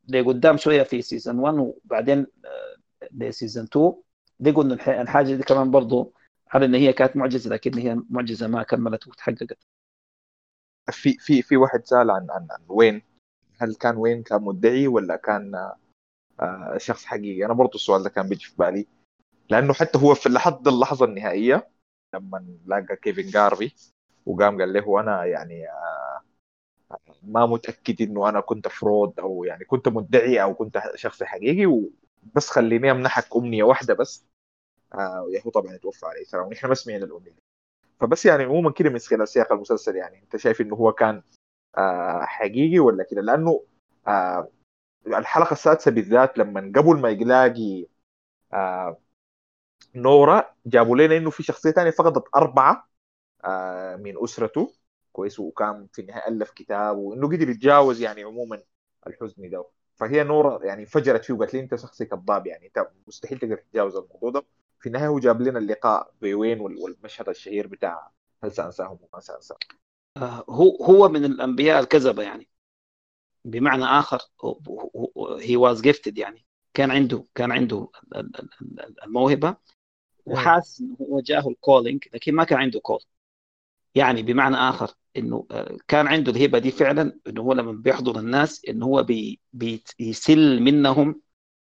لقدام شويه في سيزون واحد وبعدين لسيزون اثنين لقوا انه الحاجه دي كمان برضه على ان هي كانت معجزه، لكن هي معجزه ما كملت وتحققت. في في في واحد سأل عن عن, عن وين، هل كان وين كان مدعي ولا كان آه شخص حقيقي؟ انا برضه السؤال ده كان بيجي في بالي، لانه حتى هو في لحد اللحظه النهائيه لما لقى كيفن جارفي وقام قال له انا يعني ما متاكد انه انا كنت فرود او يعني كنت مدعي او كنت شخص حقيقي، وبس خليني امنحك امنيه واحده بس. آه وياهو طبعا يتوفى عليه السلام ونحن ما سمعنا الامنيه. فبس يعني عموما كده من خلال سياق المسلسل، يعني انت شايف انه هو كان آه حقيقي ولا كده؟ لانه آه الحلقه السادسه بالذات لما قبل ما يلاقي آه نورا جابوا لنا انه في شخصيه ثانيه فقدت اربعه آه من اسرته كويس، وكان في النهايه الف كتاب وانه قدر يتجاوز يعني عموما الحزن ده. فهي نورا يعني فجرت فيه وقالت لي انت شخصي كذاب، يعني انت مستحيل تقدر تتجاوز الموضوع ده. في النهايه هو جاب لنا اللقاء بوين والمشهد الشهير بتاع هل سانساهم وما سانساهم. آه هو هو من الانبياء الكذبه، يعني بمعنى اخر he was gifted، يعني كان عنده كان عنده الموهبه وحاسس انه هو جاه الكولينج، لكن ما كان عنده كول. يعني بمعنى اخر انه كان عنده الهبه دي فعلا، انه هو لما بيحضر الناس انه هو بي بيسل منهم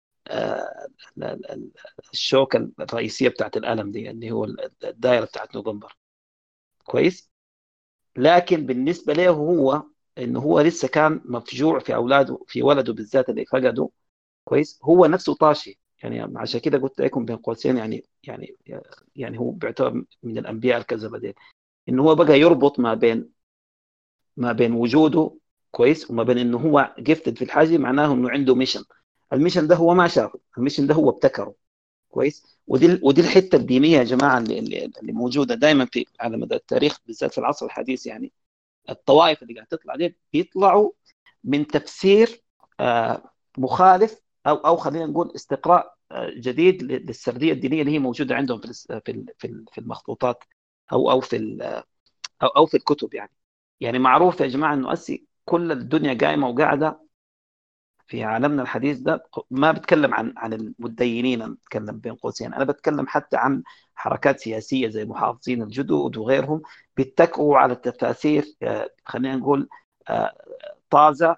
الشوكه الرئيسيه بتاعت الالم دي اللي هو الدائره بتاعت نوفمبر كويس. لكن بالنسبه له هو انه هو لسه كان مفجوع في اولاده، في ولده بالذات اللي فقده كويس. هو نفسه طاشي، يعني عشان كده قلت لكم بين قوسين يعني يعني يعني هو بيعتبر من الانبياء الكذبه دي، انه هو بقى يربط ما بين ما بين وجوده كويس وما بين انه هو جفتد في الحاجه، معناه انه عنده ميشن. الميشن ده هو ما شافه، الميشن ده هو ابتكره كويس. ودي ودي الحته الدينيه يا جماعه اللي, اللي موجوده دائما في على مدى التاريخ، بالذات في العصر الحديث. يعني الطوائف اللي قاعد تطلع دي بيطلعوا من تفسير آه مخالف او او خلينا نقول استقراء آه جديد للسرديه الدينيه اللي هي موجوده عندهم في في في المخطوطات او او في او او في الكتب. يعني يعني معروف يا جماعه انه اسي كل الدنيا قايمه وقاعده في عالمنا الحديث ده. ما بتكلم عن عن المتدينين، انا بتكلم بين قوسين، انا بتكلم حتى عن حركات سياسيه زي محافظين الجدد وغيرهم بيتكئوا على التفاسير آه خلينا نقول آه طازه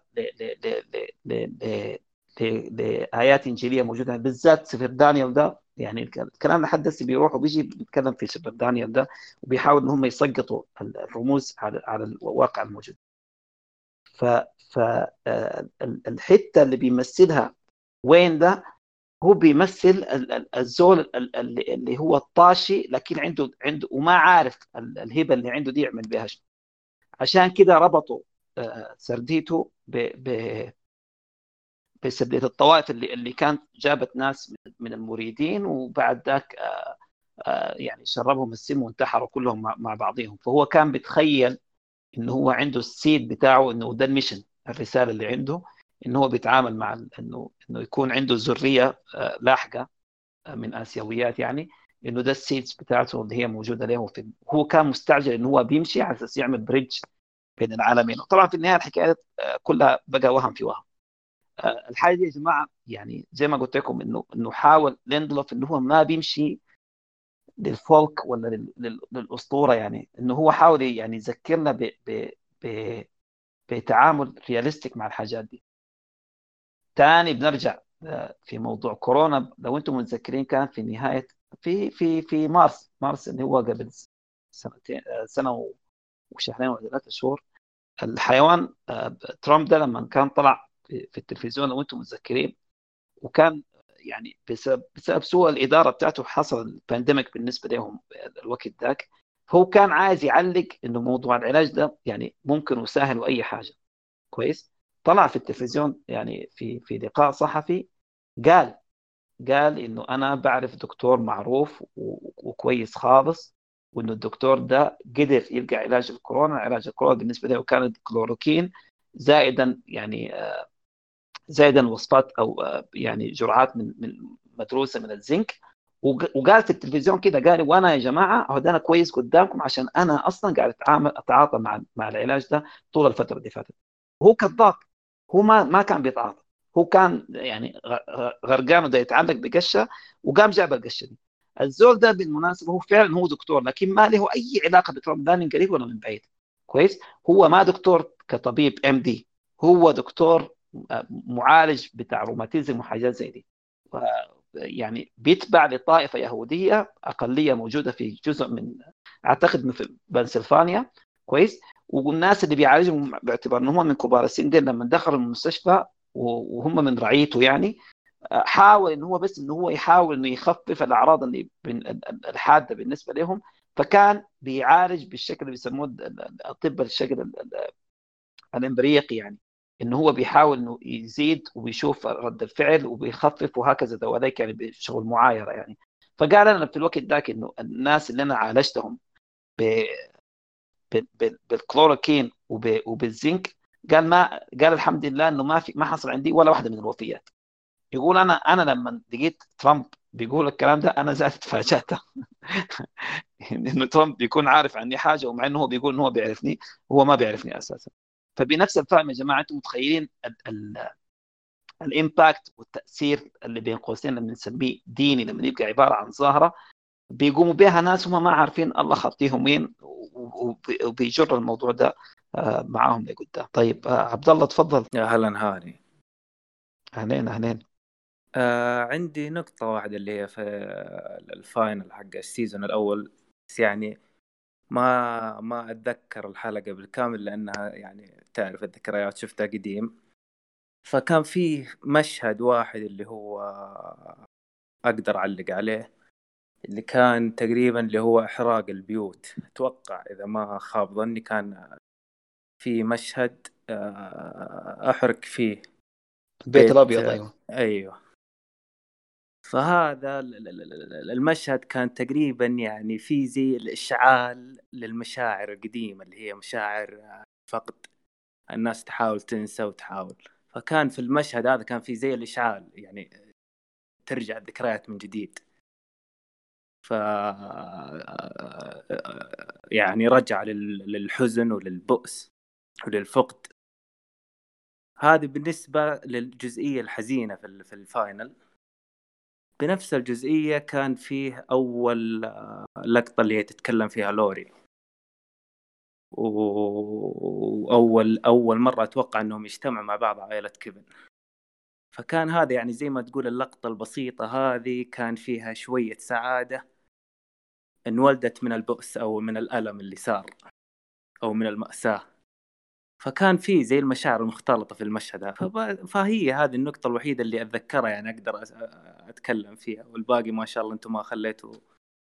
لآيات إنجيلية موجودة، بالذات سفر دانيال ده. يعني الكلام لحد هسه بيروح وبيجي بيتكلم في سفر دانيال ده وبيحاول ان هم يسقطوا الرموز على على الواقع الموجود. ف فالحته اللي بيمثلها وين ده هو بيمثل الزول اللي هو الطاشي، لكن عنده عنده وما عارف الهبه اللي عنده دي يعمل بها شيء. عشان كده ربطوا سرديته ب بسردية الطوائف اللي اللي كانت جابت ناس من المريدين، وبعد ذاك يعني شربهم السم وانتحروا كلهم مع بعضهم. فهو كان بيتخيل انه هو عنده السيد بتاعه، انه ده الميشن، الرساله اللي عنده، انه هو بيتعامل مع انه انه يكون عنده ذريه لاحقه من اسيويات، يعني انه ده السيدز بتاعته اللي هي موجوده له في. هو كان مستعجل انه هو بيمشي على اساس يعمل بريدج بين العالمين. وطبعا في النهايه الحكايه كلها بقى وهم في وهم. الحاجه دي يا جماعه يعني زي ما قلت لكم انه انه حاول ليندلوف انه هو ما بيمشي للفولك ولا لل... لل... للاسطوره، يعني انه هو حاول يعني يذكرنا ب... ب... ب... بتعامل رياليستيك مع الحاجات دي. تاني بنرجع في موضوع كورونا، لو انتم متذكرين كان في نهايه في في في مارس مارس اللي هو قبل سنتين سنه وشهرين ولا ثلاثة شهور، الحيوان ترامب ده لما كان طلع في التلفزيون لو انتم متذكرين، وكان يعني بسبب بسبب سوء الاداره بتاعته حصل البانديميك بالنسبه لهم الوقت ذاك. هو كان عايز يعلق انه موضوع العلاج ده يعني ممكن وسهل واي حاجه كويس. طلع في التلفزيون يعني في في لقاء صحفي قال قال انه انا بعرف دكتور معروف وكويس خالص، وانه الدكتور ده قدر يلقى علاج الكورونا. علاج الكورونا بالنسبه له كانت كلوروكين زائدا يعني زائدا وصفات او يعني جرعات من من مدروسه من الزنك. وقال في التلفزيون كده قال وانا يا جماعه هو انا كويس قدامكم عشان انا اصلا قاعد اتعامل اتعاطى مع مع العلاج ده طول الفتره اللي فاتت. هو كذاب، هو ما ما كان بيتعاطى. هو كان يعني غرقان وده يتعلق بقشه وقام جاب القشه دي. الزول ده بالمناسبه هو فعلا هو دكتور، لكن ما له اي علاقه بترامب لا من قريب ولا من بعيد. كويس. هو ما دكتور كطبيب ام دي، هو دكتور معالج بتاع روماتيزم وحاجات زي دي. يعني بيتبع لطائفه يهوديه اقليه موجوده في جزء من اعتقد في بنسلفانيا. كويس. والناس اللي بيعالجهم باعتبار انهم من كبار السن دي لما دخلوا المستشفى وهم من رعيته، يعني حاول ان هو بس ان هو يحاول انه يخفف الاعراض اللي الحاده بالنسبه لهم، فكان بيعالج بالشكل اللي بيسموه الطب الشكل الامبريقي، يعني انه هو بيحاول انه يزيد وبيشوف رد الفعل وبيخفف وهكذا دواليك، يعني بشغل معايره يعني. فقال انا في الوقت ذاك انه الناس اللي انا عالجتهم ب بالكلوروكين وبالزنك، قال ما قال الحمد لله انه ما في ما حصل عندي ولا واحده من الوفيات. يقول انا انا لما لقيت ترامب بيقول الكلام ده انا ذاتي تفاجأت انه ترامب بيكون عارف عني حاجه، ومع انه هو بيقول انه هو بيعرفني هو ما بيعرفني اساسا. فبنفس الفهم يا جماعه انتم متخيلين الامباكت والتاثير اللي بين قوسين لما نسميه ديني، لما يبقى عباره عن ظاهره بيقوموا بها ناس هم ما عارفين الله خطيهم وين، وبيجر الموضوع ده معاهم لقدام. طيب عبد الله تفضل. يا هلا هاني. اهلين اهلين. آه عندي نقطة واحدة اللي هي في الفاينل حق السيزون الأول، بس يعني ما ما أتذكر الحلقة بالكامل لأنها يعني تعرف الذكريات شفتها قديم. فكان فيه مشهد واحد اللي هو أقدر أعلق عليه، اللي كان تقريبا اللي هو إحراق البيوت. أتوقع إذا ما خاب ظني كان في مشهد أحرق فيه البيت الأبيض. أيوة أيوة. فهذا المشهد كان تقريبا يعني في زي الإشعال للمشاعر القديمة اللي هي مشاعر فقد، الناس تحاول تنسى وتحاول. فكان في المشهد هذا كان في زي الإشعال، يعني ترجع الذكريات من جديد. ف يعني رجع للحزن وللبؤس وللفقد. هذه بالنسبة للجزئية الحزينة في في الفاينل. بنفس الجزئية كان فيه أول لقطة اللي هي تتكلم فيها لوري، وأول أول مرة أتوقع أنهم يجتمعوا مع بعض عائلة كيفن. فكان هذا يعني زي ما تقول اللقطة البسيطة هذه كان فيها شوية سعادة انولدت من البؤس أو من الألم اللي صار أو من المأساة. فكان فيه زي المشاعر المختلطة في المشهد هذا. فهي هذه النقطة الوحيدة اللي أتذكرها يعني أقدر أتكلم فيها، والباقي ما شاء الله أنتم ما خليتوا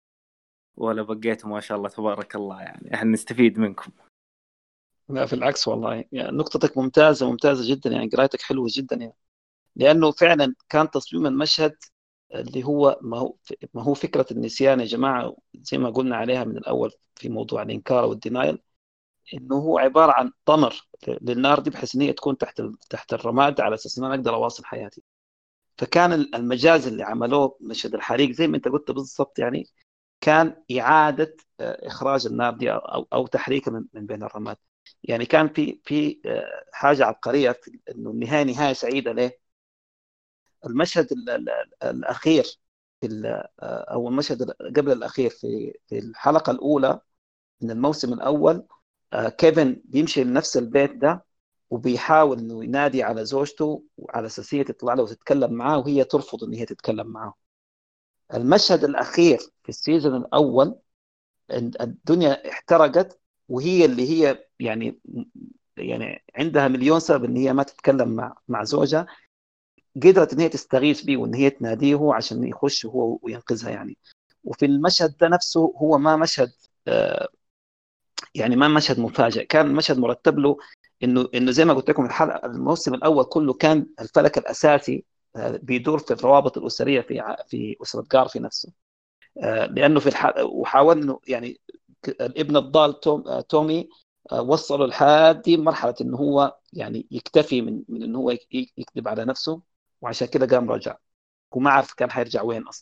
ولا بقيتوا ما شاء الله تبارك الله، يعني احنا نستفيد منكم. لا في العكس والله، يعني نقطتك ممتازة ممتازة جدا، يعني قرايتك حلوة جدا يعني. لأنه فعلا كان تصميم المشهد اللي هو ما هو ما هو فكرة النسيان يا جماعة، زي ما قلنا عليها من الأول في موضوع الإنكار والدينايل، إنه هو عبارة عن طمر للنار دي بحيث إن هي تكون تحت تحت الرماد على أساس إن أنا أقدر أواصل حياتي. فكان المجاز اللي عملوه مشهد الحريق زي ما أنت قلت بالضبط، يعني كان إعادة إخراج النار دي أو أو تحريكها من بين الرماد. يعني كان في في حاجة عبقرية في إنه النهاية نهاية سعيدة. ليه؟ المشهد الأخير في أو المشهد قبل الأخير في في الحلقة الأولى من الموسم الأول، كيفن بيمشي لنفس البيت ده وبيحاول إنه ينادي على زوجته وعلى أساس هي تطلع له وتتكلم معاه، وهي ترفض إن هي تتكلم معاه. المشهد الأخير في السيزون الأول الدنيا احترقت، وهي اللي هي يعني يعني عندها مليون سبب إن هي ما تتكلم مع مع زوجها، قدرت إن هي تستغيث به وإن هي تناديه عشان يخش هو وينقذها يعني. وفي المشهد ده نفسه هو ما مشهد آه يعني ما مشهد مفاجئ، كان مشهد مرتب له، إنه إنه زي ما قلت لكم الحلقة الموسم الأول كله كان الفلك الأساسي آه بيدور في الروابط الأسرية في في أسرة جارفي نفسه. آه لأنه في الحلقة وحاول إنه يعني الابن الضال توم تومي آه وصله لحد مرحلة إنه هو يعني يكتفي من من إنه هو يكذب على نفسه، وعشان كده قام رجع وما عارف كان حيرجع وين أصلا.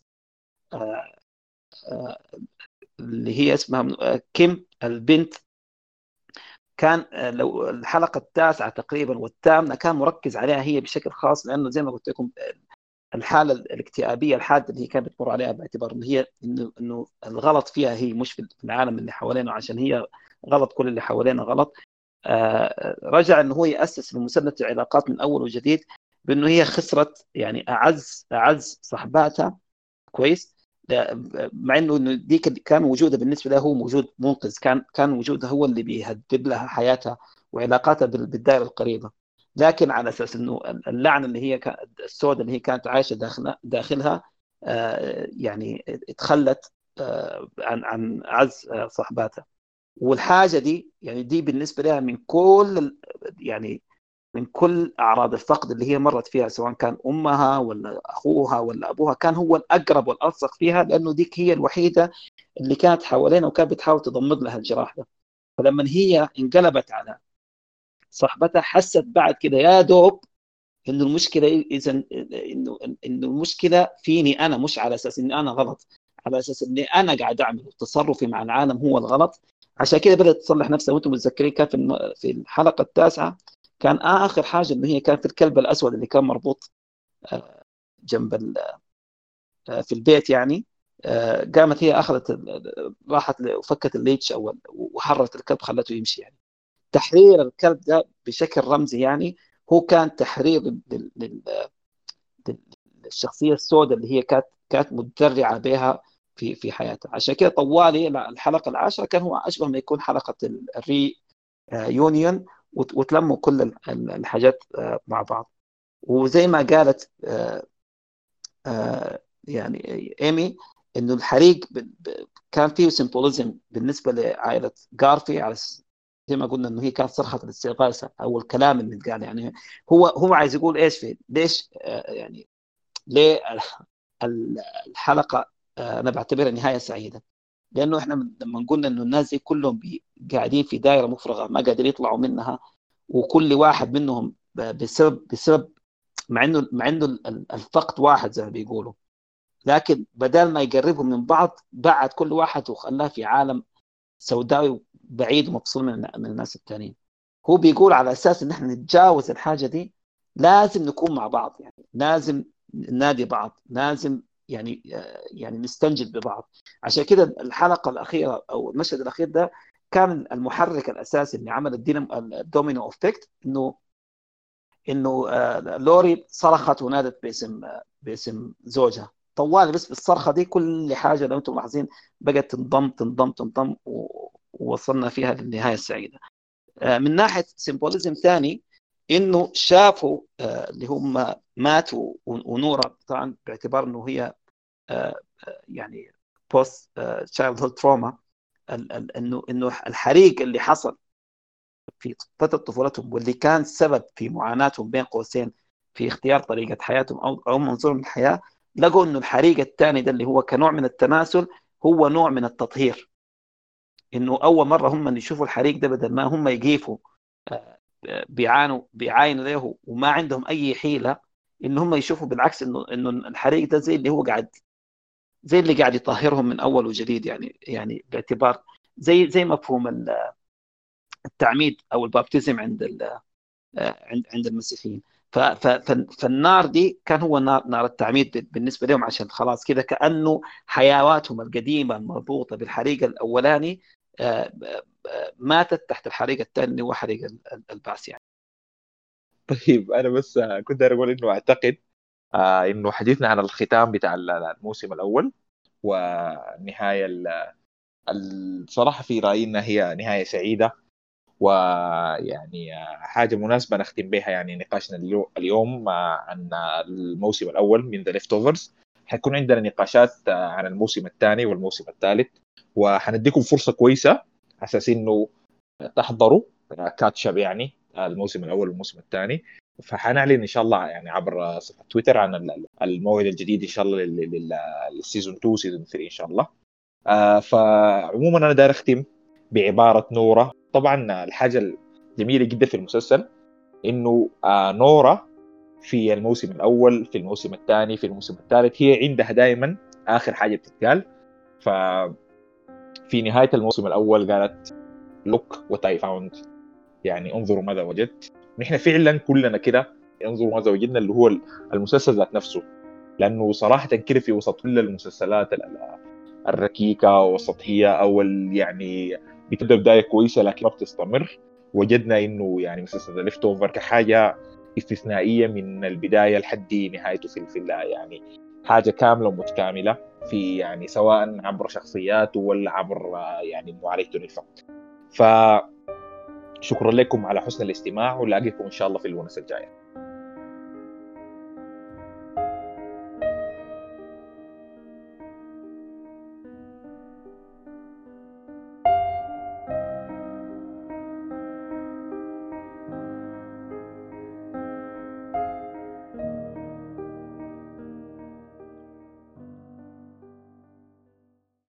آه آه اللي هي اسمها كيم البنت كان لو الحلقة التاسعة تقريبا والثامنة كان مركز عليها هي بشكل خاص، لأنه زي ما قلت لكم الحالة الاكتئابية الحادة اللي هي كانت بتمر عليها، باعتبار إنه هي إنه إنه الغلط فيها هي مش في العالم اللي حوالينا، عشان هي غلط كل اللي حوالينا غلط. آه رجع إنه هو يأسس لمسلسل العلاقات من أول وجديد، بإنه هي خسرت يعني أعز أعز صحباتها، كويس، مع إنه إنه دي كان وجوده بالنسبة له هو موجود منقذ، كان كان وجوده هو اللي بيهدد لها حياتها وعلاقاتها بالدائرة القريبة، لكن على أساس إنه اللعنة اللي هي السوداء اللي هي كانت عايشة داخلها داخلها آه يعني اتخلت آه عن عن أعز صحباتها. والحاجة دي يعني دي بالنسبة لها من كل يعني من كل أعراض الفقد اللي هي مرت فيها، سواء كان أمها ولا أخوها ولا أبوها، كان هو الأقرب والألصق فيها، لأنه ديك هي الوحيدة اللي كانت حوالينا وكانت بتحاول تضمد لها الجراح ده. فلما هي انقلبت على صاحبتها حست بعد كده يا دوب إنه المشكلة إذا إنه إنه المشكلة فيني أنا، مش على أساس إني أنا غلط، على أساس إني أنا قاعد أعمل تصرفي مع العالم هو الغلط. عشان كده بدأت تصلح نفسها. وأنتم متذكرين كان في في الحلقة التاسعة كان آخر حاجة إنه هي كانت الكلب الأسود اللي كان مربوط جنب في البيت، يعني قامت هي أخذت راحت وفكت الليتش أول وحررت الكلب خلته يمشي. يعني تحرير الكلب ده بشكل رمزي يعني هو كان تحرير للشخصية السوداء اللي هي كانت كانت متدرعة بها في في حياتها. عشان كده طوالي الحلقة العاشرة كان هو أشبه ما يكون حلقة الري يونيون، وتلموا كل الحاجات مع بعض. وزي ما قالت يعني إيمي إنه الحريق كان فيه سيمبوليزم بالنسبة لعائلة غارفي، على زي ما قلنا إنه هي كانت صرخة الاستغاثة أو الكلام اللي قال. يعني هو هو عايز يقول إيش في ليش يعني ليه الحلقة أنا بعتبرها نهاية سعيدة، لأنه إحنا لما قلنا إنه الناس دي كلهم قاعدين في دائرة مفرغة ما قادرين يطلعوا منها، وكل واحد منهم بسبب بسبب مع إنه مع إنه الفقد واحد زي ما بيقولوا، لكن بدل ما يقربهم من بعض بعد كل واحد وخلاه في عالم سوداوي بعيد ومفصول من من الناس التانيين. هو بيقول على أساس إن إحنا نتجاوز الحاجة دي لازم نكون مع بعض، يعني لازم ننادي بعض، لازم يعني يعني نستنجد ببعض. عشان كده الحلقة الأخيرة أو المشهد الأخير ده كان المحرك الأساسي اللي عمل الدومينو إفكت، إنه إنه لوري صرخت ونادت باسم باسم زوجها طوالي، بس بالصرخة دي كل حاجة لو أنتم ملاحظين بقت تنضم تنضم تنضم ووصلنا فيها للنهاية السعيدة. من ناحية سيمبوليزم ثاني إنه شافوا اللي هم ماتوا ونورا طبعا باعتبار إنه هي يعني بوست تشايلد هود تروما، إنه إنه الحريق اللي حصل في فترة طفولتهم واللي كان سبب في معاناتهم بين قوسين في اختيار طريقة حياتهم أو أو منظورهم للحياة، لقوا إنه الحريق الثاني ده اللي هو كنوع من التماثل هو نوع من التطهير. إنه أول مرة هم يشوفوا الحريق ده بدل ما هم يقيفوا بيعانوا بيعاينوا له وما عندهم أي حيلة، إن هم يشوفوا بالعكس إنه إنه الحريق ده زي اللي هو قاعد زي اللي قاعد يطهرهم من أول وجديد. يعني يعني باعتبار زي زي مفهوم التعميد أو البابتزم عند عند عند المسيحيين. فالنار دي كان هو نار نار التعميد بالنسبة لهم، عشان خلاص كده كأنه حيواتهم القديمة المربوطة بالحريق الأولاني ماتت تحت الحريق الثاني اللي هو حريق البعث. يعني طيب أنا بس كنت أقول إنه أعتقد آه إنه حديثنا عن الختام بتاع الموسم الأول والنهاية الصراحة في رأيي إنها هي نهاية سعيدة، ويعني حاجة مناسبة نختم بها يعني نقاشنا اليوم عن الموسم الأول من The Leftovers. حيكون عندنا نقاشات عن الموسم الثاني والموسم الثالث، وحنديكم فرصة كويسة على أساس إنه تحضروا كاتشب يعني الموسم الأول والموسم الثاني. فحنعلن إن شاء الله يعني عبر صفحة تويتر عن الموعد الجديد إن شاء الله للسيزون اثنين سيزون ثلاثة إن شاء الله. آه فعموما أنا داير أختم بعبارة نورة. طبعا الحاجة الجميلة جدا في المسلسل إنه آه نورة في الموسم الأول في الموسم الثاني في الموسم الثالث هي عندها دائما آخر حاجة بتتقال. ففي نهاية الموسم الأول قالت look what I found يعني انظروا ماذا وجدت. نحن فعلا كلنا كده انظروا ماذا وجدنا، اللي هو المسلسل ذات نفسه، لانه صراحه كده في وسط كل المسلسلات الركيكه والسطحيه او يعني بتبدا بدايه كويسه لكن ما بتستمر، وجدنا انه يعني مسلسل ذا ليفت اوفر كحاجه استثنائيه من البدايه لحد نهايته في في يعني حاجه كامله ومتكامله في يعني سواء عبر شخصياته ولا عبر يعني معالجته للفقد. ف شكرا لكم على حسن الاستماع، ولاقيكم ان شاء الله في الونس الجايه.